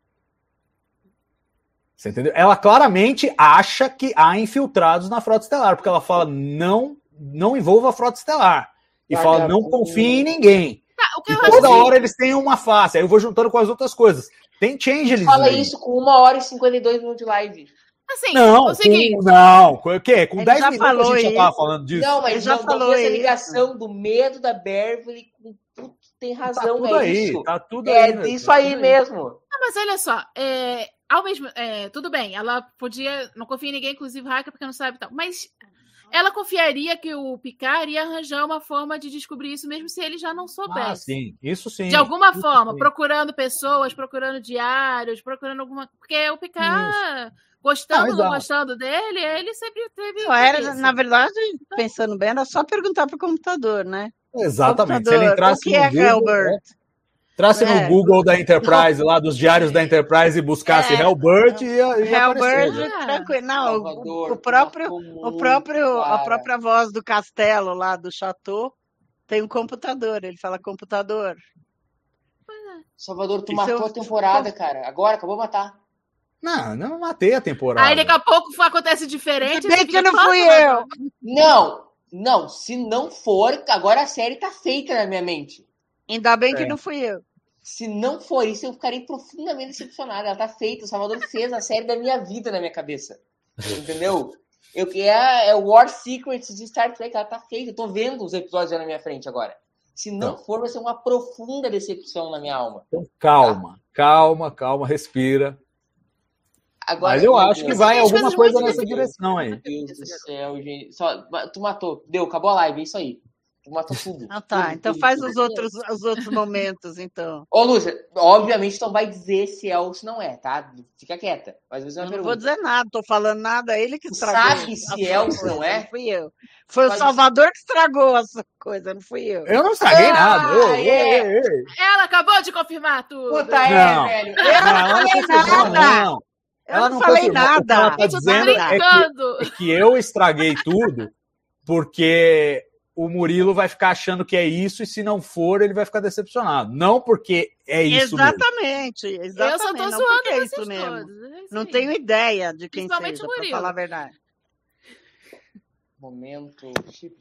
Você entendeu? Ela claramente acha que há infiltrados na Frota Estelar, porque ela fala, não envolva a Frota Estelar. E fala, não confie em ninguém. E toda hora eles têm uma face. Aí eu vou juntando com as outras coisas. Tem changelings. Fala isso com 1h52 de live. Assim, não, o seguinte... o quê? Com 10 minutos a gente já tava falando disso. Não, mas já falou essa ligação do medo da Beverly. Tem razão, tá tudo aí, isso. Tá tudo aí. Isso aí mesmo. Não, mas olha só, tudo bem, ela podia, não confia em ninguém, inclusive Riker, porque não sabe e tal, mas ela confiaria que o Picard ia arranjar uma forma de descobrir isso, mesmo se ele já não soubesse. Sim, isso sim. De alguma forma, procurando pessoas, procurando diários, procurando alguma... Porque o Picard, gostando ou não gostando dele, ele sempre teve... Na verdade, pensando bem, era só perguntar pro computador, né? Exatamente. Se ele entrasse no Google, entrasse no Google da Enterprise, lá dos diários da Enterprise e buscasse Hellbird, ia Hellbird, tranquilo. Não, a própria voz do castelo lá do Chateau tem um computador. Ele fala computador. Salvador, tu matou a temporada, cara. Agora, acabou de matar. Não matei a temporada. Aí daqui a pouco acontece diferente. Bem que não fui eu. Não, se não for, agora a série tá feita na minha mente. Ainda bem que não fui eu. Se não for isso, eu ficarei profundamente decepcionada. Ela tá feita. O Salvador fez a série da minha vida na minha cabeça. Entendeu? É o War Secrets de Star Trek. Ela tá feita. Eu tô vendo os episódios já na minha frente agora. Se não for, vai ser uma profunda decepção na minha alma. Então calma, respira. Agora, mas eu acho que vai alguma coisa nessa direção aí. Meu Deus do céu, gente. Tu matou. Deu, acabou a live, é isso aí. Tu matou tudo. Então faz os outros momentos, então. Ô, Lúcia, obviamente tu não vai dizer se é ou se não é, tá? Fica quieta. Mas eu não vou dizer nada, tô falando nada, ele que estragou. Sabe se é ou se não é? Não fui eu. Foi o Salvador que estragou essa coisa, não fui eu. Eu não estraguei nada. Ela acabou de confirmar tudo. Puta, velho. Eu não falei nada. Ela tá dizendo é que eu estraguei tudo porque o Murilo vai ficar achando que é isso, e se não for, ele vai ficar decepcionado. Não porque é isso exatamente, mesmo. Exatamente. Eu só tô não zoando porque é vocês isso mesmo. todos. É isso Não aí. tenho ideia de quem Principalmente seja, o para Murilo. falar a verdade. Momento chip.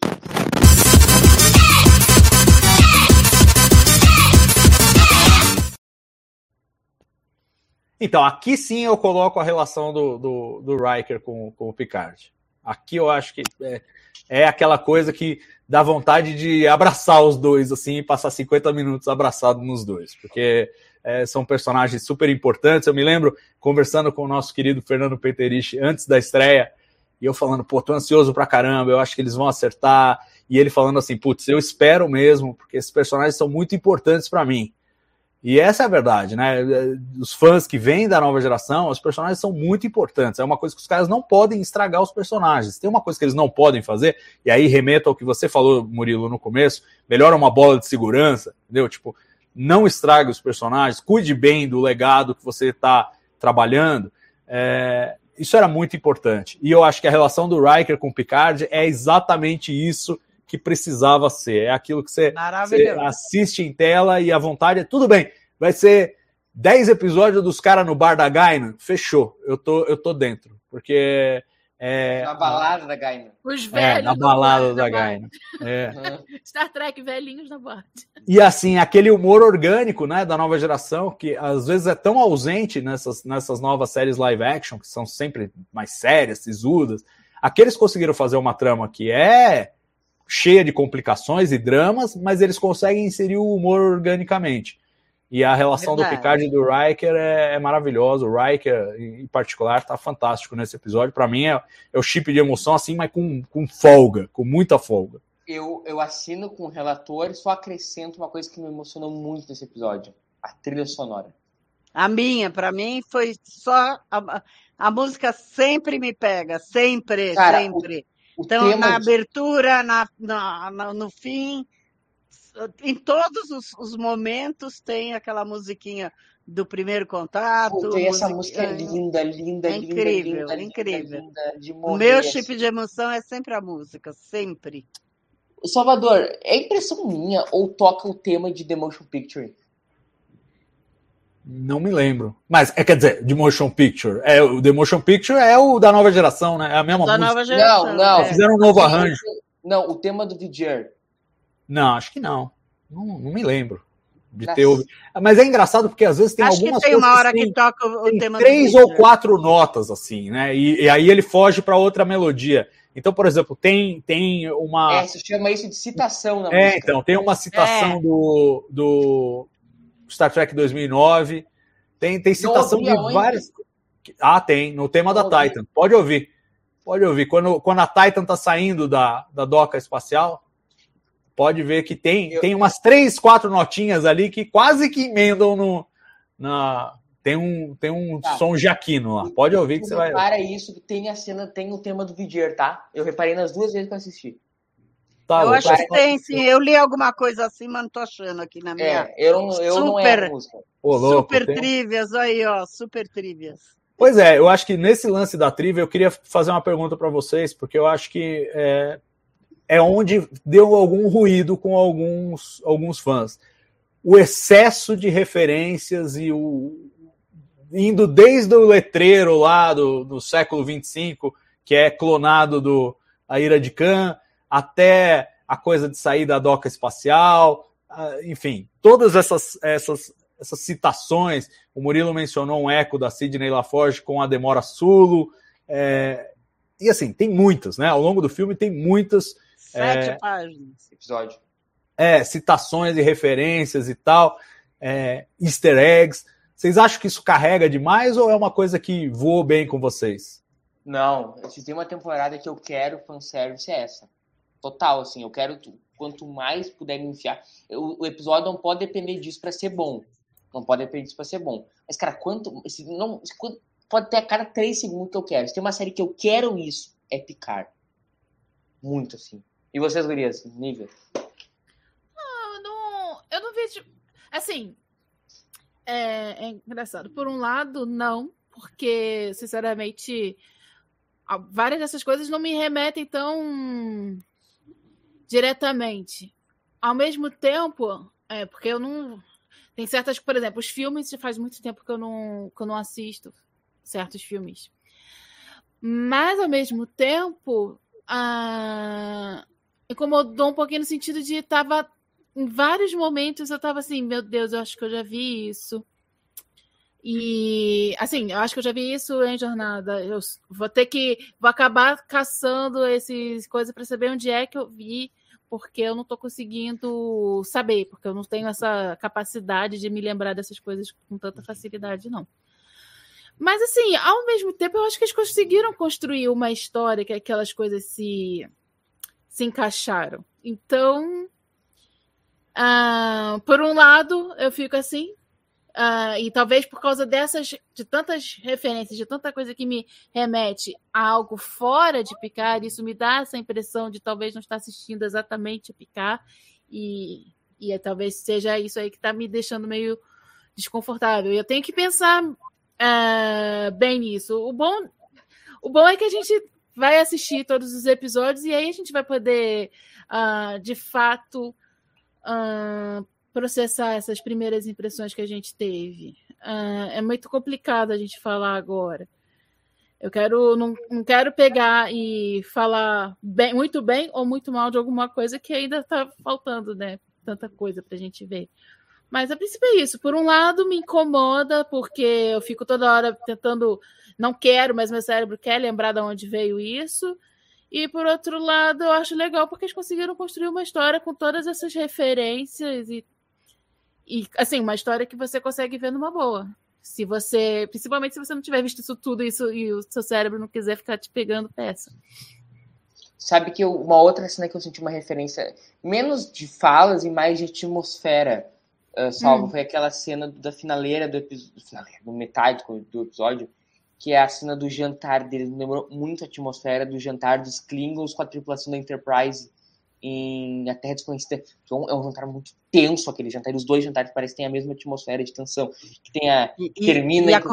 Então, aqui sim eu coloco a relação do Riker com o Picard. Aqui eu acho que é aquela coisa que dá vontade de abraçar os dois, assim, e passar 50 minutos abraçado nos dois, porque são personagens super importantes. Eu me lembro conversando com o nosso querido Fernando Peterich antes da estreia, e eu falando, pô, tô ansioso pra caramba, eu acho que eles vão acertar, e ele falando assim, putz, eu espero mesmo, porque esses personagens são muito importantes pra mim. E essa é a verdade, né? Os fãs que vêm da nova geração, os personagens são muito importantes. É uma coisa que os caras não podem estragar os personagens. Tem uma coisa que eles não podem fazer, e aí remeto ao que você falou, Murilo, no começo, melhora uma bola de segurança, entendeu? Tipo, não estrague os personagens, cuide bem do legado que você está trabalhando. Isso era muito importante. E eu acho que a relação do Riker com o Picard é exatamente isso que precisava ser. É aquilo que você assiste em tela e a vontade é tudo bem. Vai ser 10 episódios dos caras no bar da Gaina. Fechou. Eu tô dentro. Porque na balada da Gaina. Os velhos. Na balada da Gaina. Star Trek velhinhos na boate. E assim, aquele humor orgânico, né, da nova geração, que às vezes é tão ausente nessas novas séries live action, que são sempre mais sérias, sisudas. Aqueles conseguiram fazer uma trama que cheia de complicações e dramas, mas eles conseguem inserir o humor organicamente. E a relação do Picard e do Riker é maravilhosa. O Riker, em particular, está fantástico nesse episódio. Para mim, é o chip de emoção, assim, mas com folga, com muita folga. Eu assino com o relator e só acrescento uma coisa que me emocionou muito nesse episódio. A trilha sonora. Para mim, foi só... A música sempre me pega, sempre, Cara, sempre. O então, tema na abertura, no fim, em todos os momentos tem aquela musiquinha do primeiro contato. Tem essa música linda. Incrível. Linda de morrer. O meu chip de emoção é sempre a música, sempre. Salvador, é impressão minha ou toca o tema de The Motion Picture? Não me lembro. Mas, quer dizer, de Motion Picture. O The Motion Picture é o da nova geração, né? É a mesma música. Nova geração. Não. Fizeram um novo arranjo. Não, o tema do Vidier. Não, acho que não. Não me lembro de ter ouvido. Mas é engraçado porque às vezes tem algumas coisas que tem uma hora que toca o tema do 3 ou 4 notas, assim, né? E aí ele foge para outra melodia. Então, por exemplo, tem uma... se chama isso de citação na música. Então, tem uma citação do Star Trek 2009, tem citação de várias... tem, no tema da Titan. Pode ouvir. Quando a Titan tá saindo da doca espacial, pode ver que tem umas 3, 4 notinhas ali que quase que emendam tem um som jaquino lá. Pode ouvir que você vai... Repara isso, tem a cena, tem o tema do Vidier, tá? Eu reparei nas 2 vezes que eu assisti. Eu acho que tem, sim. Eu li alguma coisa assim, mas não tô achando aqui na minha... eu não erro a música. Super trivias, aí, ó. Super trivias. Pois é, eu acho que nesse lance da trivia eu queria fazer uma pergunta para vocês, porque eu acho que é onde deu algum ruído com alguns fãs. O excesso de referências e indo desde o letreiro lá do século 25, que é clonado do Aira de Khan, até a coisa de sair da doca espacial, enfim, todas essas citações. O Murilo mencionou um eco da Sidney LaForge com a Demora Sulu, e assim, tem muitas, né? Ao longo do filme tem muitas 7 páginas. Episódio. Citações e referências e tal, easter eggs. Vocês acham que isso carrega demais ou é uma coisa que voou bem com vocês? Não, se tem uma temporada que eu quero fanservice é essa. Total, assim, eu quero quanto mais puder me enfiar. O episódio não pode depender disso para ser bom. Não pode depender disso para ser bom. Mas, cara, pode ter a cada 3 segundos que eu quero. Se tem uma série que eu quero isso, é Picard. Muito, assim. E vocês, gurias, nível? Eu não vejo... Assim, é engraçado. Por um lado, não. Porque, sinceramente, várias dessas coisas não me remetem tão diretamente. Ao mesmo tempo, porque eu não... Tem certas, por exemplo, os filmes, já faz muito tempo que eu não assisto certos filmes. Mas, ao mesmo tempo, incomodou um pouquinho no sentido de em vários momentos eu estava assim, meu Deus, eu acho que eu já vi isso. E, assim, eu acho que eu já vi isso em Jornada. Eu vou acabar caçando essas coisas para saber onde é que eu vi, porque eu não estou conseguindo saber, porque eu não tenho essa capacidade de me lembrar dessas coisas com tanta facilidade, não. Mas, assim, ao mesmo tempo, eu acho que eles conseguiram construir uma história que aquelas coisas se encaixaram. Então, por um lado, eu fico assim, e talvez por causa de tantas referências, de tanta coisa que me remete a algo fora de Picard, isso me dá essa impressão de talvez não estar assistindo exatamente a Picard, e talvez seja isso aí que está me deixando meio desconfortável. E eu tenho que pensar bem nisso. O bom é que a gente vai assistir todos os episódios e aí a gente vai poder, de fato, processar essas primeiras impressões que a gente teve. É muito complicado a gente falar agora. Eu não quero pegar e falar muito bem ou muito mal de alguma coisa que ainda está faltando, né? Tanta coisa para a gente ver. Mas a princípio é isso. Por um lado, me incomoda, porque eu fico toda hora tentando... Não quero, mas meu cérebro quer lembrar de onde veio isso. E, por outro lado, eu acho legal porque eles conseguiram construir uma história com todas essas referências e assim, uma história que você consegue ver numa boa. Principalmente se você não tiver visto isso tudo e o seu cérebro não quiser ficar te pegando peça. Sabe que uma outra cena que eu senti uma referência menos de falas e mais de atmosfera, salvo, foi aquela cena da finaleira do metade do episódio, que é a cena do jantar deles. Me lembrou muito a atmosfera do jantar dos Klingons com a tripulação da Enterprise em A Terra Desconhecida. É um jantar muito tenso, aquele jantar. E os dois jantares parecem ter a mesma atmosfera de tensão. Que tem termina... E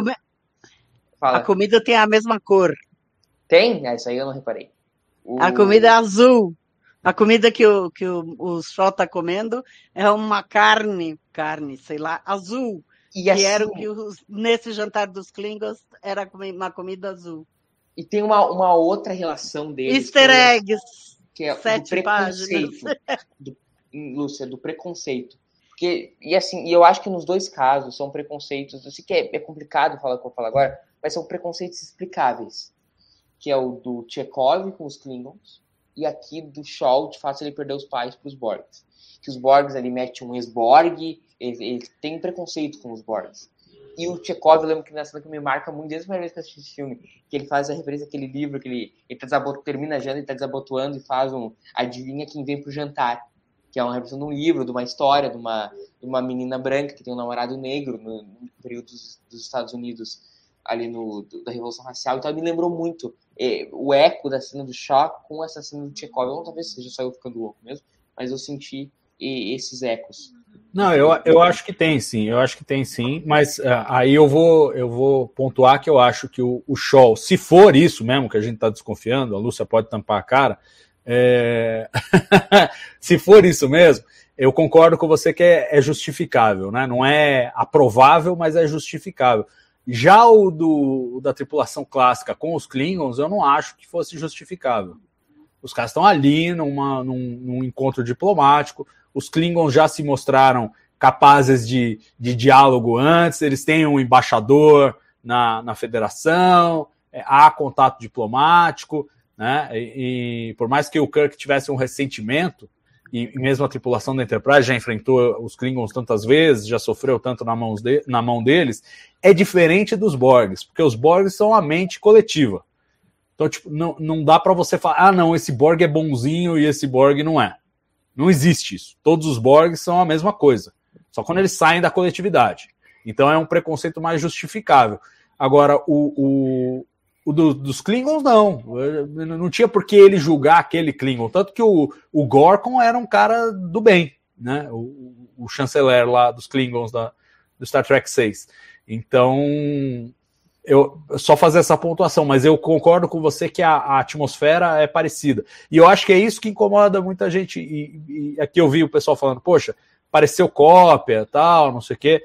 a comida tem a mesma cor. Tem? Isso aí eu não reparei. A comida é azul. A comida que o Shaw está comendo é uma carne, sei lá, azul. E assim, era o que nesse jantar dos Klingons era uma comida azul. E tem uma outra relação deles. Easter eggs. Que é 7 páginas. Lúcia, do preconceito. E eu acho que nos dois casos são preconceitos. Eu sei que é complicado falar o que eu falo agora, mas são preconceitos explicáveis. Que é o do Chekhov com os Klingons, e aqui do Shaw, de fato, ele perdeu os pais para os Borgs. Que os Borgs, ele mete um ex-Borg, ele tem preconceito com os Borgs. E o Chekhov, eu lembro que nessa que me marca muito, desde a primeira vez que eu assisti esse filme, que ele faz a referência àquele livro, que ele termina a janta, ele tá desabotoando e faz adivinha quem vem pro jantar. Que é uma referência de um livro, de uma história, de uma menina branca que tem um namorado negro no período dos Estados Unidos, ali da Revolução Racial. Então me lembrou muito o eco da cena do Shaw com essa cena do Chekhov. Talvez seja só eu ficando louco mesmo, mas eu senti esses ecos. Não, eu acho que tem sim, mas aí eu vou pontuar que eu acho que o Shaw, se for isso mesmo que a gente está desconfiando, a Lúcia pode tampar a cara, se for isso mesmo, eu concordo com você que é justificável, né? Não é aprovável, mas é justificável. Já o da tripulação clássica com os Klingons, eu não acho que fosse justificável. Os caras estão ali num encontro diplomático, os Klingons já se mostraram capazes de diálogo antes, eles têm um embaixador na federação, há contato diplomático, né? E por mais que o Kirk tivesse um ressentimento, e mesmo a tripulação da Enterprise já enfrentou os Klingons tantas vezes, já sofreu tanto na mão deles, é diferente dos Borgs, porque os Borgs são a mente coletiva. Então, tipo, não dá para você falar, não, esse Borg é bonzinho e esse Borg não é. Não existe isso. Todos os Borgs são a mesma coisa, só quando eles saem da coletividade. Então é um preconceito mais justificável. Agora, dos Klingons, não tinha por que ele julgar aquele Klingon, tanto que o Gorkon era um cara do bem, né? O chanceler lá dos Klingons do Star Trek 6. Então, eu só fazer essa pontuação, mas eu concordo com você que a atmosfera é parecida. E eu acho que é isso que incomoda muita gente. E aqui eu vi o pessoal falando, poxa, pareceu cópia, tal, não sei o quê.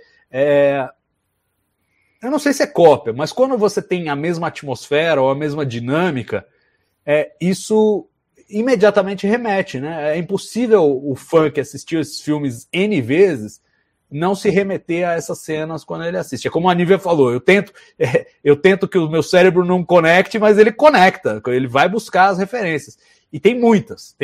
Eu não sei se é cópia, mas quando você tem a mesma atmosfera ou a mesma dinâmica, isso imediatamente remete, né? É impossível o fã que assistiu esses filmes N vezes não se remeter a essas cenas quando ele assiste. É como a Nívia falou, eu tento que o meu cérebro não conecte, mas ele conecta, ele vai buscar as referências. E tem muitas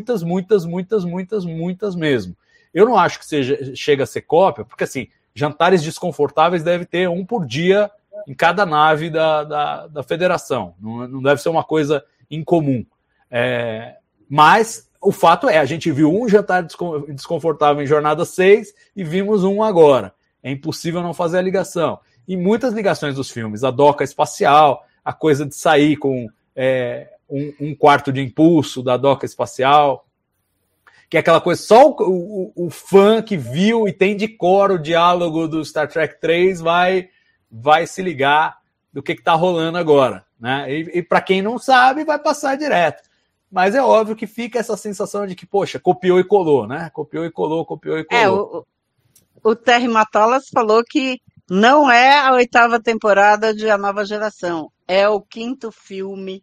mesmo. Eu não acho que chega a ser cópia, porque assim, jantares desconfortáveis deve ter um por dia em cada nave da federação. Não deve ser uma coisa incomum. Mas o fato é, a gente viu um jantar desconfortável em Jornada 6 e vimos um agora. É impossível não fazer a ligação. E muitas ligações dos filmes, a doca espacial, a coisa de sair com um quarto de impulso da doca espacial, que é aquela coisa, só o fã que viu e tem de cor o diálogo do Star Trek 3 vai se ligar do que está rolando agora, né? E para quem não sabe, vai passar direto. Mas é óbvio que fica essa sensação de que, poxa, copiou e colou, né? Copiou e colou. O Terry Matalas falou que não é a 8ª temporada de A Nova Geração, é o 5º filme.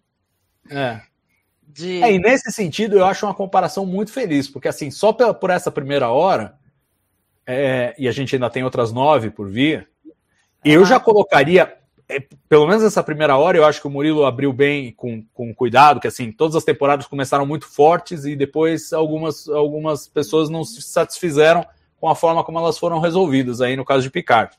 E nesse sentido, eu acho uma comparação muito feliz, porque assim, só por essa primeira hora, e a gente ainda tem outras 9 por vir, eu já colocaria, pelo menos essa primeira hora, eu acho que o Murilo abriu bem com cuidado, que assim, todas as temporadas começaram muito fortes e depois algumas pessoas não se satisfizeram com a forma como elas foram resolvidas, aí no caso de Picard.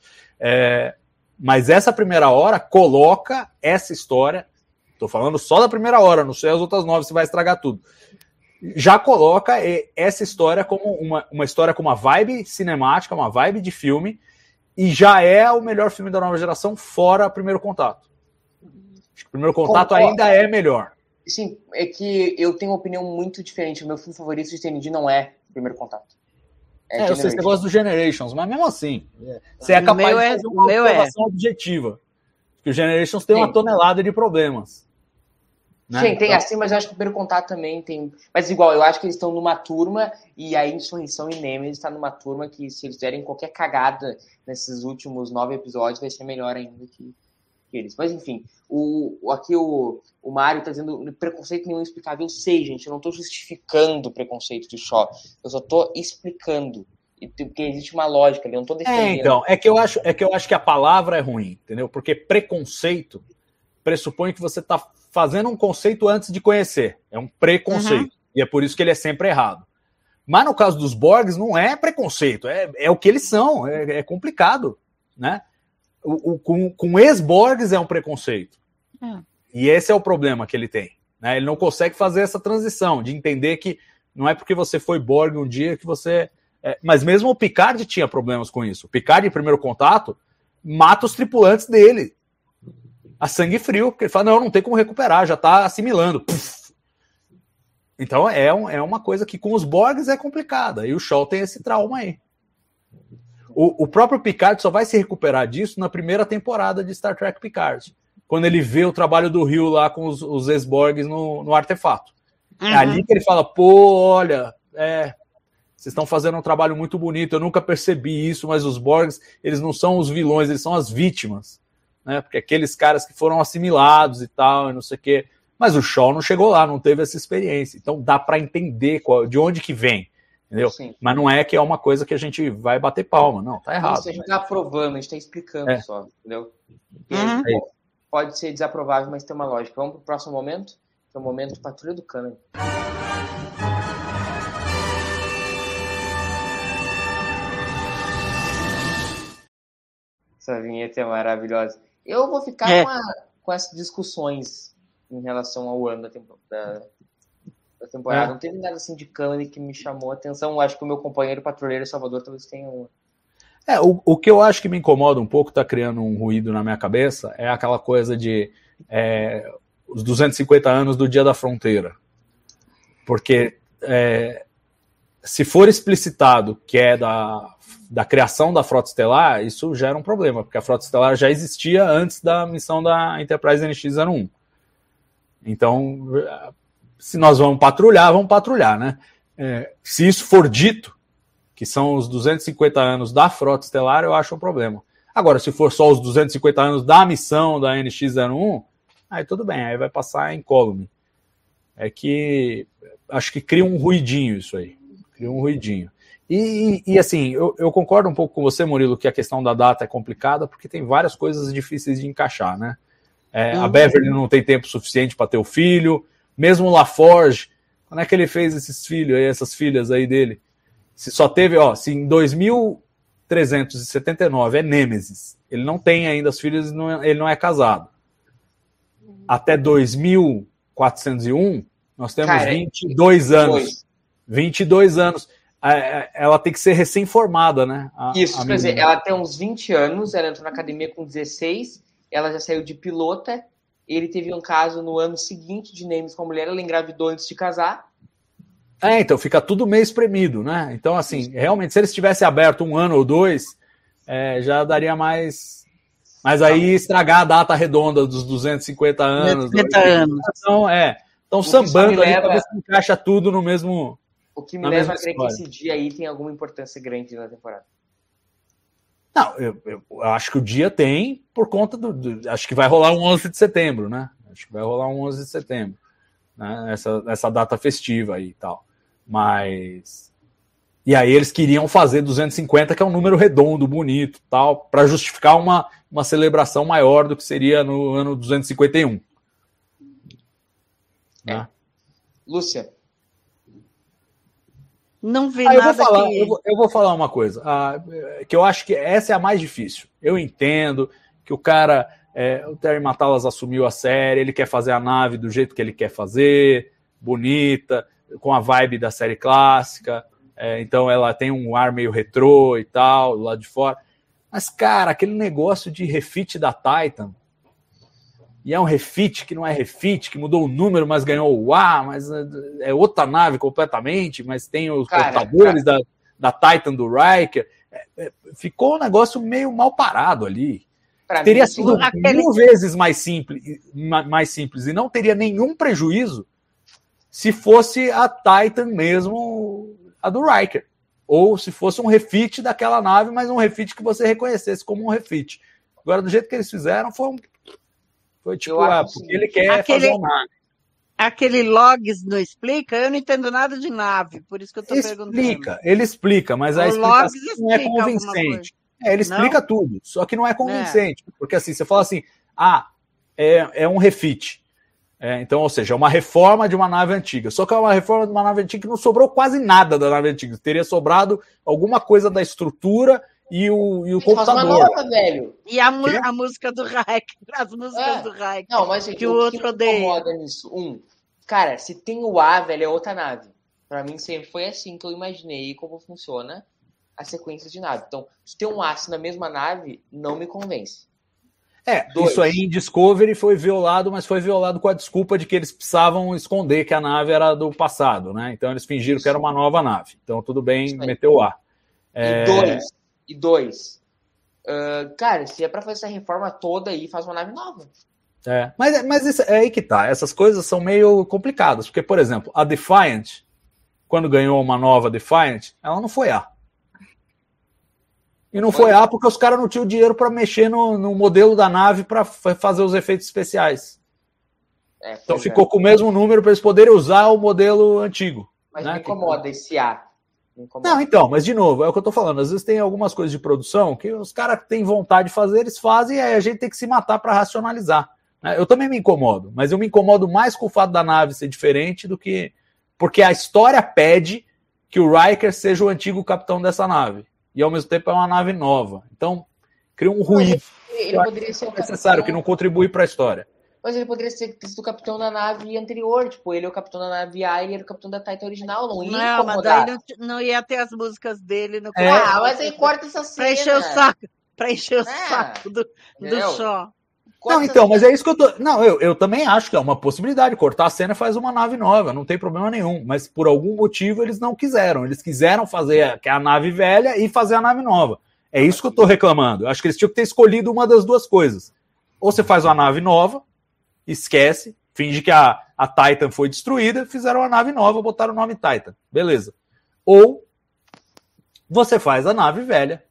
Mas essa primeira hora coloca essa história, estou falando só da primeira hora, não sei as outras 9 se vai estragar tudo, já coloca essa história como uma história com uma vibe cinemática, uma vibe de filme, e já é o melhor filme da Nova Geração fora Primeiro Contato. Acho que o Primeiro Contato ainda é melhor. Sim, é que eu tenho uma opinião muito diferente. O meu filme favorito de TNG não é Primeiro Contato. Eu sei que você gosta do Generations, mas mesmo assim, você é capaz de fazer uma observação objetiva. Porque o Generations tem uma tonelada de problemas. Né? Sim, tem assim, mas eu acho que o Primeiro Contato também tem. Mas igual, eu acho que eles estão numa turma, e a Insurreição e Nemesis está numa turma que, se eles derem qualquer cagada nesses últimos 9 episódios, vai ser melhor ainda que eles. Mas enfim, aqui o Mário está dizendo preconceito nenhum explicável. Eu sei, gente, eu não estou justificando o preconceito do Shaw, eu só estou explicando. Porque existe uma lógica ali, eu não estou defendendo. Então, é que eu acho que a palavra é ruim, entendeu? Porque preconceito pressupõe que você está fazendo um conceito antes de conhecer. É um preconceito. E é por isso que ele é sempre errado. Mas no caso dos Borgs, não é preconceito. É o que eles são. É complicado. Né? Com ex-Borgs é um preconceito. E esse é o problema que ele tem. Né? Ele não consegue fazer essa transição de entender que não é porque você foi Borg um dia que você... Mas mesmo o Picard tinha problemas com isso. O Picard, em Primeiro Contato, mata os tripulantes dele. A sangue frio, porque ele fala, não tem como recuperar, já está assimilando. Puff. Então é uma coisa que com os Borgs é complicada, e o Shaw tem esse trauma aí. O próprio Picard só vai se recuperar disso na primeira temporada de Star Trek Picard, quando ele vê o trabalho do Rio lá com os ex-Borgs no artefato. É ali que ele fala, olha, vocês estão fazendo um trabalho muito bonito, eu nunca percebi isso, mas os Borgs, eles não são os vilões, eles são as vítimas. Né? Porque aqueles caras que foram assimilados e tal, e não sei o quê. Mas o Shaw não chegou lá, não teve essa experiência. Então dá para entender de onde que vem, entendeu? Sim. Mas não é que é uma coisa que a gente vai bater palma, não, tá errado. Isso a gente está aprovando, a gente está explicando só, entendeu? Pode ser desaprovável, mas tem uma lógica. Vamos para o próximo momento, que é o momento Patrulha do Cânone. Essa vinheta é maravilhosa. Eu vou ficar com essas discussões em relação ao ano da temporada. Não teve nada assim de cânone que me chamou a atenção. Acho que o meu companheiro patrulheiro Salvador talvez tenha uma. O que eu acho que me incomoda um pouco, tá criando um ruído na minha cabeça, é aquela coisa de os 250 anos do Dia da Fronteira. Porque se for explicitado que é da criação da Frota Estelar, isso gera um problema, porque a Frota Estelar já existia antes da missão da Enterprise NX-01. Então, se nós vamos patrulhar, né? Se isso for dito, que são os 250 anos da Frota Estelar, eu acho um problema. Agora, se for só os 250 anos da missão da NX-01, aí tudo bem, aí vai passar incólume. É que acho que cria um ruidinho isso aí. Cria um ruidinho. E assim, eu concordo um pouco com você, Murilo, que a questão da data é complicada, porque tem várias coisas difíceis de encaixar, né? A Beverly não tem tempo suficiente para ter o filho, mesmo o LaForge, quando é que ele fez esses filhos, essas filhas aí dele? Se só teve, se em 2379 é Nêmesis, ele não tem ainda os filhos, ele não é casado. Até 2401, nós temos 22 anos. 22 anos. Ela tem que ser recém-formada, né? Isso, quer dizer, ela tem uns 20 anos, ela entrou na academia com 16, ela já saiu de pilota, ele teve um caso no ano seguinte de Nemesis com a mulher, ela engravidou antes de casar. Então fica tudo meio espremido, né? Então, assim, realmente, se eles tivessem aberto 1 ano ou 2, já daria mais... Mas aí estragar a data redonda dos 250 anos. 250 anos. Então sambando aí pra ver se encaixa tudo no mesmo... O que me leva a crer que esse dia aí tem alguma importância grande na temporada. Não, eu acho que o dia tem por conta acho que vai rolar um 11 de setembro, né? Acho que vai rolar um 11 de setembro, né? Essa data festiva aí e tal. Mas... E aí eles queriam fazer 250, que é um número redondo, bonito, tal, para justificar uma celebração maior do que seria no ano 251. Né? Lúcia. Não vi nada eu vou falar uma coisa, que eu acho que essa é a mais difícil. Eu entendo que o cara, o Terry Matalas assumiu a série, ele quer fazer a nave do jeito que ele quer fazer, bonita, com a vibe da série clássica, então ela tem um ar meio retrô e tal, do lado de fora. Mas, cara, aquele negócio de refit da Titan, e é um refit que não é refit, que mudou o número, mas ganhou o A, mas é outra nave completamente, mas tem os computadores da Titan do Riker. Ficou um negócio meio mal parado ali. Teria sido 1000 vezes mais simples e não teria nenhum prejuízo se fosse a Titan mesmo, a do Riker. Ou se fosse um refit daquela nave, mas um refit que você reconhecesse como um refit. Agora, do jeito que eles fizeram, foi tipo, porque ele quer fazer uma nave. Aquele logs não explica? Eu não entendo nada de nave, por isso que eu estou perguntando. Ele explica, mas a explicação não é convincente. Ele explica tudo, só que não é convincente. Porque assim, você fala assim, é um refit. Então, ou seja, é uma reforma de uma nave antiga. Só que é uma reforma de uma nave antiga que não sobrou quase nada da nave antiga. Teria sobrado alguma coisa da estrutura e o computador. Nova, velho. E a música do Riker, as músicas do Riker. Não, mas que o outro odeia. Incomoda nisso. Cara, se tem o A, velho, é outra nave. Pra mim sempre foi assim que eu imaginei como funciona a sequência de nave. Então, se tem um A na mesma nave, não me convence. Isso aí em Discovery foi violado, mas foi violado com a desculpa de que eles precisavam esconder que a nave era do passado, né? Então eles fingiram que era uma nova nave. Então tudo bem, meteu o A. E dois. Cara, se é pra fazer essa reforma toda aí, faz uma nave nova. Mas isso, é aí que tá. Essas coisas são meio complicadas. Porque, por exemplo, a Defiant, quando ganhou uma nova Defiant, ela não foi A. E não foi A porque os caras não tinham dinheiro para mexer no modelo da nave para fazer os efeitos especiais. Então ficou com o mesmo número para eles poderem usar o modelo antigo. Mas me incomoda esse A. Não, então, mas de novo, é o que eu tô falando. Às vezes tem algumas coisas de produção que os caras têm vontade de fazer, eles fazem e aí a gente tem que se matar para racionalizar. Eu também me incomodo, mas eu me incomodo mais com o fato da nave ser diferente do que... Porque a história pede que o Riker seja o antigo capitão dessa nave. E ao mesmo tempo é uma nave nova. Então, cria um ruído. Ele poderia ser o necessário, que não contribui para a história. Mas ele poderia ser o capitão da nave anterior. Tipo, ele é o capitão da nave A e ele era o capitão da Titan original. Não ia incomodar. Mas daí não ia ter as músicas dele no mas aí corta essa cena. Pra encher o saco do Shaw. Corta Não, então, a mas cena. é isso que eu tô. Não, eu também acho que é uma possibilidade. Cortar a cena e faz uma nave nova, não tem problema nenhum. Mas por algum motivo eles não quiseram. Eles quiseram fazer a nave velha e fazer a nave nova. É isso que eu tô reclamando. Eu acho que eles tinham que ter escolhido uma das duas coisas. Ou você faz uma nave nova, esquece, finge que a Titan foi destruída, fizeram uma nave nova, botaram o nome Titan. Beleza. Ou você faz a nave velha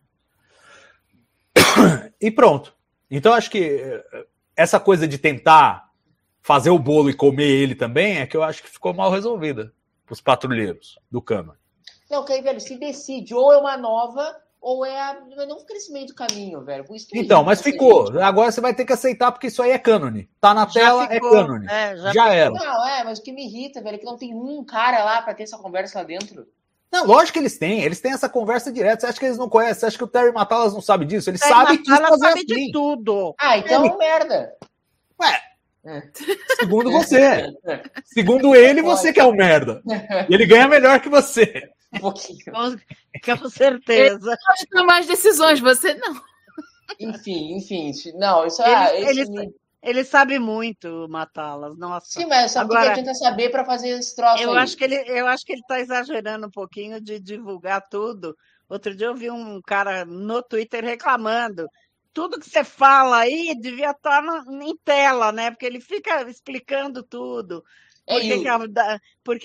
e pronto. Então, acho que essa coisa de tentar fazer o bolo e comer ele também é que eu acho que ficou mal resolvida para os patrulheiros do Câmara. Não, que aí, velho, se decide, ou é uma nova, ou é não um crescimento do caminho, velho. Por isso que Então, mas essa ficou. gente. Agora você vai ter que aceitar, porque isso aí é cânone. Tá na tela, é cânone. Já era. Não, mas o que me irrita, velho, é que não tem um cara lá pra ter essa conversa lá dentro. Não, lógico que eles têm essa conversa direta. Você acha que eles não conhecem? Você acha que o Terry Matalas não sabe disso? Ele sabe que ela fazer sabe assim. de tudo. Ah, então merda. Ué, segundo você. Segundo ele, você que é um merda. E ele ganha melhor que você. Um pouquinho. Com certeza. Pode tomar as decisões, você não. Enfim. Não, isso Ele sabe muito matá-las, nossa. Sim, mas só que adianta saber para fazer esse troço eu aí. acho que ele está exagerando um pouquinho de divulgar tudo. Outro dia eu vi um cara no Twitter reclamando. Tudo que você fala aí devia estar em tela, né? Porque ele fica explicando tudo. Por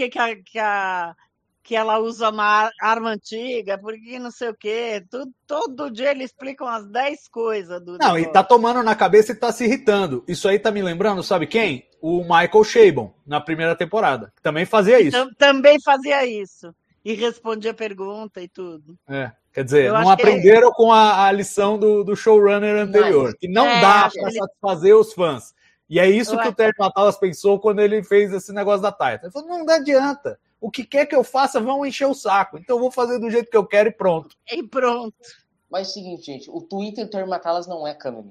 que ela usa uma arma antiga, porque não sei o quê. Todo dia ele explica umas 10 coisas. Não, negócio. e tá tomando na cabeça e tá se irritando. Isso aí tá me lembrando, sabe quem? O Michael Chabon, na primeira temporada. Que também fazia isso. Também fazia isso. E respondia pergunta e tudo. Quer dizer, não aprenderam com a lição do showrunner anterior. Que não dá pra satisfazer os fãs. E é isso que o Terry Matalas pensou quando ele fez esse negócio da Titan. Ele falou, não adianta. O que quer que eu faça, vão encher o saco. Então eu vou fazer do jeito que eu quero e pronto. Mas é o seguinte, gente. O Twitter do Terry Matalas não é canon.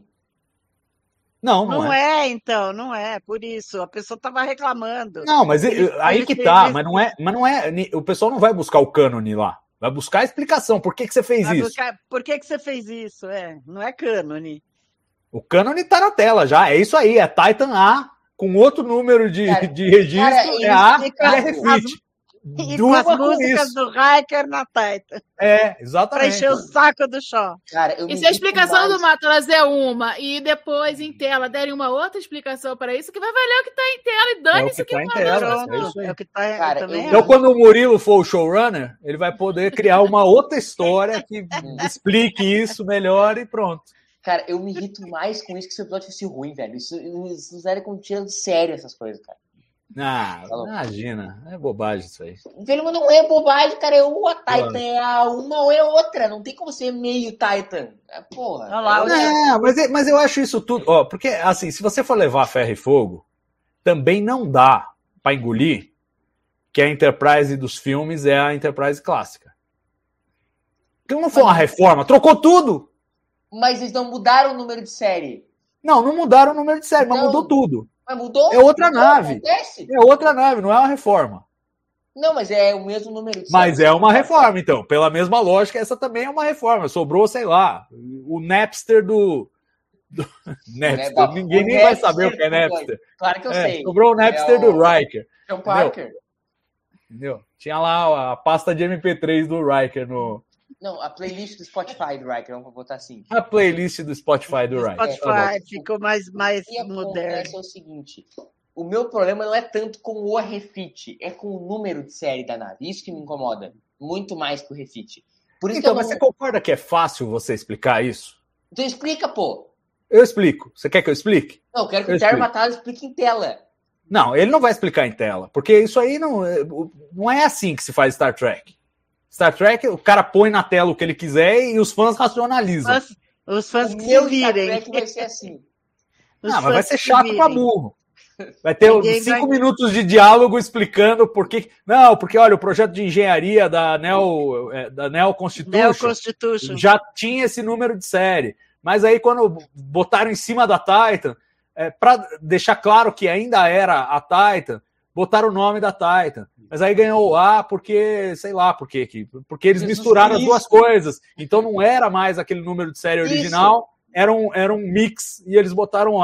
Não é. Então, não é. Por isso, a pessoa estava reclamando. Não, mas aí que tá. Mas não é. O pessoal não vai buscar o cânone lá. Vai buscar a explicação. Por que você fez isso? Por que você fez isso? Não é cânone. O cânone tá na tela já. É isso aí. É Titan A com outro número de registro. É A e é refit. E com as músicas do Riker na Titan. Exatamente. Pra encher o saco do Shaw. E se a explicação do Matalas é uma e depois em tela derem uma outra explicação para isso, que vai valer o que tá em tela e dane-se o que é o que tá também. Então, quando o Murilo for o showrunner, ele vai poder criar uma outra história que explique isso melhor e pronto. Cara, eu me irrito mais com isso que esse episódio fosse ruim, velho. Eles fizeram com tirando sério essas coisas, cara. Imagina, é bobagem isso aí. Velho, mas não é bobagem, cara. É ou a Titan, é uma ou é outra. Não tem como ser meio Titan. Porra. Mas eu acho isso tudo. Porque, assim, se você for levar ferro e fogo, também não dá pra engolir que a Enterprise dos filmes é a Enterprise clássica. Porque não foi uma reforma, trocou tudo. Mas eles não mudaram o número de série. Não mudaram o número de série, mas mudou tudo. Mas mudou? É outra nave. Acontece? É outra nave, não é uma reforma. Não, mas é o mesmo número de série. Mas é uma reforma, então. Pela mesma lógica, essa também é uma reforma. Sobrou, sei lá, o Napster do Napster. Ninguém nem vai saber o que é Napster. Claro que eu sei. Sobrou o Napster do Riker. John Parker. Entendeu? Tinha lá a pasta de MP3 do Riker no... Não, a playlist do Spotify do Riker, vamos botar assim. A playlist do Spotify do Riker. Spotify ficou mais moderno. É o seguinte, o meu problema não é tanto com o refit, é com o número de série da nave. Isso que me incomoda, muito mais que o refit. Por isso então, mas você concorda que é fácil você explicar isso? Então explica, pô. Eu explico. Você quer que eu explique? Não, eu quero que o Terry Matalas explique em tela. Não, ele não vai explicar em tela, porque isso aí não é assim que se faz Star Trek. Star Trek, o cara põe na tela o que ele quiser e os fãs racionalizam. Os fãs o que meu se virem. Star Trek vai ser assim. Não, mas vai ser chato pra burro. Vai ter 5 minutos de diálogo explicando por que... Não, porque, olha, o projeto de engenharia da Neo Constitution já tinha esse número de série. Mas aí, quando botaram em cima da Titan, para deixar claro que ainda era a Titan, botaram o nome da Titan. Mas aí ganhou o A porque, sei lá por quê. Porque eles misturaram as duas coisas. Então não era mais aquele número de série original, era um mix e eles botaram A.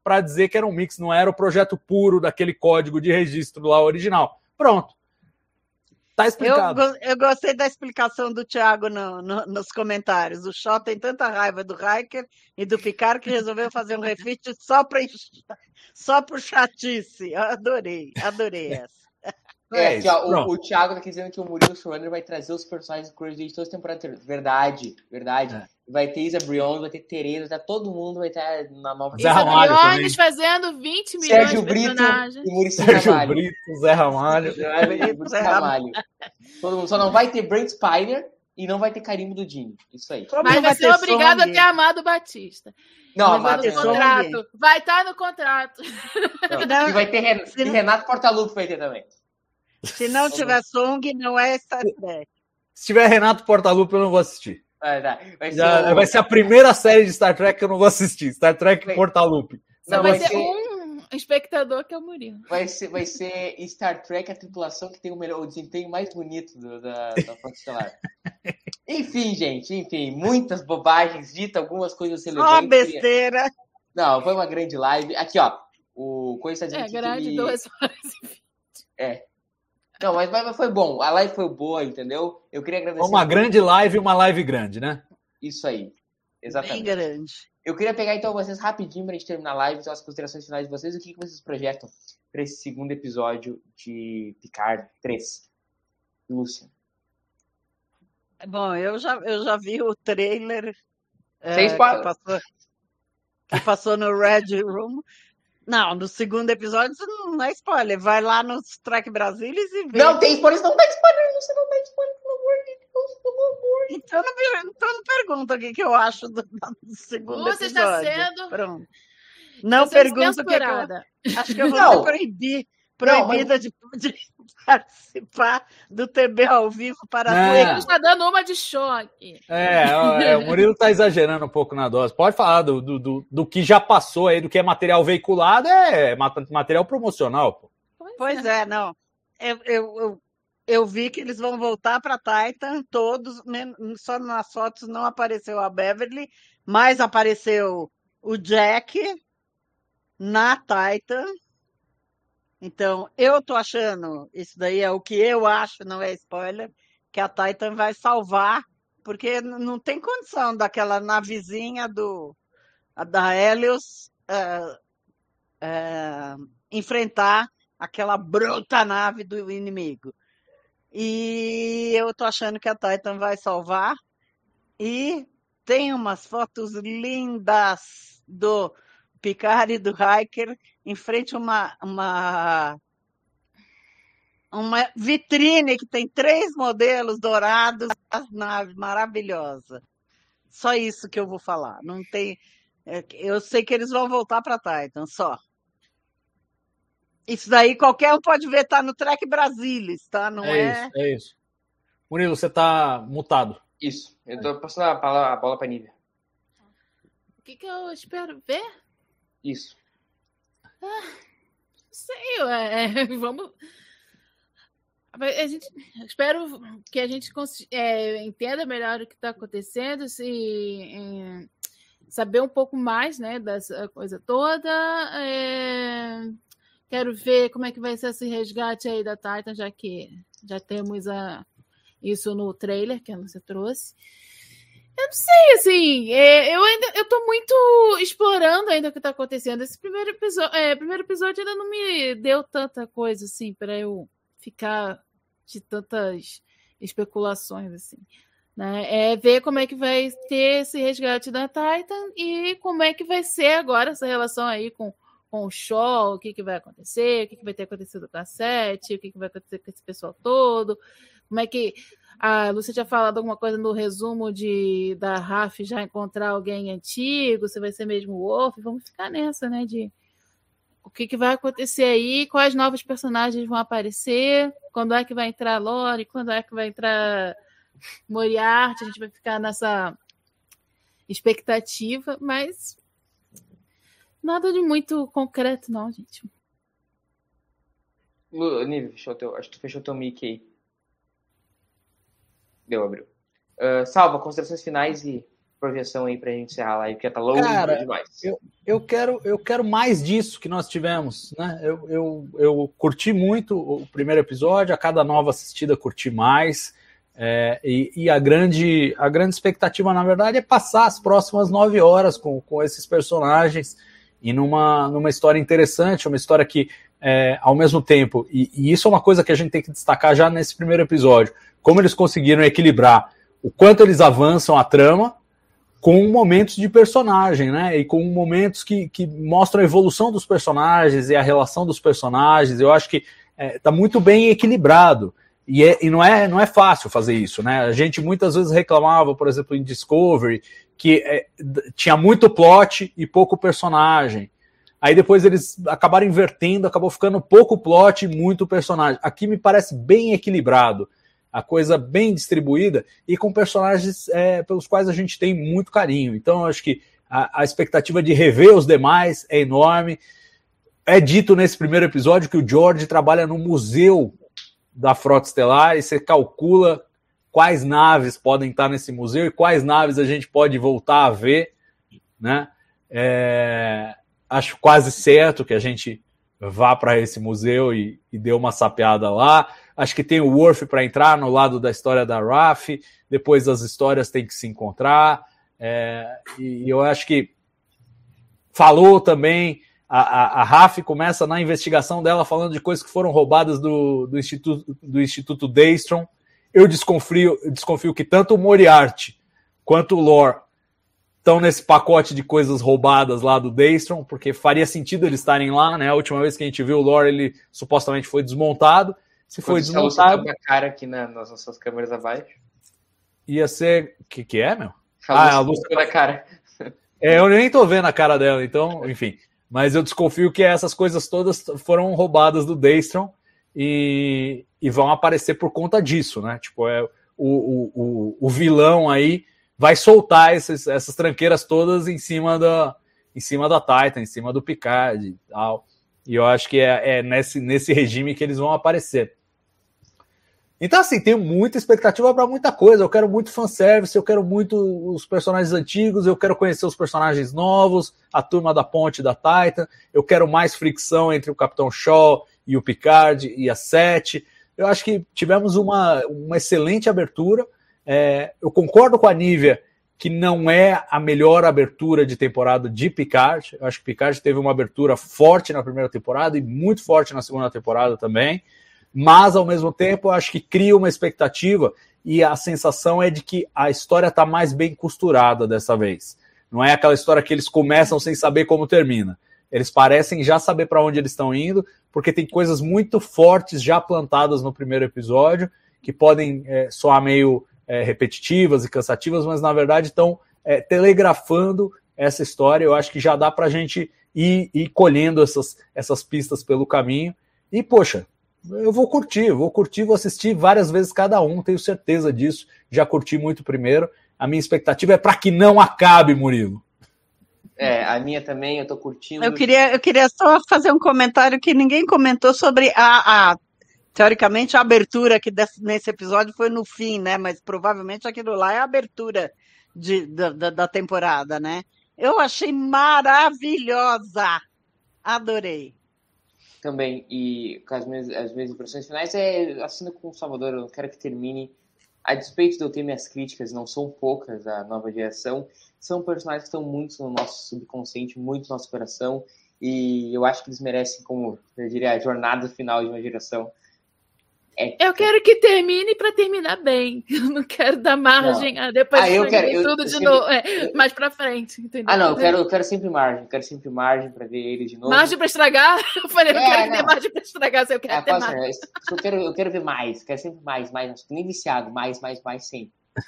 para dizer que era um mix, não era o projeto puro daquele código de registro lá original. Pronto. Tá explicado. Eu gostei da explicação do Thiago nos comentários. O Shaw tem tanta raiva do Riker e do Picard que resolveu fazer um refit só por chatice. Eu adorei essa. Aqui, ó, o Thiago tá dizendo que o Murilo Showrunner vai trazer os personagens do Crazy de todas as temporadas. Verdade. Vai ter Isa Briones, vai ter Tereza, tá, todo mundo vai estar na nova Isa Briones fazendo 20 milhões Sérgio de Brito personagens. e Muricy Sérgio Ramalho. Brito, Zé Ramalho. Todo mundo. Só não vai ter Brent Spiner e não vai ter carimbo do Dini. Isso aí. Mas vai ser obrigado a ter Amado Batista. Não, vai estar no contrato. Vai estar no contrato. E vai ter Renato Portaluppi, vai ter também. Se não tiver Song, não é Star Trek. Se tiver Renato Portaluppi, eu não vou assistir. Vai ser a primeira série de Star Trek que eu não vou assistir. Star Trek Portaluppi. Só vai ser um espectador que é o Murilo. Vai ser Star Trek, a tripulação que tem o desempenho mais bonito da Frota Estelar. Enfim, gente. Muitas bobagens ditas, algumas coisas relevantes. Só besteira. Não, foi uma grande live. Aqui, ó. O Coisa está dizendo grande, 2 horas e 20. Não, mas foi bom. A live foi boa, entendeu? Eu queria agradecer. Uma grande live e uma live grande, né? Isso aí. Exatamente. Bem grande. Eu queria pegar, então, vocês rapidinho pra gente terminar a live, então, as considerações finais de vocês. O que vocês projetam para esse segundo episódio de Picard 3? Lúcia. Bom, eu já vi o trailer que passou no Red Room. Não, no segundo episódio isso não é spoiler. Vai lá no Trek Brasilis e vê. Não tem spoiler, não dá spoiler, você não dá spoiler, pelo amor de Deus, pelo amor de Deus. Então não pergunta o que eu acho do segundo Você episódio. Está sendo... Pronto. Não pergunta o que eu... Acho que eu vou ser proibida de participar do TB ao vivo para Ele está dando uma de choque. O Murilo está exagerando um pouco na dose. Pode falar do que já passou aí, do que é material veiculado, é material promocional. Pô. Pois é, não. Eu vi que eles vão voltar para Titan, todos, só nas fotos não apareceu a Beverly, mas apareceu o Jack na Titan. Então, eu tô achando, isso daí é o que eu acho, não é spoiler, que a Titan vai salvar, porque não tem condição daquela navezinha da Helios enfrentar aquela bruta nave do inimigo. E eu tô achando que a Titan vai salvar. E tem umas fotos lindas do Picard e do Riker em frente a uma vitrine que tem 3 modelos dourados, as naves maravilhosa. Só isso que eu vou falar. Não tem. Eu sei que eles vão voltar para Titan, só. Isso daí qualquer um pode ver, tá no Trek Brasilis, tá? Não é? É isso. Murilo, você tá mutado. Isso. Eu tô passando a bola para Nívia. O que eu espero ver? Isso. Não sei, vamos. Espero que a gente entenda melhor o que está acontecendo, saber um pouco mais, né, dessa coisa toda. Quero ver como é que vai ser esse resgate aí da Titan, já que já temos isso no trailer que você trouxe. Eu não sei, assim, eu tô muito explorando ainda o que tá acontecendo. Esse primeiro episódio ainda não me deu tanta coisa, assim, para eu ficar de tantas especulações, assim, né? Ver como é que vai ter esse resgate da Titan e como é que vai ser agora essa relação aí com o Shaw, o que vai acontecer, o que vai ter acontecido com a Sete, o que vai acontecer com esse pessoal todo, como é que a Lúcia tinha falado alguma coisa no resumo da Raf já encontrar alguém antigo, se vai ser mesmo o Worf, vamos ficar nessa, né, de o que vai acontecer aí, quais novos personagens vão aparecer, quando é que vai entrar a Lore, quando é que vai entrar Moriarty, a gente vai ficar nessa expectativa, mas nada de muito concreto não, gente. Nível, acho que tu fechou teu mic aí. Abriu. Salva, considerações finais e projeção aí pra gente encerrar a live, porque tá longe demais. Eu quero mais disso que nós tivemos, né? Eu curti muito o primeiro episódio, a cada nova assistida curti mais, e a grande expectativa, na verdade, é passar as próximas 9 horas com esses personagens e numa história interessante, uma história que, ao mesmo tempo, e isso é uma coisa que a gente tem que destacar já nesse primeiro episódio, como eles conseguiram equilibrar o quanto eles avançam a trama com momentos de personagem, né? E com momentos que mostram a evolução dos personagens e a relação dos personagens. Eu acho que tá muito bem equilibrado. E não é fácil fazer isso, né? A gente muitas vezes reclamava, por exemplo, em Discovery, que tinha muito plot e pouco personagem. Aí depois eles acabaram invertendo, acabou ficando pouco plot e muito personagem. Aqui me parece bem equilibrado. A coisa bem distribuída e com personagens pelos quais a gente tem muito carinho. Então, eu acho que a expectativa de rever os demais é enorme. É dito nesse primeiro episódio que o George trabalha no museu da Frota Estelar e você calcula quais naves podem estar nesse museu e quais naves a gente pode voltar a ver, né? Acho quase certo que a gente vá para esse museu e dê uma sapeada lá. Acho que tem o Worf para entrar no lado da história da Raf, depois as histórias têm que se encontrar, e eu acho que falou também, a Raf começa na investigação dela falando de coisas que foram roubadas do Instituto Daystrom. Eu desconfio que tanto o Moriarty quanto o Lore estão nesse pacote de coisas roubadas lá do Daystrom, porque faria sentido eles estarem lá, né? A última vez que a gente viu o Lore, ele supostamente foi desmontado. Se foi desmontado. A cara aqui nas nossas câmeras abaixo. Ia ser. O que é, meu? A luz da cara. Eu nem tô vendo a cara dela, então, enfim. Mas eu desconfio que essas coisas todas foram roubadas do Daystrom e vão aparecer por conta disso, né? Tipo, o vilão aí vai soltar essas tranqueiras todas em cima da Titan, em cima do Picard e tal. E eu acho que é nesse regime que eles vão aparecer. Então, assim, tenho muita expectativa para muita coisa. Eu quero muito fanservice, eu quero muito os personagens antigos, eu quero conhecer os personagens novos, a turma da ponte da Titan, eu quero mais fricção entre o Capitão Shaw e o Picard e a Sete. Eu acho que tivemos uma excelente abertura. Eu concordo com a Nívia que não é a melhor abertura de temporada de Picard. Eu acho que Picard teve uma abertura forte na primeira temporada e muito forte na segunda temporada também. Mas, ao mesmo tempo, eu acho que cria uma expectativa e a sensação é de que a história está mais bem costurada dessa vez. Não é aquela história que eles começam sem saber como termina. Eles parecem já saber para onde eles estão indo, porque tem coisas muito fortes já plantadas no primeiro episódio, que podem soar meio repetitivas e cansativas, mas, na verdade, estão telegrafando essa história. Eu acho que já dá para a gente ir colhendo essas pistas pelo caminho. E, poxa, eu vou curtir, vou assistir várias vezes cada um, tenho certeza disso. Já curti muito o primeiro. A minha expectativa é para que não acabe, Murilo. A minha também, eu tô curtindo. Eu queria só fazer um comentário que ninguém comentou sobre teoricamente, a abertura que nesse episódio foi no fim, né? Mas provavelmente aquilo lá é a abertura da temporada, né? Eu achei maravilhosa. Adorei. Também, e com as minhas impressões finais, assino com o Salvador, eu quero que termine. A despeito de eu ter minhas críticas, não são poucas, a nova geração, são personagens que estão muito no nosso subconsciente, muito no nosso coração, e eu acho que eles merecem, como eu diria, a jornada final de uma geração. Eu quero que termine para terminar bem. Eu não quero dar margem a depois tudo de novo. Mais para frente, entendeu? Não, eu quero sempre margem. Quero sempre margem para ver ele de novo. Margem para estragar? Eu falei, eu quero ter margem para estragar, se eu quero ter mais. Eu quero ver mais. Quero sempre mais. Nem viciado. Mais sempre.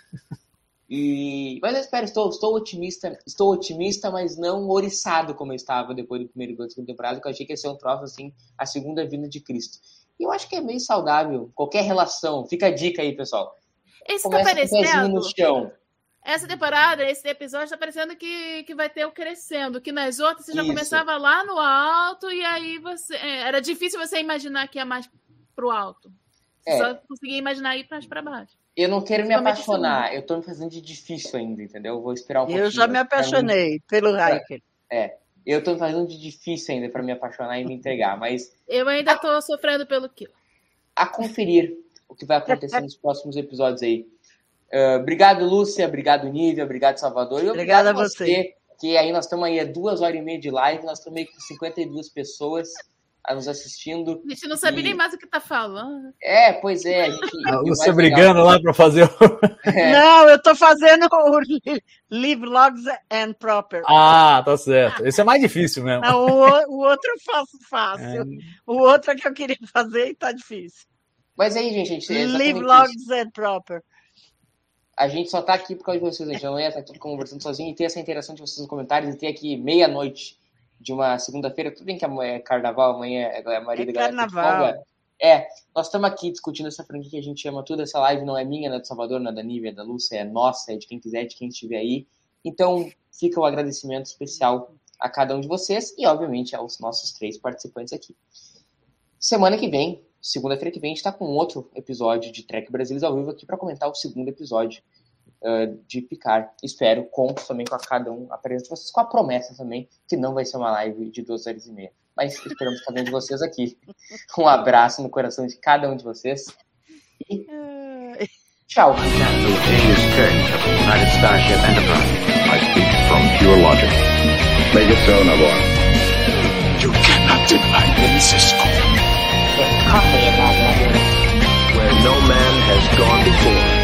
Mas eu espero, estou otimista, mas não oriçado como eu estava depois do primeiro e da segunda temporada, que eu achei que ia ser um troço assim, a segunda vinda de Cristo. E eu acho que é meio saudável, qualquer relação. Fica a dica aí, pessoal. Esse tá parecendo, no chão. Essa temporada, esse episódio tá parecendo que vai ter o crescendo, que nas outras você já começava lá no alto e aí era difícil você imaginar que ia mais pro alto. Você só conseguia imaginar ir mais para baixo. Eu não quero me apaixonar, eu tô me fazendo de difícil ainda, entendeu? Eu vou esperar um pouquinho. Eu já me apaixonei pelo Hiker. Eu tô me fazendo de difícil ainda para me apaixonar e me entregar, mas... Eu ainda tô sofrendo pelo Kill. A conferir o que vai acontecer nos próximos episódios aí. Obrigado, Lúcia, obrigado, Nívia, obrigado, Salvador. E obrigado a você, que aí nós estamos aí 2h30 de live, nós estamos aí com 52 pessoas nos assistindo. A gente não sabe nem mais o que tá falando. Pois é. Você brigando lá para fazer o... Não, eu tô fazendo o Live Logs and Proper. Ah, tá certo. Esse é mais difícil mesmo. Não, o outro eu faço fácil. O outro é que eu queria fazer e tá difícil. Mas aí, gente... Live Logs and Proper. A gente só tá aqui por causa de vocês, a gente não ia estar aqui conversando sozinho e ter essa interação de vocês nos comentários e ter aqui meia-noite de uma segunda-feira, tudo bem que amanhã é carnaval, amanhã é marido da galera. Carnaval. Nós estamos aqui discutindo essa franquia que a gente ama tudo, essa live não é minha, não é do Salvador, não é da Nívia, é da Lúcia, é nossa, é de quem quiser, de quem estiver aí. Então, fica o agradecimento especial a cada um de vocês e, obviamente, aos nossos 3 participantes aqui. Semana que vem, segunda-feira que vem, a gente está com outro episódio de Trek Brasilis ao vivo aqui para comentar o segundo episódio de Picard. Espero, conto também com cada um, apresento vocês com a promessa também, que não vai ser uma live de 2h30. Mas esperamos cada um de vocês aqui. Um abraço no coração de cada um de vocês. E tchau. Captain James Kirk of the United Starship Enterprise. I speak from pure logic. Make it so, Nabor. You cannot deny me, Cisco. There's coffee in that letter. Where no man has gone before.